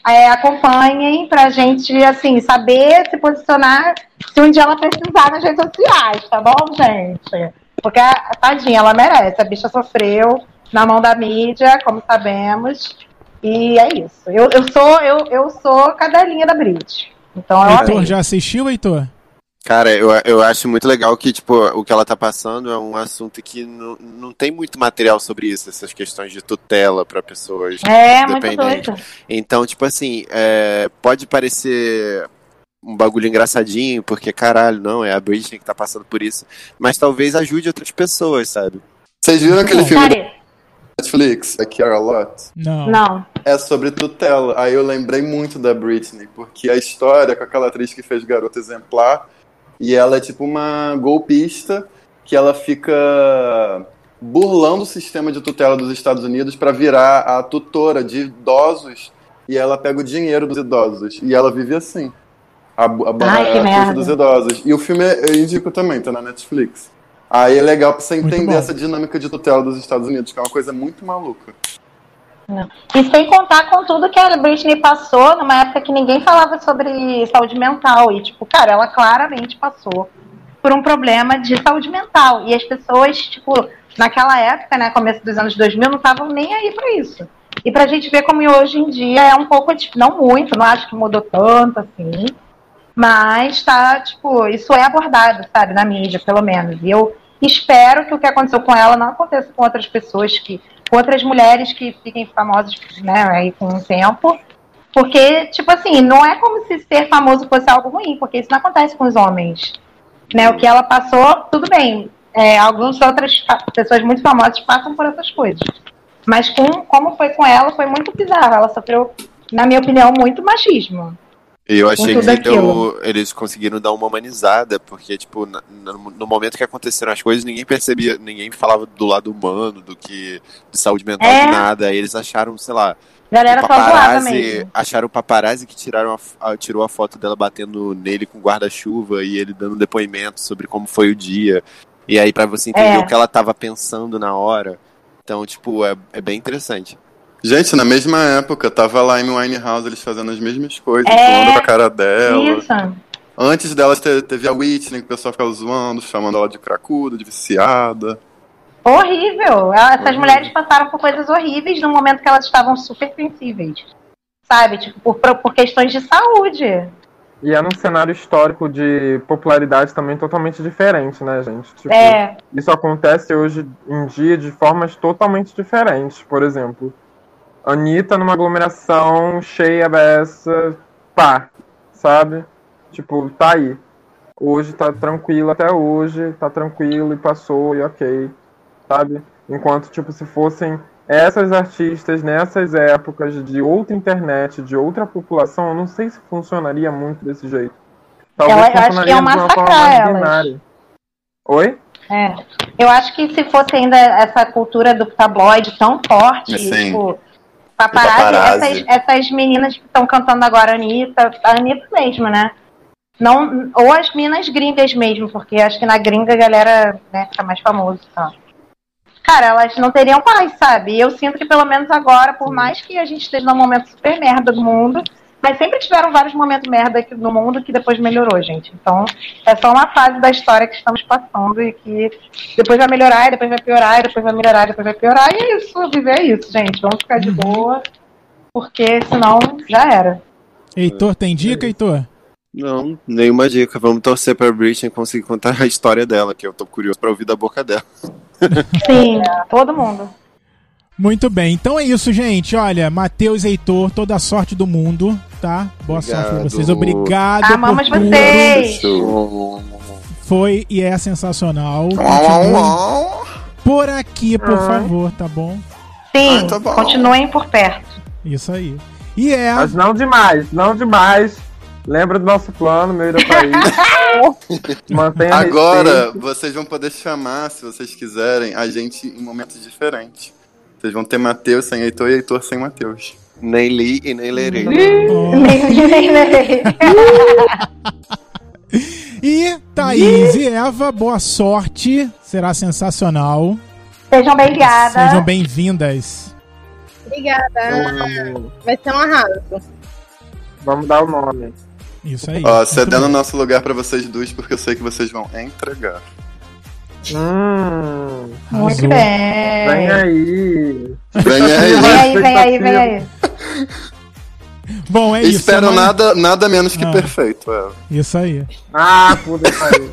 é, acompanhem pra gente, assim, saber se posicionar se um dia ela precisar nas redes sociais, tá bom, gente? Porque, a tadinha, ela merece. A bicha sofreu na mão da mídia, como sabemos. E é isso. Eu, eu, sou, eu, eu sou cadelinha da Brit. Então, eu Heitor, amei. já assistiu, Heitor? Cara, eu, eu acho muito legal que, tipo, o que ela tá passando é um assunto que não, não tem muito material sobre isso, essas questões de tutela pra pessoas É, muito dependentes. doido. Então, tipo assim, é, pode parecer um bagulho engraçadinho, porque, caralho, não, é a Britney que tá passando por isso, mas talvez ajude outras pessoas, sabe? Vocês viram aquele filme Cara, da Netflix, I Care A Lot? Não. não. É sobre tutela. Aí eu lembrei muito da Britney, porque a história com aquela atriz que fez Garota Exemplar, e ela é tipo uma golpista que ela fica burlando o sistema de tutela dos Estados Unidos para virar a tutora de idosos, e ela pega o dinheiro dos idosos. E ela vive assim. A, a, Ai, que a merda. dos idosos. E o filme eu indico também, tá na Netflix. Aí é legal pra você Muito entender bom. essa dinâmica de tutela dos Estados Unidos, que é uma coisa muito maluca. Não. E sem contar com tudo que a Britney passou numa época que ninguém falava sobre saúde mental. E, tipo, cara, ela claramente passou por um problema de saúde mental. E as pessoas, tipo, naquela época, né, começo dos anos dois mil, não estavam nem aí pra isso. E pra gente ver como hoje em dia é um pouco, tipo, não muito, não acho que mudou tanto, assim. Mas tá, tipo, isso é abordado, sabe, na mídia, pelo menos. E eu espero que o que aconteceu com ela não aconteça com outras pessoas, que, com outras mulheres que fiquem famosas, né, aí com o tempo. Porque, tipo assim, não é como se ser famoso fosse algo ruim, porque isso não acontece com os homens. Né, o que ela passou, tudo bem. É, algumas outras pessoas muito famosas passam por essas coisas. Mas com, como foi com ela, foi muito bizarro. Ela sofreu, na minha opinião, muito machismo. E eu achei Com tudo que deu, aquilo. eles conseguiram dar uma humanizada, porque, tipo, na- no, no momento que aconteceram as coisas, ninguém percebia, ninguém falava do lado humano, do que, de saúde mental, É. de nada. Aí eles acharam, sei lá, Galera o só zoava paparazzi, mesmo. acharam o paparazzi que tiraram a, f- a- tirou a foto dela batendo nele com guarda-chuva e ele dando depoimento sobre como foi o dia. E aí, pra você entender É. o que ela tava pensando na hora. Então, tipo, é, é bem interessante. Gente, na mesma época, tava lá em Winehouse, eles fazendo as mesmas coisas, É. zoando com a cara dela. Isso. Antes delas te- teve a Whitney, que o pessoal ficava zoando, chamando ela de cracuda, de viciada. Horrível. Essas mulheres passaram por coisas horríveis no momento que elas estavam super sensíveis. Sabe? Tipo, por, por questões de saúde. E é num cenário histórico de popularidade também totalmente diferente, né, gente? Tipo, É. isso acontece hoje em dia de formas totalmente diferentes. Por exemplo, Anitta numa aglomeração cheia dessa, pá, sabe? Tipo, tá aí. Hoje tá tranquilo até hoje, tá tranquilo e passou e ok, sabe? Enquanto, tipo, se fossem essas artistas nessas épocas de outra internet, de outra população, eu não sei se funcionaria muito desse jeito. Talvez Eu acho que funcionaria iam de uma forma massacrar mais elas. binária. Oi? É. Eu acho que se fosse ainda essa cultura do tabloide tão forte, Sim. tipo, paparazzi, Paparazzi. essas, essas meninas que estão cantando agora, a Anitta, a Anitta mesmo, né? Não, ou as meninas gringas mesmo, porque acho que na gringa a galera, né, fica mais famoso e tal. Cara, elas não teriam paz, sabe? E eu sinto que pelo menos agora, por mais que a gente esteja num momento super merda do mundo, mas sempre tiveram vários momentos merda aqui no mundo que depois melhorou, gente. Então, é só uma fase da história que estamos passando e que depois vai melhorar, e depois vai piorar, e depois vai melhorar, e depois vai piorar. E é isso, viver é isso, gente. Vamos ficar de boa, porque senão já era. Heitor, tem dica, Heitor? Não, nenhuma dica. Vamos torcer pra Britney conseguir contar a história dela, que eu tô curioso pra ouvir da boca dela. Sim, todo mundo. Muito bem, então é isso, gente. Olha, Matheus e Heitor, toda a sorte do mundo, tá? Boa Obrigado. sorte pra vocês. Obrigado Amamos por tudo. vocês! Foi e é sensacional. Uau, uau, Continue uau. por aqui, por Ai. favor, tá bom? Sim, Ai, tá bom. continuem por perto. Isso aí. E é... Mas não demais, não demais. Lembra do nosso plano, meu e da Thaís. Mantenha Agora, respeito. vocês vão poder chamar, se vocês quiserem, a gente em momentos diferentes. Vocês vão ter Matheus sem Heitor e Heitor sem Matheus. Nem li e nem lerei. Oh. E Thaís e Eva, boa sorte. Será sensacional. Sejam bem-vindas. Sejam bem-vindas. Obrigada. Vai ser um arraso. Vamos dar o nome. Isso aí. Ó, cedendo o nosso lugar pra vocês dois, porque eu sei que vocês vão entregar. Hum, Muito Arrasou. bem. vem aí. Vem aí. Vem aí, vem aí, vem aí. Bom, é isso. Espero semana- nada, nada menos que Ah. perfeito. É. Isso aí. Ah, puta que pariu.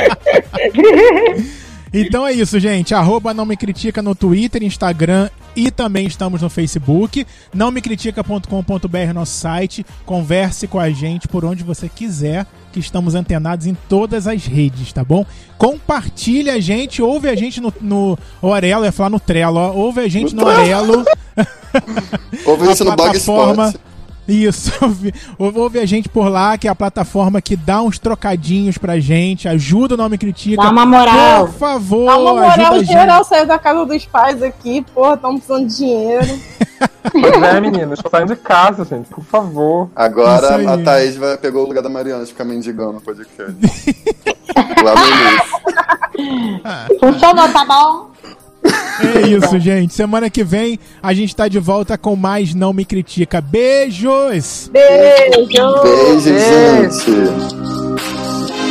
Então é isso, gente. Arroba Não Me Critica no Twitter, Instagram e também estamos no Facebook. não me critica ponto com ponto b r, nosso site. Converse com a gente por onde você quiser, que estamos antenados em todas as redes, tá bom? Compartilha a gente, ouve a gente no, no Orelo, eu ia falar no Trello, ó. Ouve a gente no, No Orelo. Ouve A isso no plataforma- Blogspot. Isso, ouve, ouve a gente por lá, que é a plataforma que dá uns trocadinhos pra gente, ajuda o Não Me Critica. Dá uma moral. Por favor, Dá uma ajuda a moral gente. geral, saiu da casa dos pais aqui, porra, estamos precisando de dinheiro. Pois é, meninas, tô saindo de casa, gente, por favor. Agora Isso aí. a Thaís vai, pegou o lugar da Mariana de ficar mendigando no podcast. Lá no início. Funcionou, tá bom? É isso, gente. Semana que vem a gente tá de volta com mais Não Me Critica. Beijos! Beijo! Beijo, Beijo. gente.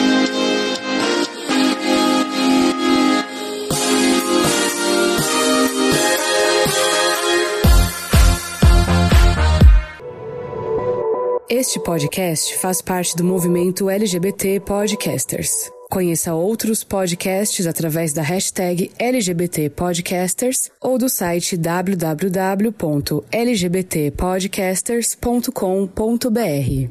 Este podcast faz parte do movimento L G B T Podcasters. Conheça outros podcasts através da hashtag L G B T Podcasters ou do site w w w ponto l g b t podcasters ponto com ponto b r.